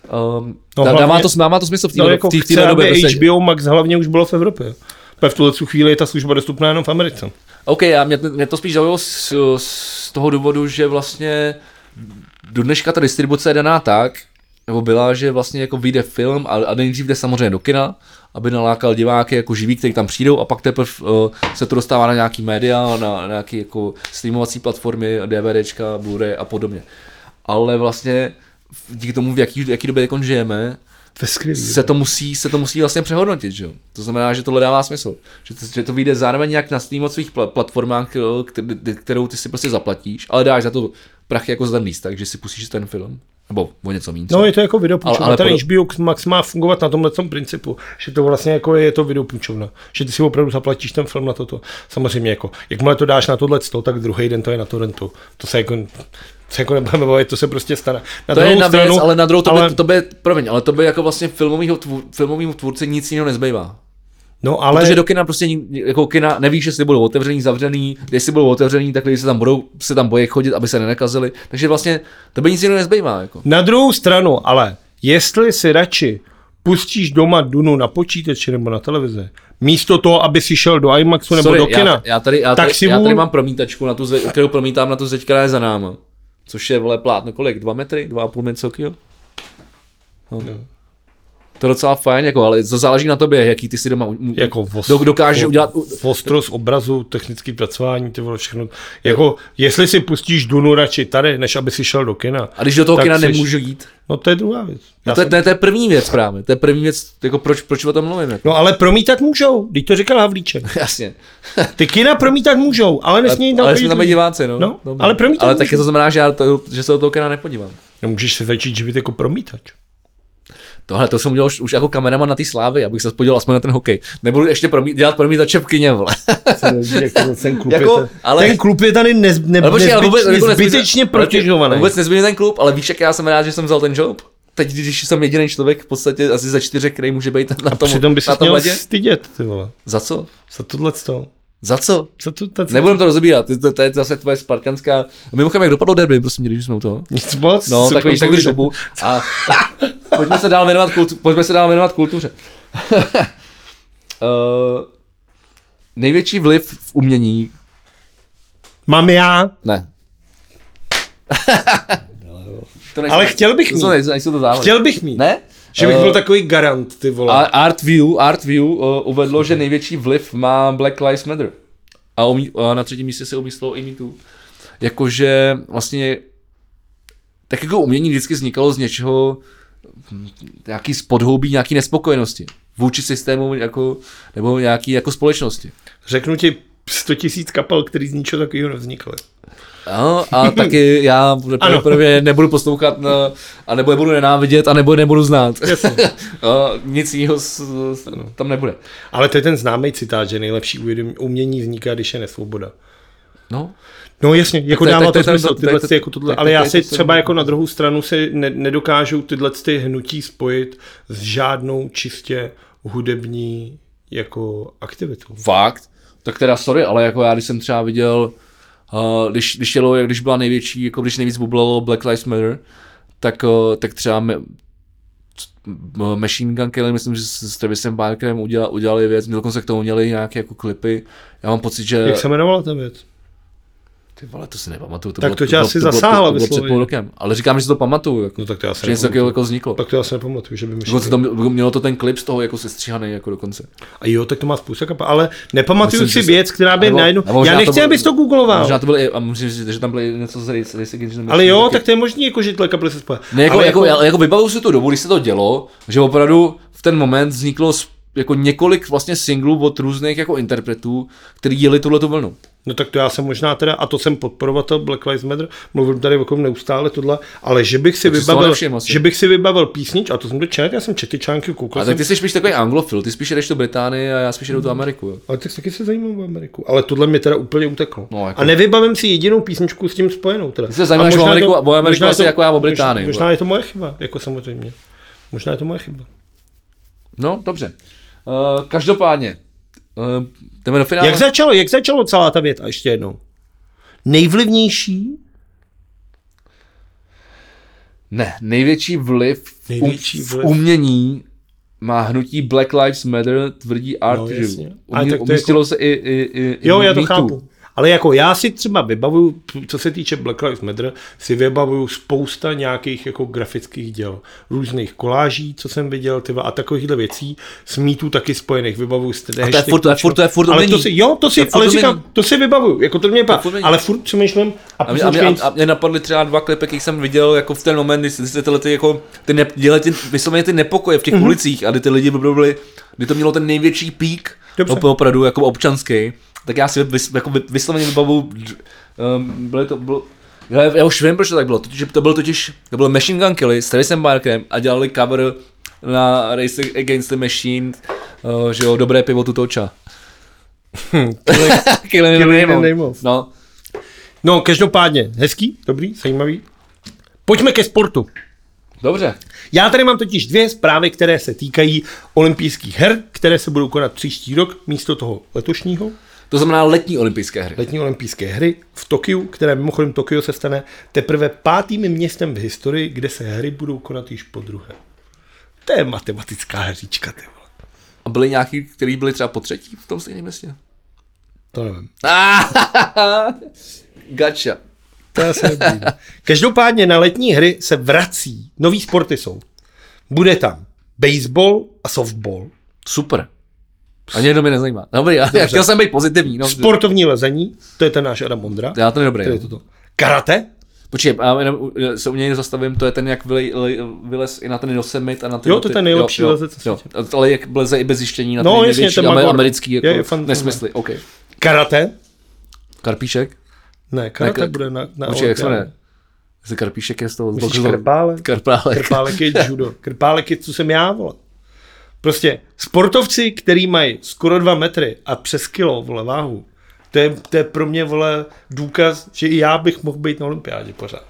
Má to smysl v té době. HBO Max hlavně už bylo v Evropě. V tuhle chvíli je ta služba dostupná jenom v Americe. OK, a mě to spíš zaujalo z toho důvodu, že vlastně do dneška ta distribuce je daná tak, nebo byla, že vlastně jako vyjde film a nejdřív jde samozřejmě do kina, aby nalákal diváky jako živí, kteří tam přijdou a pak teprve se to dostává na nějaký média, na nějaké jako streamovací platformy, DVDčka, Blu-ray a podobně. Ale vlastně díky tomu, v jaký době jako žijeme, se to musí vlastně přehodnotit, že jo? To znamená, že tohle dává smysl. Že to vyjde zároveň nějak na streamovacích platformách, kterou ty si prostě zaplatíš, ale dáš za to prachy jako za ten lístek, že si pustíš ten film. Nebo o něco méně. No je to jako videopůjčovna. Ten HBO Max má fungovat na tomhle principu, že to vlastně jako je to videopůjčovna. Že ty si opravdu zaplatíš ten film na toto. Samozřejmě jako, jakmile to dáš na tohleto, tak druhý den to je na torrentu. To se jako nebudeme bavit, to se prostě stane. To je jedna věc, ale na druhou ale to by jako vlastně filmovýmu tvůrci nic jiného nezbývá. No, ale... Protože do kina prostě jako kina nevíš, jestli budou otevřený, zavřený, jestli budou otevřený, tak lidi se tam bojí chodit, aby se nenakazili. Takže vlastně to by nic jiného nezbývá. Jako. Na druhou stranu, ale jestli si radši pustíš doma Dunu na počítači nebo na televizi, místo toho, aby si šel do IMAXu nebo do kina, já tady mám promítačku, kterou promítám na tu zeď, která je za náma. Což je vole plátno kolik? 2 metry? 2,5 metry? No. To je docela fajn, jako, ale to záleží na tobě, jaký ty si doma jako dokážeš udělat. Ostros obrazu, technický pracování, ty vole všechno. Jako, jestli si pustíš Dunu radši tady, než aby si šel do kina. A když do toho kina nemůžu jít? No to je druhá věc. To je první věc právě. To je první věc, jako proč o tom mluvím. Jako. No ale promítat můžou, když to říkal Havlíček. Jasně. Ty kina promítat můžou, ale nesmějí tam. Ale jsme tam diváci, no. Ale promítat ale taky to znamená, že se do toho kina nepodívám. Nemůžeš se začít živit jako promítač. Tohle to jsem udělal už jako kameraman na té Slávy, abych se podíval aspoň na ten hokej. Nebudu ještě dělat promítače v kině, vole. Ten klub je tady zbytečně protěžovaný. Vůbec nezbytně ten klub, ale víš, jak já jsem rád, že jsem vzal ten job. Teď, když jsem jediný člověk v podstatě asi za 4, který může být na tom. Přitom bys měl stydět, ty vole. Za co? Za tohleto. Za co? Nebudem to rozebírat, to je zase tvoje spartanská. Mimochodem, jak dopadlo derby, prosím, když jsme u toho. Nic moc. No, tak víš, tak když dobu. A pojďme se dál věnovat kultuře. Největší vliv v umění. Mám já. Ne. Ale chtěl bych mít. Chtěl bych mít. Ne? Že bych byl takový garant, ty vole. Artview uvedlo, že největší vliv má Black Lives Matter. A na třetím místě se umístilo i Me Too. Jakože vlastně tak jako umění vždycky vznikalo z něčeho, nějaký podhoubí, nějaký nespokojenosti vůči systému jako, nebo nějaký jako společnosti. Řeknu ti 100 000 kapel, který z ničeho takového nevznikly. No, a taky já prvně nebudu poslouchat, a nebo je budu nenávidět, a nebo nebudu znát. Nic jiného tam nebude. Ale to je ten známý citát, že nejlepší umění vzniká, když je nesvoboda. No jasně, jako dává to smysl, ale já si třeba jako na druhou stranu si nedokážu tyhle ty hnutí spojit s žádnou čistě hudební jako aktivitou. Fakt? Tak teda sorry, ale jako já když jsem třeba viděl, když byla největší, jako když nejvíc bublalo Black Lives Matter, tak třeba Machine Gun Kelly, myslím, že s Travisem Barkerem udělali věc, dokonce k tomu měli nějaké jako klipy. Já mám pocit, že... Jak se jmenovala ta věc? Ty vole, to si nepamatuju. Tak to tě asi zasáhla vysloveně. To bylo před půl rokem, ale říkám, že si to pamatuju. Jako, no tak to já se něco takového jako vzniklo. Tak to já se nepamatuju, že by mi mělo to ten klip z toho jako sestříhaný jako dokonce. A jo, tak to má spousta kapel, ale nepamatuju si věc, která by najednou... Já nechci, abys to googloval. Možná to bylo a myslím, že tam bylo něco z Race Against the Machine. Ale jo, tak to je možný, jako, že tyhle kapely se spojí. Ne, jako vybavuju si tu dobu, když se to dělo, že opravdu v ten moment vzniklo jako několik vlastně singlů od různých jako interpretů, který jeli tuhletu vlnu. No tak to já jsem možná teda, a to jsem podporovatel Black Lives Matter, mluvím tady o kom neustále tohle, ale že bych si vybavil písnič, a to jsem já jsem četl články, koukal. Ale ty jsi spíš takový anglofil, ty spíš jdeš do Británie a já spíš jdu do Ameriku. Jo. Ale tak taky se zajímám o Ameriku, ale tohle mi teda úplně uteklo. No, jako... A nevybavím si jedinou písničku s tím spojenou teda. Ty se zajímáš o Ameriku asi jako já o Británii. Možná je to moje chyba, jako samozřejmě. Možná je to moje chyba. No, dobře. Každopádně, jdeme do finále. Jak začalo celá ta věta ještě jednou? Nejvlivnější? Ne, největší vliv v umění má hnutí Black Lives Matter, tvrdí Artview. Umístilo se i jo, já to chápu. Ale jako já si třeba vybavuju, co se týče Black Lives Matter, si vybavuju spousta nějakých jako grafických děl, různých koláží, co jsem viděl, a takovýchhle věcí, s mýtů taky spojených, vybavuju z té to je furt ale to si vybavuju, jako to mě ale furt přemýšlím a mě napadly třeba 2 klipy, jak jsem viděl jako v ten moment, kdy se dělaly vysloveně ty nepokoje v těch ulicích a kdy ty lidi byli, kdy to mělo ten největší pík, opravdu jako občanský. Tak já si vysloveně vybavu, já už vím, proč to tak bylo, to bylo Machine Gun Kelly s Travisem Barkerem a dělali cover na Race Against the Machine, že jo, dobré pivo tutoča. No, každopádně, hezký, dobrý, zajímavý. Pojďme ke sportu. Dobře. Já tady mám totiž 2 zprávy, které se týkají olympijských her, které se budou konat příští rok místo toho letošního. To znamená letní olympijské hry. Letní olympijské hry v Tokiu, které mimochodem Tokio se stane teprve 5. městem v historii, kde se hry budou konat již podruhé. To je matematická hříčka, ty vole. A byly nějaký, který byli třeba po třetí v tom stejném městě? To nevím. Gotcha. To já se nebudím. Každopádně na letní hry se vrací. Nový sporty jsou. Bude tam baseball a softball. Super. Ani jedno mě nezajímá. Dobrý, já chtěl jsem být pozitivní. No. Sportovní lezení, to je ten náš Adam Ondra. Já to je dobrý. Karate? Počkej, já se u něj zastavím, to je ten, jak vylez i na ten Yosemite a na ty... Jo, to je ten nejlepší lezec. Ale jak leze i bez zjištění na ten největší americký jako nesmysly. Okay. Karate? Karpíšek? Ne, karate bude na Počkej, jak se jmenuje? Karpíšek je z toho. Myslíš Krpálek? Krpálek je judo. Krpálek je, co jsem já, vole. Prostě sportovci, který mají skoro 2 metry a přes kilo, vole, váhu, to je pro mě, vole, důkaz, že i já bych mohl být na olympiádě pořád.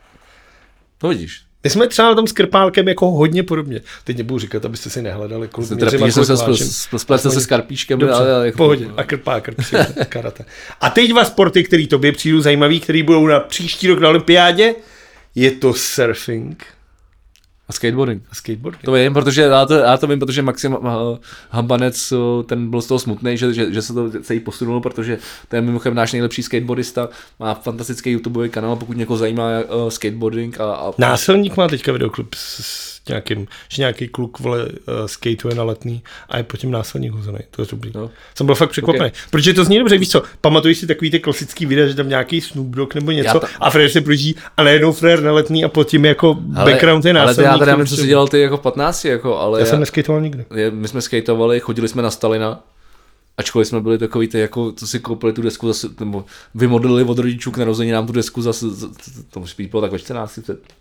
To vidíš. My jsme třeba na tom s Krpálkem jako hodně podobně. Teď nebudu říkat, abyste si nehledali, kolik spletl se s Karpíškem. Dobře, ale jako pohodě. A Krpálek, karate. A teď 2 sporty, které tobě přijdou zajímavý, které budou na příští rok na olympiádě, je to surfing. A skateboarding. Skateboarding. To vím, protože já to vím, protože Maxim Hambanec, ten byl z toho smutný, že se to celý posunulo, protože to je mimochodem náš nejlepší skateboardista, má fantastický YouTubeový kanál, pokud někoho zajímá skateboarding. Násilník má teďka videoklip s nějakým, že nějaký kluk, vole, skateuje na Letný a je po tím násilník hozený. To je dobrý. No. Jsem byl fakt překvapený. Okay. Protože to zní dobře, víš co, pamatuješ si takový ty klasický videa, že tam nějaký Snoop Dogg nebo něco a Frér se proží a najednou Frér na Letný a pod tím jako background je násilník. Ale já nevím, co jsi dělal ty jako v 15, jako, ale já jsem neskejtoval nikdy. My jsme skejtovali, chodili jsme na Stalina, ačkoliv jsme byli takový ty, jako, co si koupili tu desku zase, nebo vymodelili od rodičů k narození nám tu desku zase, to musí být bylo tak ve 14.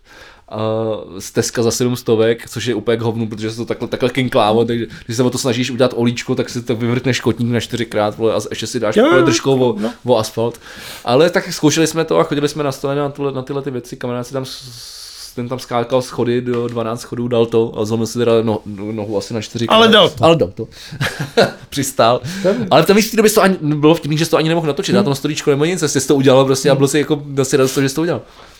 Z Teska za 700, což je úplně k hovnu, protože se to takhle kinklávo, takže když se o to snažíš udělat olíčko, tak si to vyvrtneš kotník na 4krát, vole, a ještě si dáš držkou o asfalt. Ale tak zkoušeli jsme to a chodili jsme na Stalina na tyhle ty věci, kamarád si ten tam skákal schody do 12 schodů, dal to a zlomil si teda nohu asi na 4. Ale dal to. Přistál. Ale v té době to ani, bylo vtipný, že to ani nemohl natočit, já tam storíčko nebo nic, jsi to udělal prostě a byl si jako dosti rád, že jsi to udělal.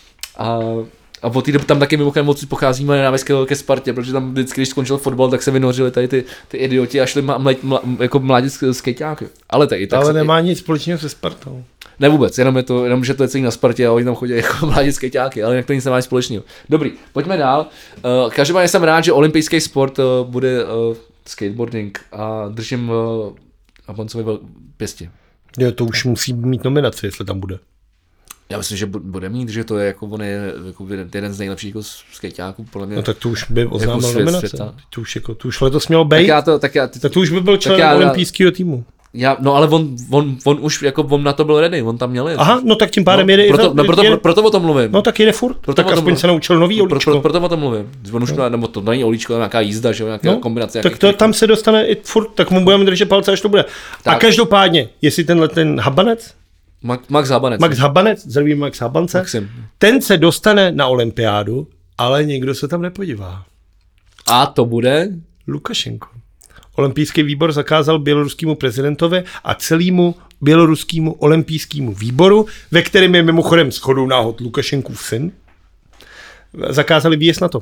A po té době tam taky mimochodem moc pocházíme na ke Spartě, protože tam vždycky, když skončil fotbal, tak se vynořili tady ty idioti a šli jako mládit skejťáky. Ale nemá nic společného se Spartou. Ne vůbec, jenom že to je celý na Spartě a oni tam chodí jako mládí skejťáky, ale jinak to nic nemá společného. Dobrý, pojďme dál. Každopádně jsem rád, že olympijský sport bude skateboarding a držím Hambancovi pěstě. Jo, to už musí mít nominaci, jestli tam bude. Já myslím, že bude mít, že to je jako on je jako jeden z nejlepších jako skejťáků, podle mě. No tak to už by oznámil jako nominaci. To už letos mělo být. Tak to už by byl člen olympijského týmu. No ale on už jako on na to byl ready, on tam měl jet. Aha, no tak tím pádem jede. Proto o tom mluvím. No tak jede furt, tak aspoň se naučil nový olíčko. Proto o tom mluvím. On už nebo to není olíčko, ale nějaká jízda, že nějaká kombinace. Tak to tam se dostane i furt, tak mu budeme držet palce, až to bude. A každopádně, jestli ten Habanec, Max Habanec, zdravím Max Habance, ten se dostane na olympiádu, ale někdo se tam nepodívá. A to bude? Lukašenko. Olympijský výbor zakázal běloruskému prezidentovi a celému běloruskému olympijskému výboru, ve kterém je mimochodem shodou náhod Lukašenkův syn, zakázali výjezd na to.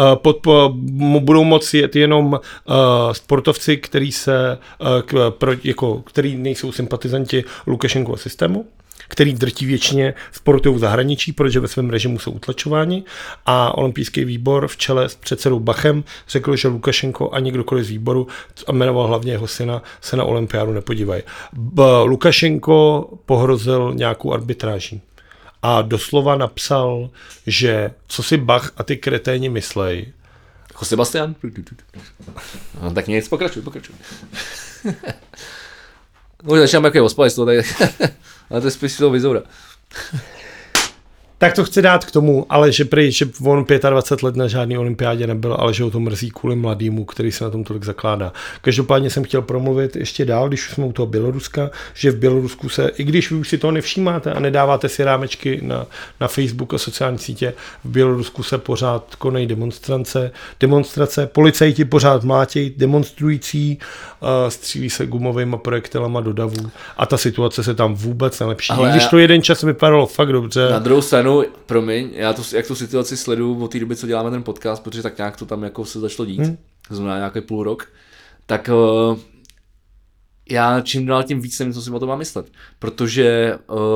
Budou moci jet jenom sportovci, který nejsou sympatizanti Lukašenkova systému, který drtí většině sportují v zahraničí, protože ve svém režimu jsou utlačováni, a olympijský výbor v čele s předsedou Bachem řekl, že Lukašenko ani kdokoliv z výboru, a jmenoval hlavně jeho syna, se na olympiádu nepodívají. Lukašenko pohrozil nějakou arbitráží a doslova napsal, že co si Bach a ty kreténi myslej. Jako Sebastian? No, tak nic, pokračuj. Už začínám jaký ospalec to, ale to je spíš toho Vizoura. Tak to chci dát k tomu, ale že on 25 let na žádný olympiádě nebyl, ale že ho to mrzí kvůli mladýmu, který se na tom tolik zakládá. Každopádně jsem chtěl promluvit ještě dál, když jsme u toho Běloruska, že v Bělorusku se, i když vy už si toho nevšímáte a nedáváte si rámečky na Facebook a sociální sítě, v Bělorusku se pořád konají demonstrace, policajti pořád mlátějí demonstrující, střílí se gumovými projektilama do davů a ta situace se tam vůbec nelepší. I když to jeden čas vypadalo fakt dobře. Na druhou stranu, promiň, já jak tu situaci sleduju od té doby, co děláme ten podcast, protože tak nějak to tam jako se začalo dít, to znamená nějaký půl rok, tak já čím dál tím víc nevím, co si o tom mám myslet, protože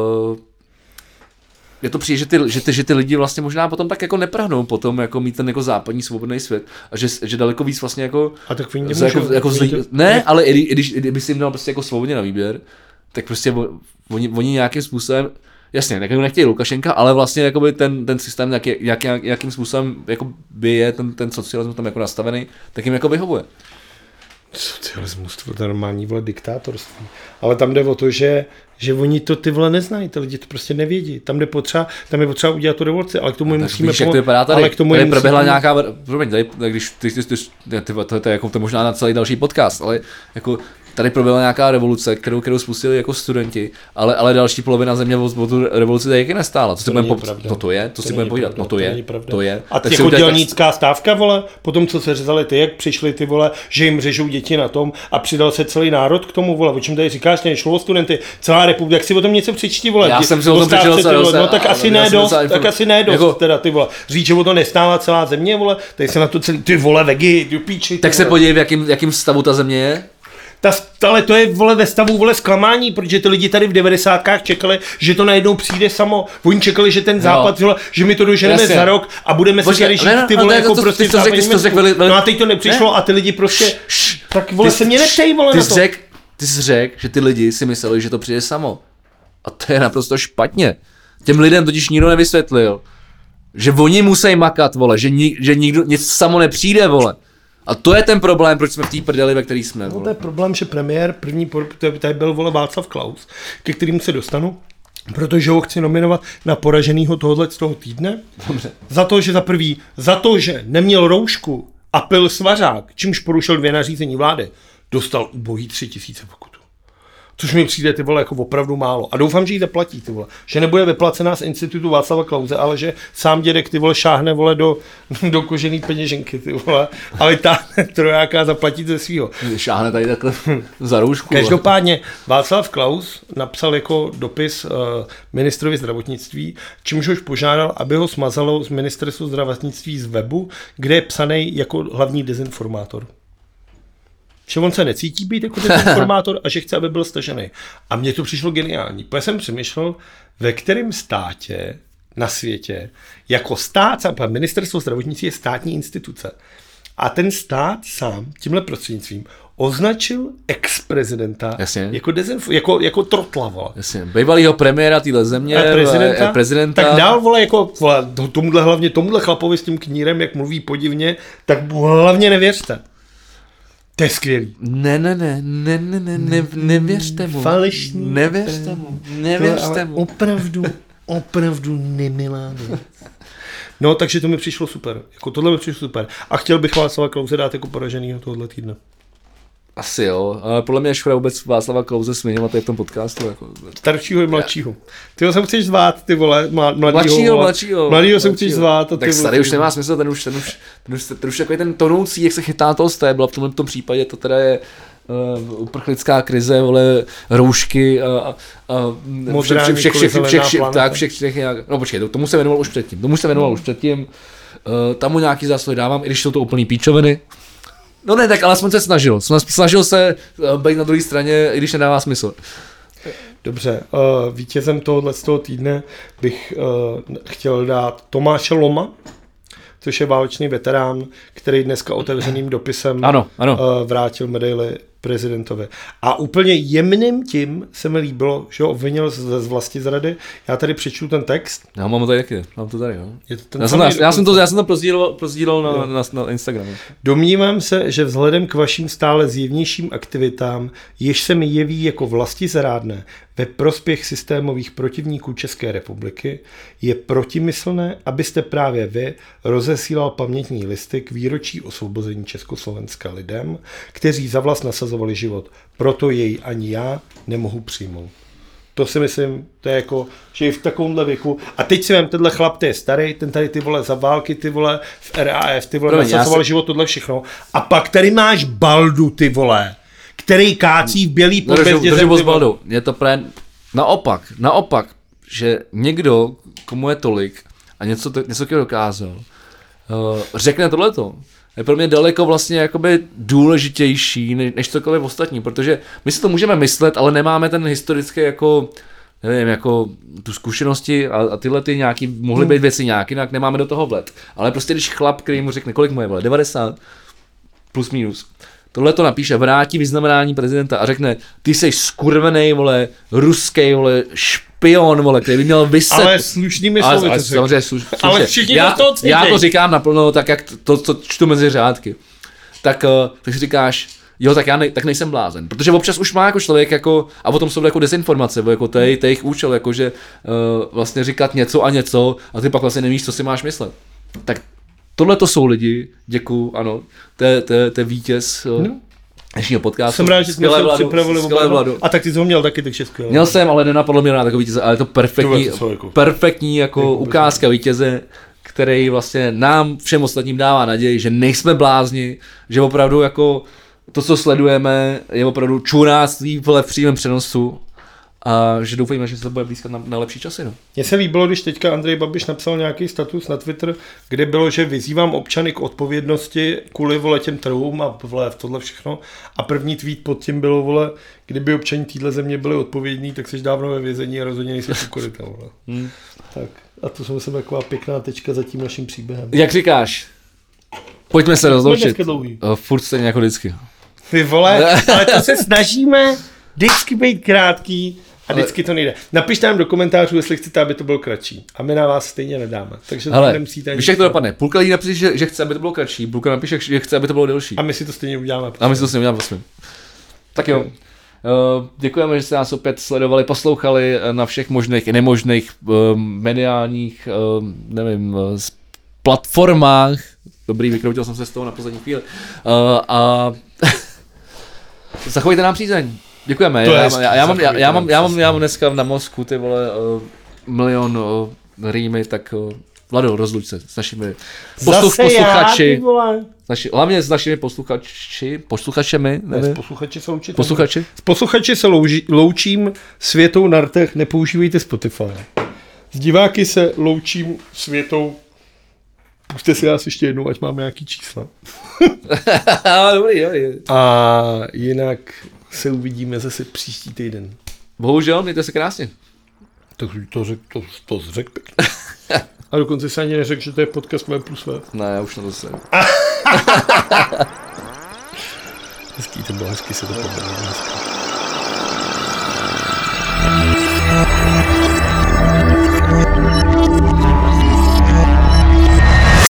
je to přijde, že ty lidi vlastně možná potom tak jako neprahnou potom jako mít ten jako západní svobodný svět a že daleko víc vlastně jako a tak ne, ale i kdyby si jim dal prostě jako svobodně na výběr, tak prostě oni nějakým způsobem, jasně, tak nechtějí Lukašenka, ale vlastně jakoby ten systém, jakým způsobem jako by je ten socialismus tam jako nastavený, tak jim jako vyhovuje. Socialismus, to je normální, vole, diktátorství. Ale tam jde o to, že oni to ty vole neznají, ty lidi to prostě nevědí. Tam je potřeba udělat tu revoluci, ale k tomu musíme víš, jak to vypadá tady. Ale k tomu tady proběhla nějaká, promiň, tady, když to je jako to možná na celý další podcast, ale jako tady proběhla nějaká revoluce, kterou spustili jako studenti, ale další polovina země o tu revoluci taky nestála. To si budeme povídat. No to je. A jako dělnická stávka, vole, potom co se řezali ty, jak přišli ty, vole, že jim řežou děti na tom a přidal se celý národ k tomu, vole, o čem tady říkáš, nešlo o studenty, celá republika, jak si o tom něco přečti, vole. Já jsem si o tom přečetl, no tak asi ne dost, teda ty vole. Říct, že o to nestála celá země, vole, tady se na to celý, ty vole, vegi, do píči. Tak se podívej, v jakým stavu ta země je. Ale to je, vole, ve stavu, vole, zklamání, protože ty lidi tady v 90kách čekali, že to najednou přijde samo. Oni čekali, že ten západ, vole, že my to doženeme za rok a budeme se tady žít, ty vole, jako prostě no a teď to nepřišlo a ty lidi prostě, tak vole, se mě neptej, vole, na to. Ty jsi řekl, že ty lidi si mysleli, že to přijde samo. A to je naprosto špatně. Těm lidem totiž nikdo nevysvětlil, že oni musí makat, vole, že nikdo, nic samo nepřijde, vole. A to je ten problém, proč jsme v té prdeli, ve který jsme. No, to je problém, že premiér tady byl, vole, Václav Klaus, ke kterému se dostanu, protože ho chci nominovat na poraženýho tohohle z toho týdne. Dobře. Za to, že neměl roušku a pil svařák, čímž porušil 2 nařízení vlády, dostal ubohý 3 000 pokutu. Což mi přijde, ty vole, jako opravdu málo. A doufám, že jí zaplatí, ty vole. Že nebude vyplacená z institutu Václava Klause, ale že sám dědek, ty vole, šáhne, vole, do kožený peněženky, ty vole. Ale ta trojáka zaplatí ze svýho. Šáhne tady takhle za roušku. Každopádně Václav Klaus napsal jako dopis ministrovi zdravotnictví, čímž už požádal, aby ho smazalo z ministerstva zdravotnictví z webu, kde je psaný jako hlavní dezinformátor. Že on se necítí být jako dezinformátor a že chce, aby byl stažený. A mně to přišlo geniální. Protože jsem přemýšlel, ve kterém státě na světě, jako stát, ministerstvo zdravotnictví je státní instituce. A ten stát sám tímhle prostřednictvím označil ex-prezidenta jako trotla, vole. Jasně, bývalýho premiéra téhle země, prezidenta. Tak dál, vole, jako vole, tomuhle chlapovi s tím knírem, jak mluví podivně, tak hlavně nevěřte. To je skvělý. Nevěřte mu. Falešný. Nevěřte mu. Opravdu nemilá věc. No, takže to mi přišlo super. Jako tohle mi přišlo super. A chtěl bych Václava Klause dát jako poraženýho tohohle týdne. Asi jo, ale podle mě je škoda vůbec Václava Klause směňovat tady v tom podcastu. Jako... Staršího i mladšího. Ty ho sem chceš zvát, ty vole, mladýho. Mladýho sem chceš zvát. Tak starý už nemá smysl, ten už takový ten tonoucí, jak se chytá toho stébla, v tomto případě to teda je uprchlická krize, vole, roušky a všech nějak, no počkej, tomu se věnoval už předtím, tam mu nějaký zásluhy dávám, i když jsou to úplný píčoviny. No ne, tak ale aspoň se snažil se být na druhé straně, i když nedává smysl. Dobře, vítězem tohohle z toho týdne bych chtěl dát Tomáše Loma, což je válečný veterán, který dneska otevřeným dopisem ano. Vrátil medaili prezidentovi. A úplně jemným tím se mi líbilo, že ho obvinil z vlastizrady. Já tady přečtu ten text. Já mám to tady taky, mám to tady. Jo. Já jsem to prozdílel na Instagramu. Domnívám se, že vzhledem k vašim stále zjevnějším aktivitám, jež se mi jeví jako vlastizrádné ve prospěch systémových protivníků České republiky, je protimyslné, abyste právě vy rozesílal pamětní listy k výročí osvobození Československa lidem, kteří za vlast nasazovali život. Proto jej ani já nemohu přijmout. To si myslím, to je jako, že je v takovémhle věku. A teď si vem, tenhle chlap, ty je starý, ten tady ty vole za války, ty vole v RAF, ty vole nasazoval život, tohle všechno. A pak tady máš Baldu, ty vole, který kácí v bělý podvězdě. Je to právě naopak, že někdo, komu je tolik a něco dokázal, řekne tohleto. Je pro mě daleko vlastně jakoby důležitější než cokoliv ostatní, protože my si to můžeme myslet, ale nemáme ten historický jako, nevím, jako tu zkušenosti a tyhle ty nějaký, mohly být věci nějak, jinak nemáme do toho vlet. Ale prostě když chlap, který mu řekne, kolik mu je, vole, 90 plus minus, tohle to napíše, vrátí vyznamenání prezidenta a řekne, ty jsi skurvenej, vole, ruský, vole, špion, vole, který by měl vyset. Ale slušnými slovy to řekl. Samozřejmě ale všichni já to říkám naplno, tak jak to čtu mezi řádky. Tak si říkáš, Jo, tak tak nejsem blázen, protože občas už má jako člověk jako, a o tom jsou jako dezinformace, jako jejich účel, jako že vlastně říkat něco a ty pak vlastně nevíš, co si máš myslet. Tak tohle to jsou lidi, děkuju, ano, to je vítěz dnešního podcastu. Jsem rád, že jsme se připravili Vladu. A tak ty jsi ho měl taky, takže skvěle. Měl jsem, ale nenapadlo mě na takový vítěze, ale je to perfektní jako ukázka vítěze, který vlastně nám všem ostatním dává naději, že nejsme blázni, že opravdu jako to, co sledujeme, je opravdu čuráctví v přímém přenosu a že doufejme, že se to bude blízkat na lepší časy. No. Mně se líbilo, když teďka Andrej Babiš napsal nějaký status na Twitter, kde bylo, že vyzývám občany k odpovědnosti kvůli vole těm trhům a vole v tohle všechno. A první tweet pod tím bylo, vole, kdyby občani téhle země byli odpovědní, tak jsi dávno ve vězení a rozhodně nejsi kukurita. Tak a to jsou taková pěkná tečka za tím naším příběhem. Jak říkáš? Pojďme se rozloučit. Furt stejně jako vždycky. Ty vole, ale to se snažíme vždycky být krátký a vždycky to nejde. Napište nám do komentářů, jestli chcete, aby to bylo kratší. A my na vás stejně nedáme. Takže to nemusíte. Víš, jak to dopadne? Půlka lidí napíše, že chce, aby to bylo kratší, půlka napíše, že chce, aby to bylo delší. A my si to stejně uděláme. Tak jo. Děkujeme, že jste nás opět sledovali, poslouchali na všech možných i nemožných mediálních, platformách. Dobrý, vykroutil jsem se z toho na poslední chvíli. A zachovejte nám přízeň. Děkujeme. Já mám dneska na mozku ty vole milion rýmy, tak Vlado, rozluč se s našimi posluchači. Hlavně s našimi posluchačemi. S posluchači se loučím světou na rtech, nepoužívejte Spotify. S diváky se loučím světou. Puste si nás ještě jednou, ať máme nějaký čísla. Dobrý. A jinak se uvidíme zase příští týden. Bohužel, mějte se krásně. To řekl pěkně. A dokonce se ani neřekl, že to je podcast V+V. Ne, já už na to jsem. Hezký, to bylo hezky se to povedlo.